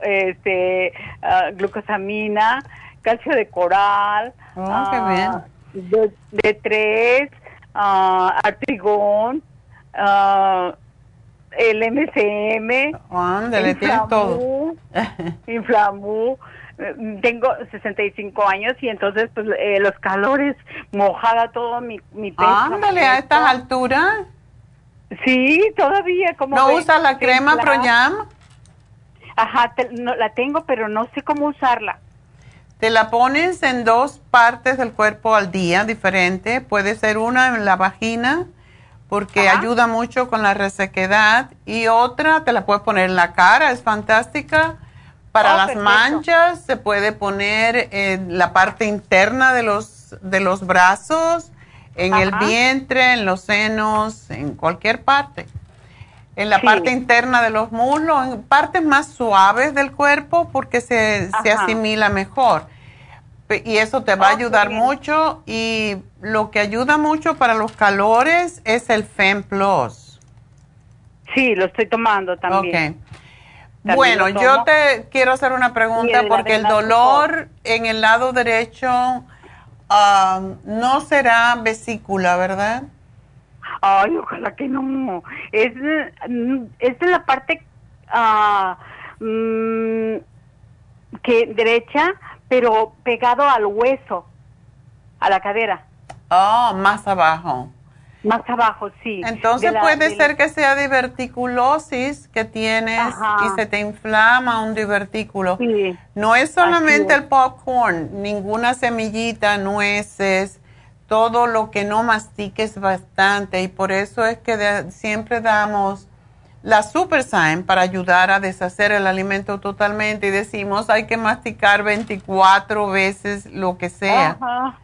P: glucosamina, calcio de coral,
D: qué bien.
P: D3, artrigón, el MCM,
D: ándale, tienes todo.
P: Inflamú. Tengo 65 años y entonces pues los calores, mojada todo mi pecho.
D: Ándale, a estas alturas.
P: Sí, todavía.
D: ¿No usas la crema ProYam?
P: Ajá, la tengo, pero no sé cómo usarla.
D: Te la pones en 2 partes del cuerpo al día, diferente. Puede ser una en la vagina, porque ayuda mucho con la resequedad, y otra te la puedes poner en la cara, es fantástica. Para las manchas se puede poner en la parte interna de los brazos, en el vientre, en los senos, en cualquier parte. En la parte interna de los muslos, en partes más suaves del cuerpo, porque se asimila mejor. Y eso te va a ayudar mucho. Y lo que ayuda mucho para los calores es el FemPlus.
P: Sí, lo estoy tomando también.
D: Bueno, yo te quiero hacer una pregunta, porque el dolor en el lado derecho no será vesícula, ¿verdad?
P: Ay, ojalá que no. Es de la parte que derecha, pero pegado al hueso, a la cadera.
D: Más abajo.
P: Más abajo, sí.
D: Entonces puede ser que sea diverticulosis que tienes y se te inflama un divertículo.
P: Sí.
D: No es solamente el popcorn, ninguna semillita, nueces, todo lo que no mastiques bastante, y por eso es que siempre damos la SuperSign para ayudar a deshacer el alimento totalmente, y decimos hay que masticar 24 veces lo que sea.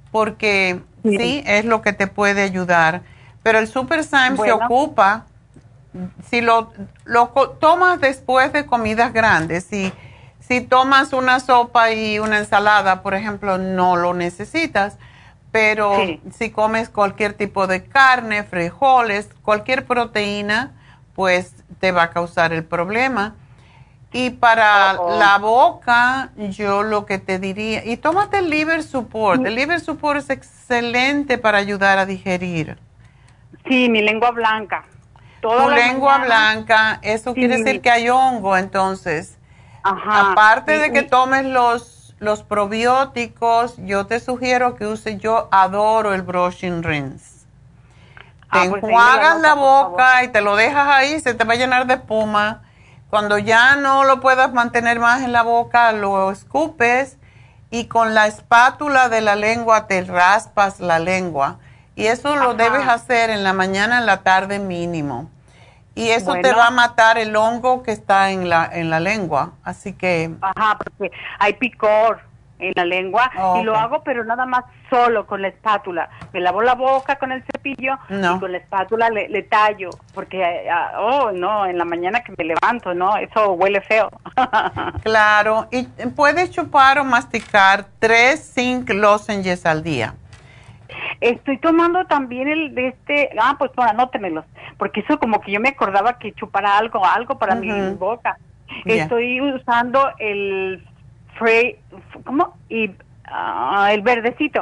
D: porque sí, es lo que te puede ayudar. Pero el Super Syme se ocupa, si lo tomas después de comidas grandes, si tomas una sopa y una ensalada, por ejemplo, no lo necesitas, pero si comes cualquier tipo de carne, frijoles, cualquier proteína, pues te va a causar el problema. Y para la boca, yo lo que te diría, y tómate el Liver Support. El Liver Support es excelente para ayudar a digerir.
P: Sí, mi lengua blanca.
D: Tu lengua blanca, eso quiere decir que hay hongo, entonces.
P: Ajá.
D: Aparte de que tomes los probióticos, yo te sugiero que uses, yo adoro el brushing rinse. Te enjuagas la boca y te lo dejas ahí, se te va a llenar de espuma. Cuando ya no lo puedas mantener más en la boca, lo escupes y con la espátula de la lengua te raspas la lengua. Y eso lo debes hacer en la mañana, en la tarde mínimo. Y eso te va a matar el hongo que está en la lengua. Así que...
P: Ajá, porque hay picor en la lengua y lo hago, pero nada más solo con la espátula. Me lavo la boca con el cepillo y con la espátula le tallo, porque, no, en la mañana que me levanto, no, eso huele feo.
D: Claro, y puedes chupar o masticar 3 zinc lozenges al día.
P: Estoy tomando también el de pues bueno, anótemelos, porque eso como que yo me acordaba que chupara algo para mi boca. Estoy usando el ¿cómo? Y el verdecito.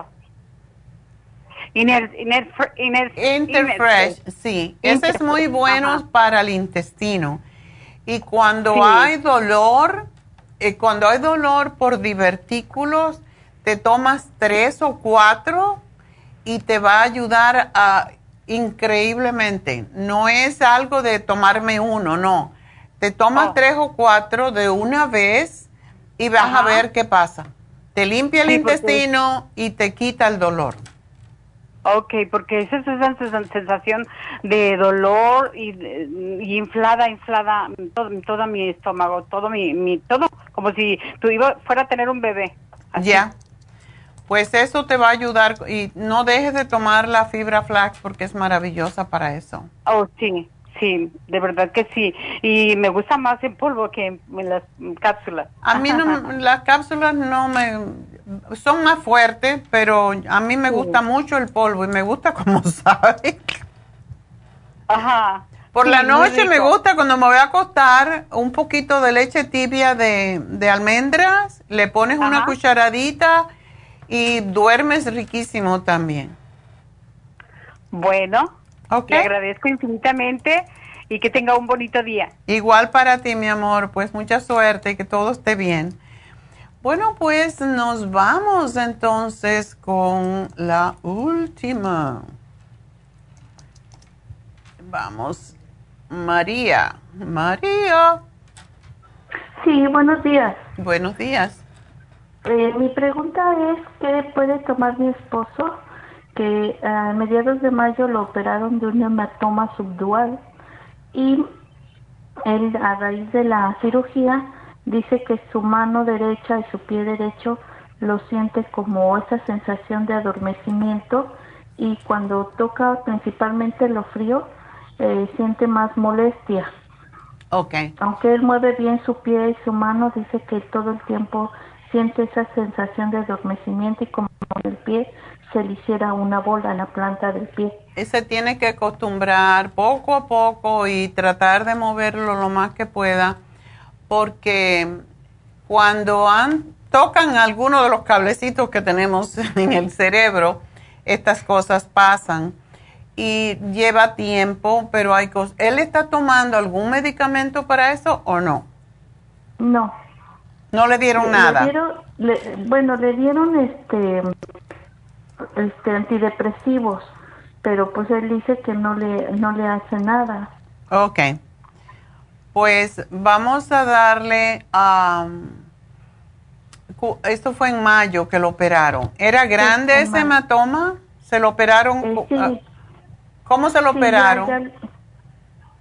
D: Interfresh, sí. Ese es muy bueno para el intestino. Y cuando hay dolor por divertículos, te tomas 3 o 4 y te va a ayudar increíblemente. No es algo de tomarme uno, no. Te tomas 3 o 4 de una vez y vas a ver qué pasa. Te limpia el intestino y te quita el dolor.
P: Ok, porque esa es esa sensación de dolor y inflada todo mi estómago, todo todo, como si fuera a tener un bebé.
D: Ya. Pues eso te va a ayudar y no dejes de tomar la fibra flax porque es maravillosa para eso.
P: Oh, sí. Sí, de verdad que sí. Y me gusta más en polvo que en las cápsulas.
D: A mí las cápsulas son más fuertes, pero a mí me gusta mucho el polvo y me gusta como sabe.
P: Ajá.
D: Por la noche me gusta cuando me voy a acostar un poquito de leche tibia de almendras, le pones una cucharadita y duermes riquísimo también.
P: Bueno. Le agradezco infinitamente y que tenga un bonito día.
D: Igual para ti, mi amor. Pues mucha suerte y que todo esté bien. Bueno, pues nos vamos entonces con la última. Vamos, María. María.
Q: Sí, buenos días.
D: Buenos días.
Q: Mi pregunta es, ¿qué puede tomar mi esposo? Que a mediados de mayo lo operaron de un hematoma subdual y él, a raíz de la cirugía, dice que su mano derecha y su pie derecho lo siente como esa sensación de adormecimiento y cuando toca principalmente lo frío siente más molestia. Aunque él mueve bien su pie y su mano, dice que todo el tiempo siente esa sensación de adormecimiento y como en el pie se le hiciera una bola en la planta del pie.
D: Se tiene que acostumbrar poco a poco y tratar de moverlo lo más que pueda, porque cuando tocan alguno de los cablecitos que tenemos en el cerebro, estas cosas pasan y lleva tiempo, pero hay cosas. ¿Él está tomando algún medicamento para eso o no?
Q: No.
D: ¿No le dieron nada?
Q: Le dieron antidepresivos, pero pues él dice que no le hace nada.
D: Ok. Pues vamos a darle esto fue en mayo que lo operaron. ¿Era grande ese hematoma? ¿Se lo operaron?
Q: Sí.
D: ¿Cómo se lo operaron?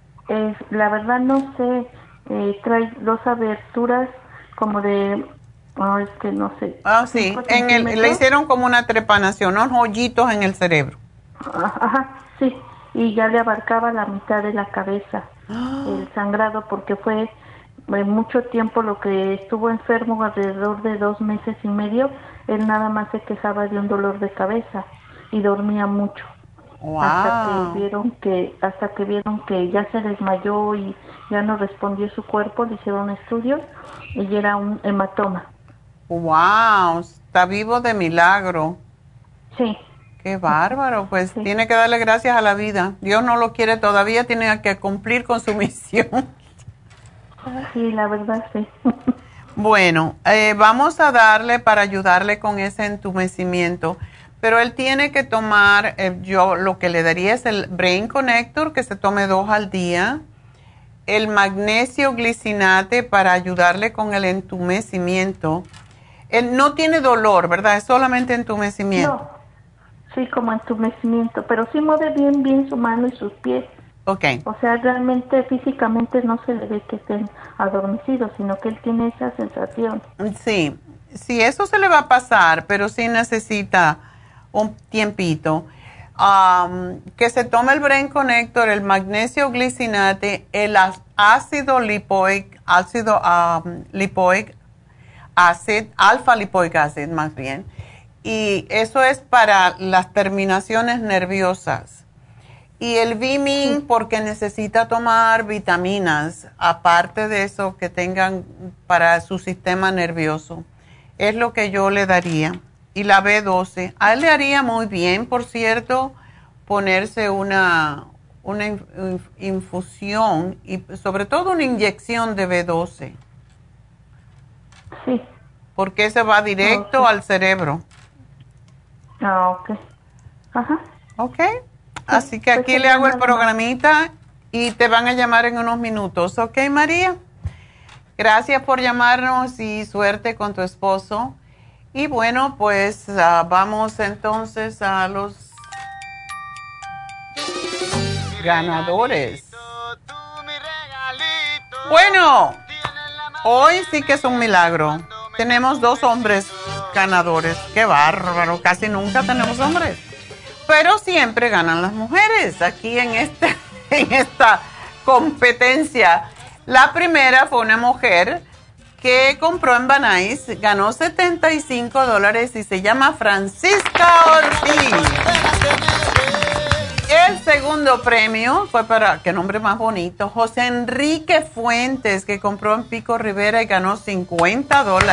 Q: La verdad no sé, trae 2 aberturas como de Es que no sé.
D: Ah, sí, le hicieron como una trepanación, unos hoyitos en el cerebro.
Q: Ajá, sí, y ya le abarcaba la mitad de la cabeza el sangrado, porque fue mucho tiempo lo que estuvo enfermo, alrededor de 2 meses y medio. Él nada más se quejaba de un dolor de cabeza y dormía mucho.
D: Wow.
Q: Hasta que vieron que ya se desmayó y ya no respondió su cuerpo, le hicieron estudios y era un hematoma.
D: Wow, está vivo de milagro.
Q: Sí.
D: Qué bárbaro, pues sí. Tiene que darle gracias a la vida. Dios no lo quiere todavía, tiene que cumplir con su misión.
Q: Sí, la verdad, sí.
D: Bueno, vamos a darle para ayudarle con ese entumecimiento, pero él tiene que tomar, yo lo que le daría es el Brain Connector, que se tome 2 al día, el magnesio glicinate para ayudarle con el entumecimiento. Él no tiene dolor, ¿verdad? Es solamente entumecimiento.
Q: No, sí, como entumecimiento, pero sí mueve bien su mano y sus pies.
D: Okay.
Q: O sea, realmente físicamente no se le ve que estén adormecidos, sino que él tiene esa sensación.
D: Sí, eso se le va a pasar, pero sí necesita un tiempito. Que se tome el Brain Connector, el magnesio glicinate, el ácido lipoic, alfa lipoic acid más bien. Y eso es para las terminaciones nerviosas. Y el Bimin porque necesita tomar vitaminas, aparte de eso que tengan para su sistema nervioso. Es lo que yo le daría. Y la B12. A él le haría muy bien, por cierto, ponerse una infusión y sobre todo una inyección de B12.
Q: Sí.
D: Porque se va directo al cerebro.
Q: Ah, ok. Ajá.
D: Ok. Así que aquí le hago el programita y te van a llamar en unos minutos. ¿Ok, María? Gracias por llamarnos y suerte con tu esposo. Y bueno, pues vamos entonces a los ganadores. Bueno, hoy sí que es un milagro. Tenemos 2 hombres ganadores. ¡Qué bárbaro! Casi nunca tenemos hombres. Pero siempre ganan las mujeres aquí en esta competencia. La primera fue una mujer que compró en Banais, ganó $75 y se llama Francisca Ortiz. El segundo premio fue para, qué nombre más bonito, José Enrique Fuentes, que compró en Pico Rivera y ganó $50.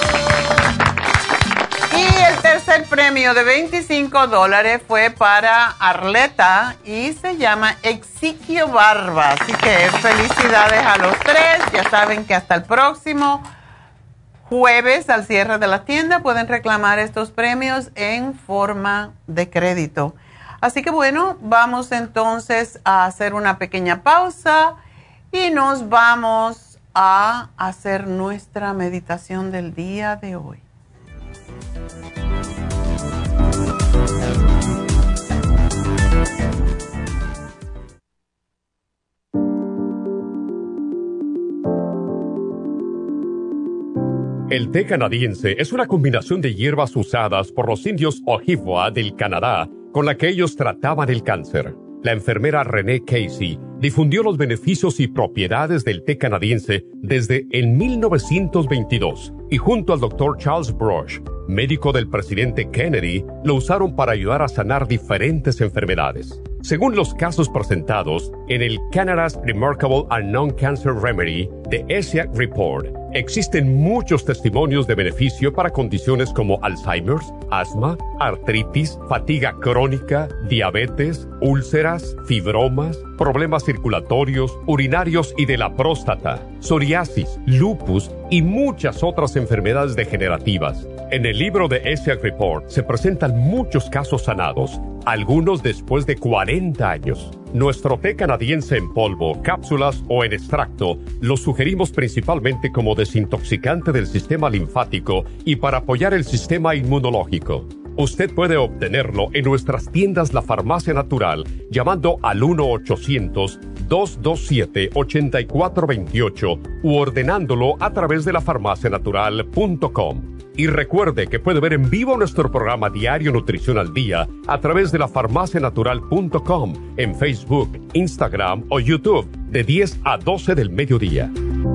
D: Y el tercer premio de $25 fue para Arleta y se llama Exiquio Barba. Así que felicidades a los 3. Ya saben que hasta el próximo jueves, al cierre de la tienda, pueden reclamar estos premios en forma de crédito. Así que bueno, vamos entonces a hacer una pequeña pausa y nos vamos a hacer nuestra meditación del día de hoy.
K: El té canadiense es una combinación de hierbas usadas por los indios Ojibwa del Canadá con la que ellos trataban el cáncer. La enfermera Renee Casey difundió los beneficios y propiedades del té canadiense desde el 1922 y junto al Dr. Charles Brush, médico del presidente Kennedy, lo usaron para ayudar a sanar diferentes enfermedades. Según los casos presentados en el Canada's Remarkable and Non-Cancer Remedy de ESIAC Report, existen muchos testimonios de beneficio para condiciones como Alzheimer's, asma, artritis, fatiga crónica, diabetes, úlceras, fibromas, problemas circulatorios, urinarios y de la próstata, psoriasis, lupus y muchas otras enfermedades degenerativas. En el libro de ESIAC Report se presentan muchos casos sanados, algunos después de 40 años. Nuestro té canadiense en polvo, cápsulas o en extracto lo sugerimos principalmente como desintoxicante del sistema linfático y para apoyar el sistema inmunológico. Usted puede obtenerlo en nuestras tiendas La Farmacia Natural llamando al 1-800 1-800-227-8428 u ordenándolo a través de lafarmacianatural.com. Y recuerde que puede ver en vivo nuestro programa Diario Nutrición al Día a través de lafarmacianatural.com en Facebook, Instagram o YouTube de 10 a 12 del mediodía.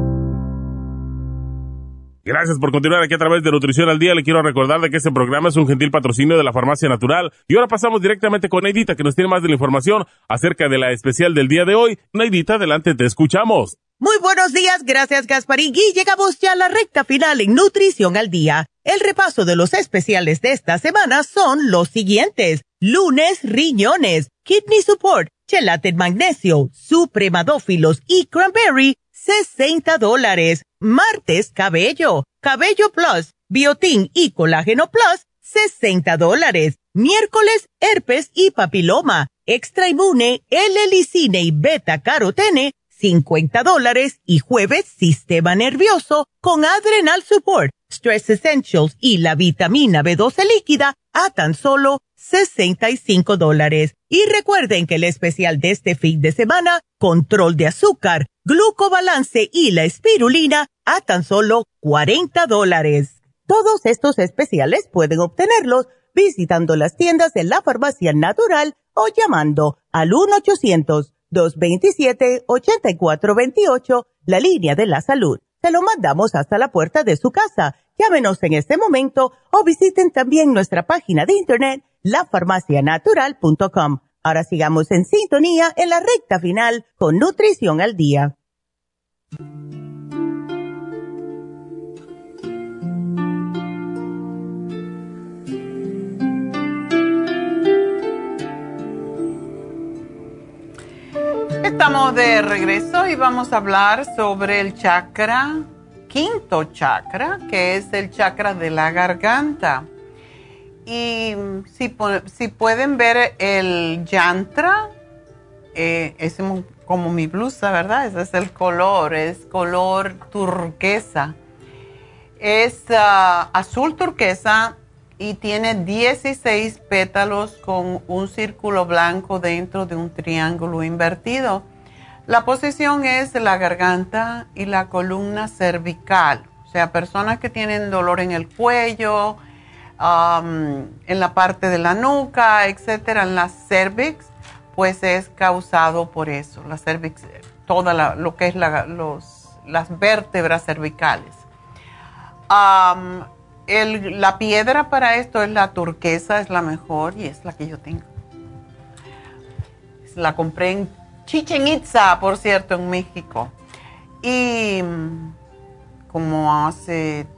F: Gracias por continuar aquí a través de Nutrición al Día. Le quiero recordar de que este programa es un gentil patrocinio de la Farmacia Natural. Y ahora pasamos directamente con Neidita, que nos tiene más de la información acerca de la especial del día de hoy. Neidita, adelante, te escuchamos.
G: Muy buenos días, gracias Gasparín. Y llegamos ya a la recta final en Nutrición al Día. El repaso de los especiales de esta semana son los siguientes. Lunes, riñones, Kidney Support, Chelated Magnesio, Supremadófilos y Cranberry, $60. Martes, cabello Plus, Biotin y Colágeno Plus, $60. Miércoles, herpes y papiloma, Extra Inmune, L-Licine y Beta Carotene, $50. Y jueves, sistema nervioso con Adrenal Support, Stress Essentials y la vitamina B12 líquida a tan solo $65. Y recuerden que el especial de este fin de semana, control de azúcar, glucobalance y la espirulina a tan solo $40. Todos estos especiales pueden obtenerlos visitando las tiendas de la Farmacia Natural o llamando al 1-800-227-8428, la línea de la salud. Se lo mandamos hasta la puerta de su casa. Llámenos en este momento o visiten también nuestra página de internet, lafarmacianatural.com. Ahora sigamos en sintonía en la recta final con Nutrición al Día.
D: Estamos de regreso y vamos a hablar sobre el chakra, quinto chakra, que es el chakra de la garganta. Y si pueden ver el yantra, es como mi blusa, ¿verdad? Ese es el color, es color turquesa. Es azul turquesa y tiene 16 pétalos con un círculo blanco dentro de un triángulo invertido. La posición es la garganta y la columna cervical. O sea, personas que tienen dolor en el cuello, en la parte de la nuca, etcétera, en la cervix, pues es causado por eso. La cervix, toda lo que es las vértebras cervicales. La piedra para esto es la turquesa, es la mejor y es la que yo tengo. La compré en Chichén Itzá, por cierto, en México. Y como hace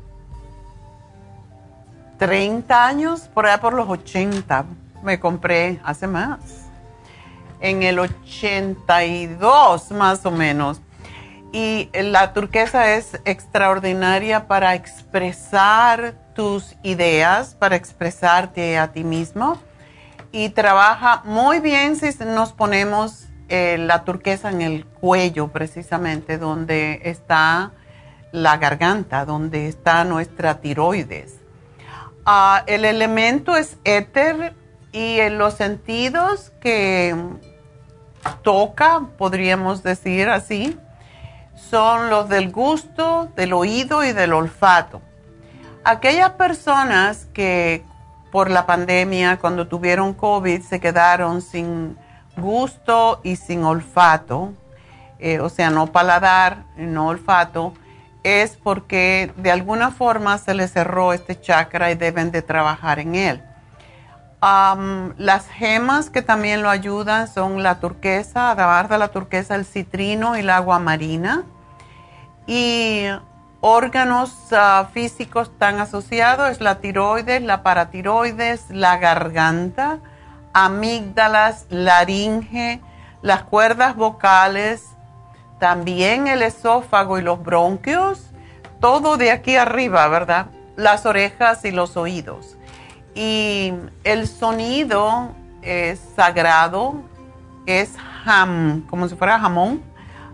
D: 30 años, por allá por los 80, me compré hace más. En el 82 más o menos. Y la turquesa es extraordinaria para expresar tus ideas, para expresarte a ti mismo. Y trabaja muy bien si nos ponemos la turquesa en el cuello, precisamente, donde está la garganta, donde está nuestra tiroides. El elemento es éter y en los sentidos que toca, podríamos decir así, son los del gusto, del oído y del olfato. Aquellas personas que por la pandemia, cuando tuvieron COVID, se quedaron sin gusto y sin olfato, o sea, no paladar, no olfato, es porque de alguna forma se les cerró este chakra y deben de trabajar en él. Las gemas que también lo ayudan son la turquesa, además de la turquesa, el citrino y la agua marina. Y órganos físicos tan asociados es la tiroides, la paratiroides, la garganta, amígdalas, laringe, las cuerdas vocales, también el esófago y los bronquios, todo de aquí arriba, ¿verdad? Las orejas y los oídos. Y el sonido es sagrado, es como si fuera jamón.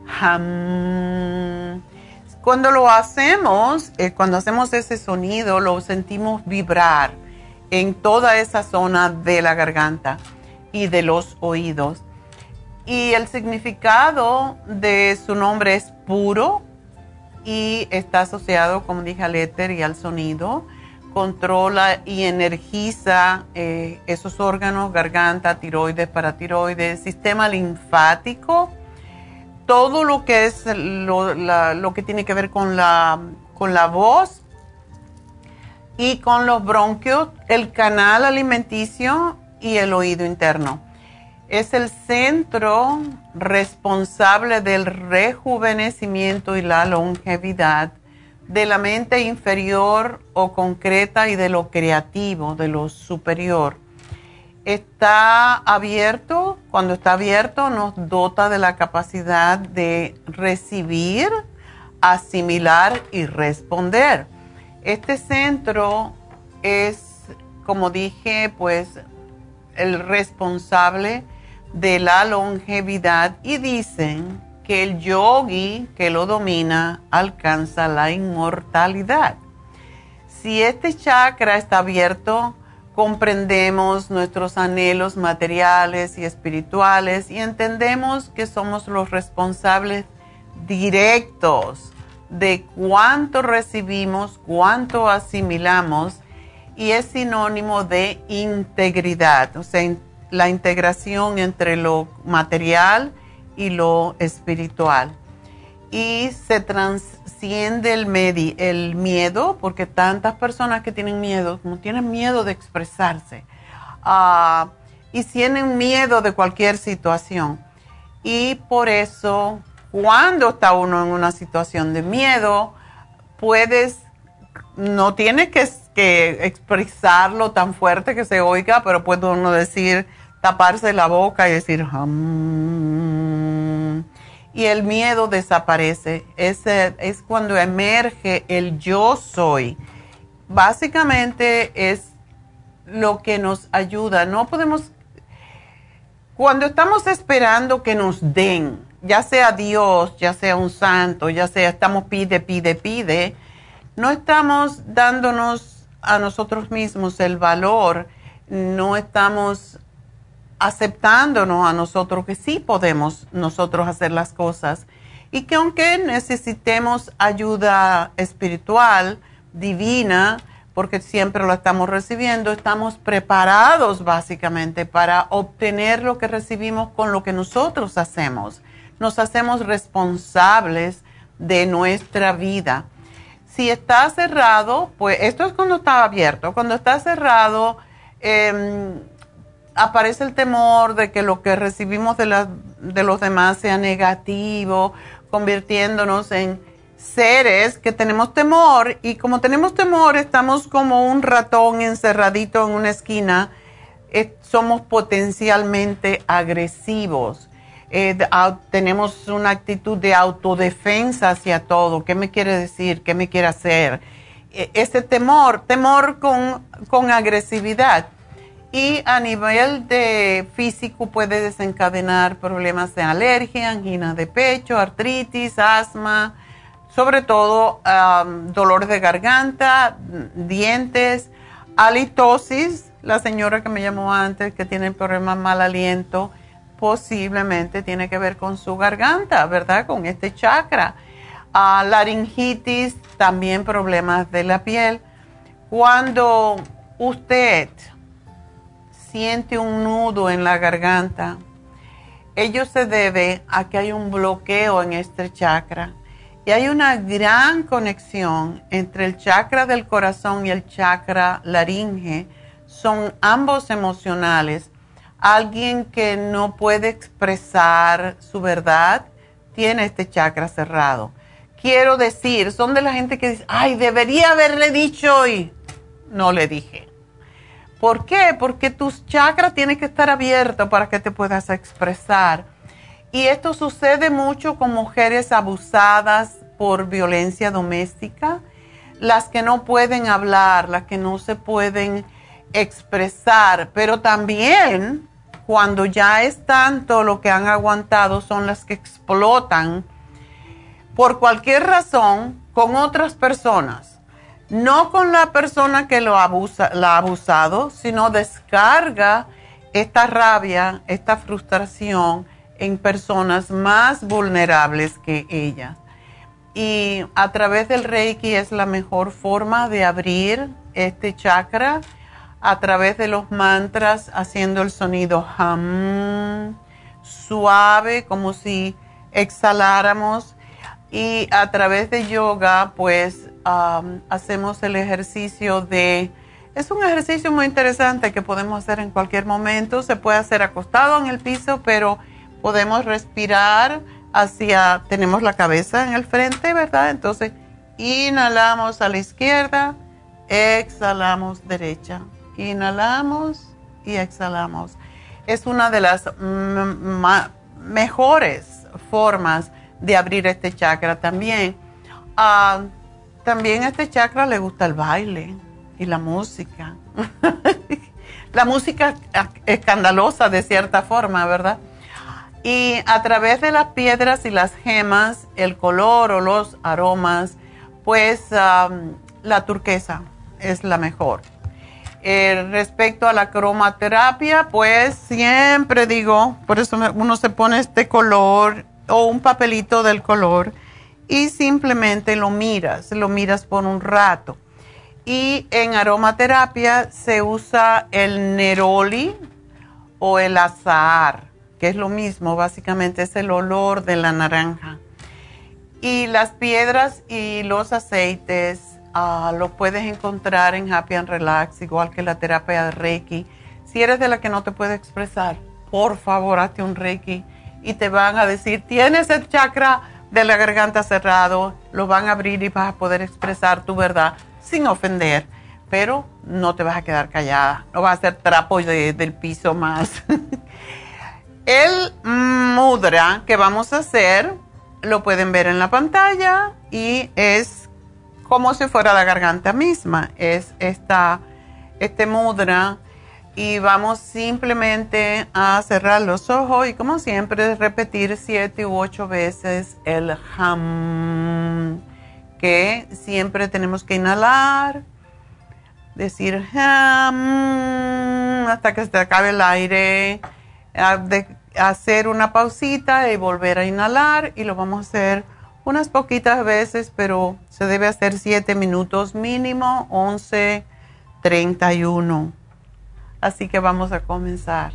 D: Cuando lo hacemos, cuando hacemos ese sonido, lo sentimos vibrar en toda esa zona de la garganta y de los oídos. Y el significado de su nombre es puro y está asociado, como dije, al éter y al sonido. Controla y energiza esos órganos, garganta, tiroides, paratiroides, sistema linfático, todo lo que es lo que tiene que ver con la voz y con los bronquios, el canal alimenticio y el oído interno. Es el centro responsable del rejuvenecimiento y la longevidad de la mente inferior o concreta y de lo creativo, de lo superior. Está abierto, cuando está abierto nos dota de la capacidad de recibir, asimilar y responder. Este centro es, como dije, pues el responsable de la longevidad y dicen que el yogi que lo domina alcanza la inmortalidad. Si este chakra está abierto, comprendemos nuestros anhelos materiales y espirituales y entendemos que somos los responsables directos de cuánto recibimos, cuánto asimilamos, y es sinónimo de integridad, o sea, la integración entre lo material y lo espiritual. Y se trasciende el miedo, porque tantas personas que tienen miedo, como tienen miedo de expresarse, y tienen miedo de cualquier situación. Y por eso, cuando está uno en una situación de miedo, no tienes que expresarlo tan fuerte que se oiga, pero puede uno taparse la boca y decir, y el miedo desaparece. Es cuando emerge el yo soy. Básicamente es lo que nos ayuda. No podemos, cuando estamos esperando que nos den, ya sea Dios, ya sea un santo, ya sea estamos pide, no estamos dándonos a nosotros mismos el valor, no estamos aceptándonos a nosotros que sí podemos nosotros hacer las cosas y que aunque necesitemos ayuda espiritual, divina, porque siempre lo estamos recibiendo, estamos preparados básicamente para obtener lo que recibimos con lo que nosotros hacemos. Nos hacemos responsables de nuestra vida. Si está cerrado, pues esto es cuando está abierto. Cuando está cerrado, aparece el temor de que lo que recibimos de los demás sea negativo, convirtiéndonos en seres que tenemos temor, y como tenemos temor estamos como un ratón encerradito en una esquina, somos potencialmente agresivos, tenemos una actitud de autodefensa hacia todo. ¿Qué me quiere decir? ¿Qué me quiere hacer? Ese temor con agresividad. Y a nivel de físico puede desencadenar problemas de alergia, angina de pecho, artritis, asma, sobre todo dolores de garganta, dientes, halitosis. La señora que me llamó antes que tiene problemas mal aliento, posiblemente tiene que ver con su garganta, ¿verdad? Con este chakra. Laringitis, también problemas de la piel. Cuando usted siente un nudo en la garganta, ello se debe a que hay un bloqueo en este chakra. Y hay una gran conexión entre el chakra del corazón y el chakra laringe. Son ambos emocionales. Alguien que no puede expresar su verdad tiene este chakra cerrado. Quiero decir, son de la gente que dice, ay, debería haberle dicho y no le dije. ¿Por qué? Porque tus chakras tienen que estar abiertos para que te puedas expresar. Y esto sucede mucho con mujeres abusadas por violencia doméstica, las que no pueden hablar, las que no se pueden expresar, pero también cuando ya es tanto lo que han aguantado, son las que explotan por cualquier razón con otras personas. No con la persona que la ha abusado, sino descarga esta rabia, esta frustración en personas más vulnerables que ella. Y a través del Reiki es la mejor forma de abrir este chakra, a través de los mantras, haciendo el sonido hum, suave, como si exhaláramos. Y a través de yoga, pues, hacemos el ejercicio de... Es un ejercicio muy interesante que podemos hacer en cualquier momento. Se puede hacer acostado en el piso, pero podemos respirar tenemos la cabeza en el frente, ¿verdad? Entonces, inhalamos a la izquierda, exhalamos derecha. Inhalamos y exhalamos. Es una de las mejores formas de abrir este chakra también. También a este chakra le gusta el baile y la música. La música escandalosa de cierta forma, ¿verdad? Y a través de las piedras y las gemas, el color o los aromas, pues la turquesa es la mejor. Respecto a la cromaterapia, pues siempre digo, por eso uno se pone este color o un papelito del color y simplemente lo miras por un rato. Y en aromaterapia se usa el neroli o el azahar, que es lo mismo, básicamente es el olor de la naranja. Y las piedras y los aceites lo puedes encontrar en Happy and Relax, igual que la terapia de Reiki. Si eres de la que no te puede expresar, por favor, hazte un Reiki y te van a decir, tienes el chakra de la garganta cerrado, lo van a abrir y vas a poder expresar tu verdad sin ofender, pero no te vas a quedar callada, no vas a hacer trapo del piso más. El mudra que vamos a hacer, lo pueden ver en la pantalla y es como si fuera la garganta misma. Es este mudra y vamos simplemente a cerrar los ojos y como siempre repetir 7 u 8 veces el hum, que siempre tenemos que inhalar, decir hum, hasta que se te acabe el aire, hacer una pausita y volver a inhalar y lo vamos a hacer unas poquitas veces, pero se debe hacer 7 minutos mínimo, 11:31. Así que vamos a comenzar.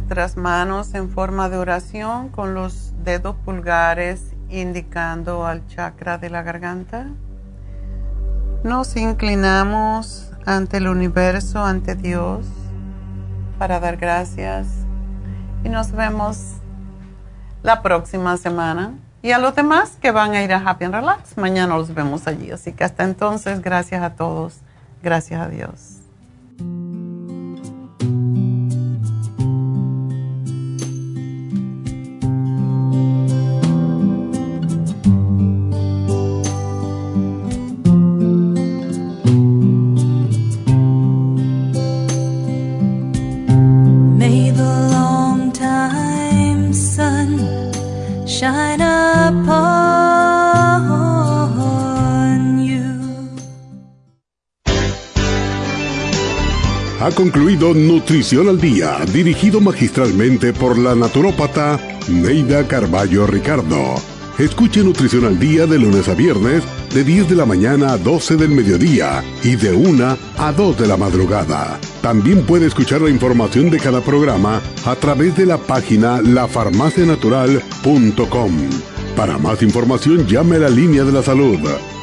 D: nuestras manos en forma de oración con los dedos pulgares indicando al chakra de la garganta. Nos inclinamos ante el universo, ante Dios, para dar gracias. Y nos vemos la próxima semana. Y a los demás que van a ir a Happy and Relax, mañana los vemos allí. Así que hasta entonces, gracias a todos. Gracias a Dios.
R: Shine upon you.
A: Ha concluido Nutrición al Día, dirigido magistralmente por la naturópata Neida Carballo Ricardo. Escuche Nutrición al Día de lunes a viernes, de 10 de la mañana a 12 del mediodía y de 1 a 2 de la madrugada. También puede escuchar la información de cada programa a través de la página lafarmacianatural.com. Para más información, llame a la línea de la salud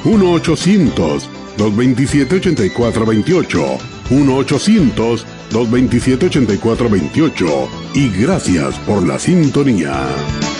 A: 1-800-227-8428, 1-800-227-8428, y gracias por la sintonía.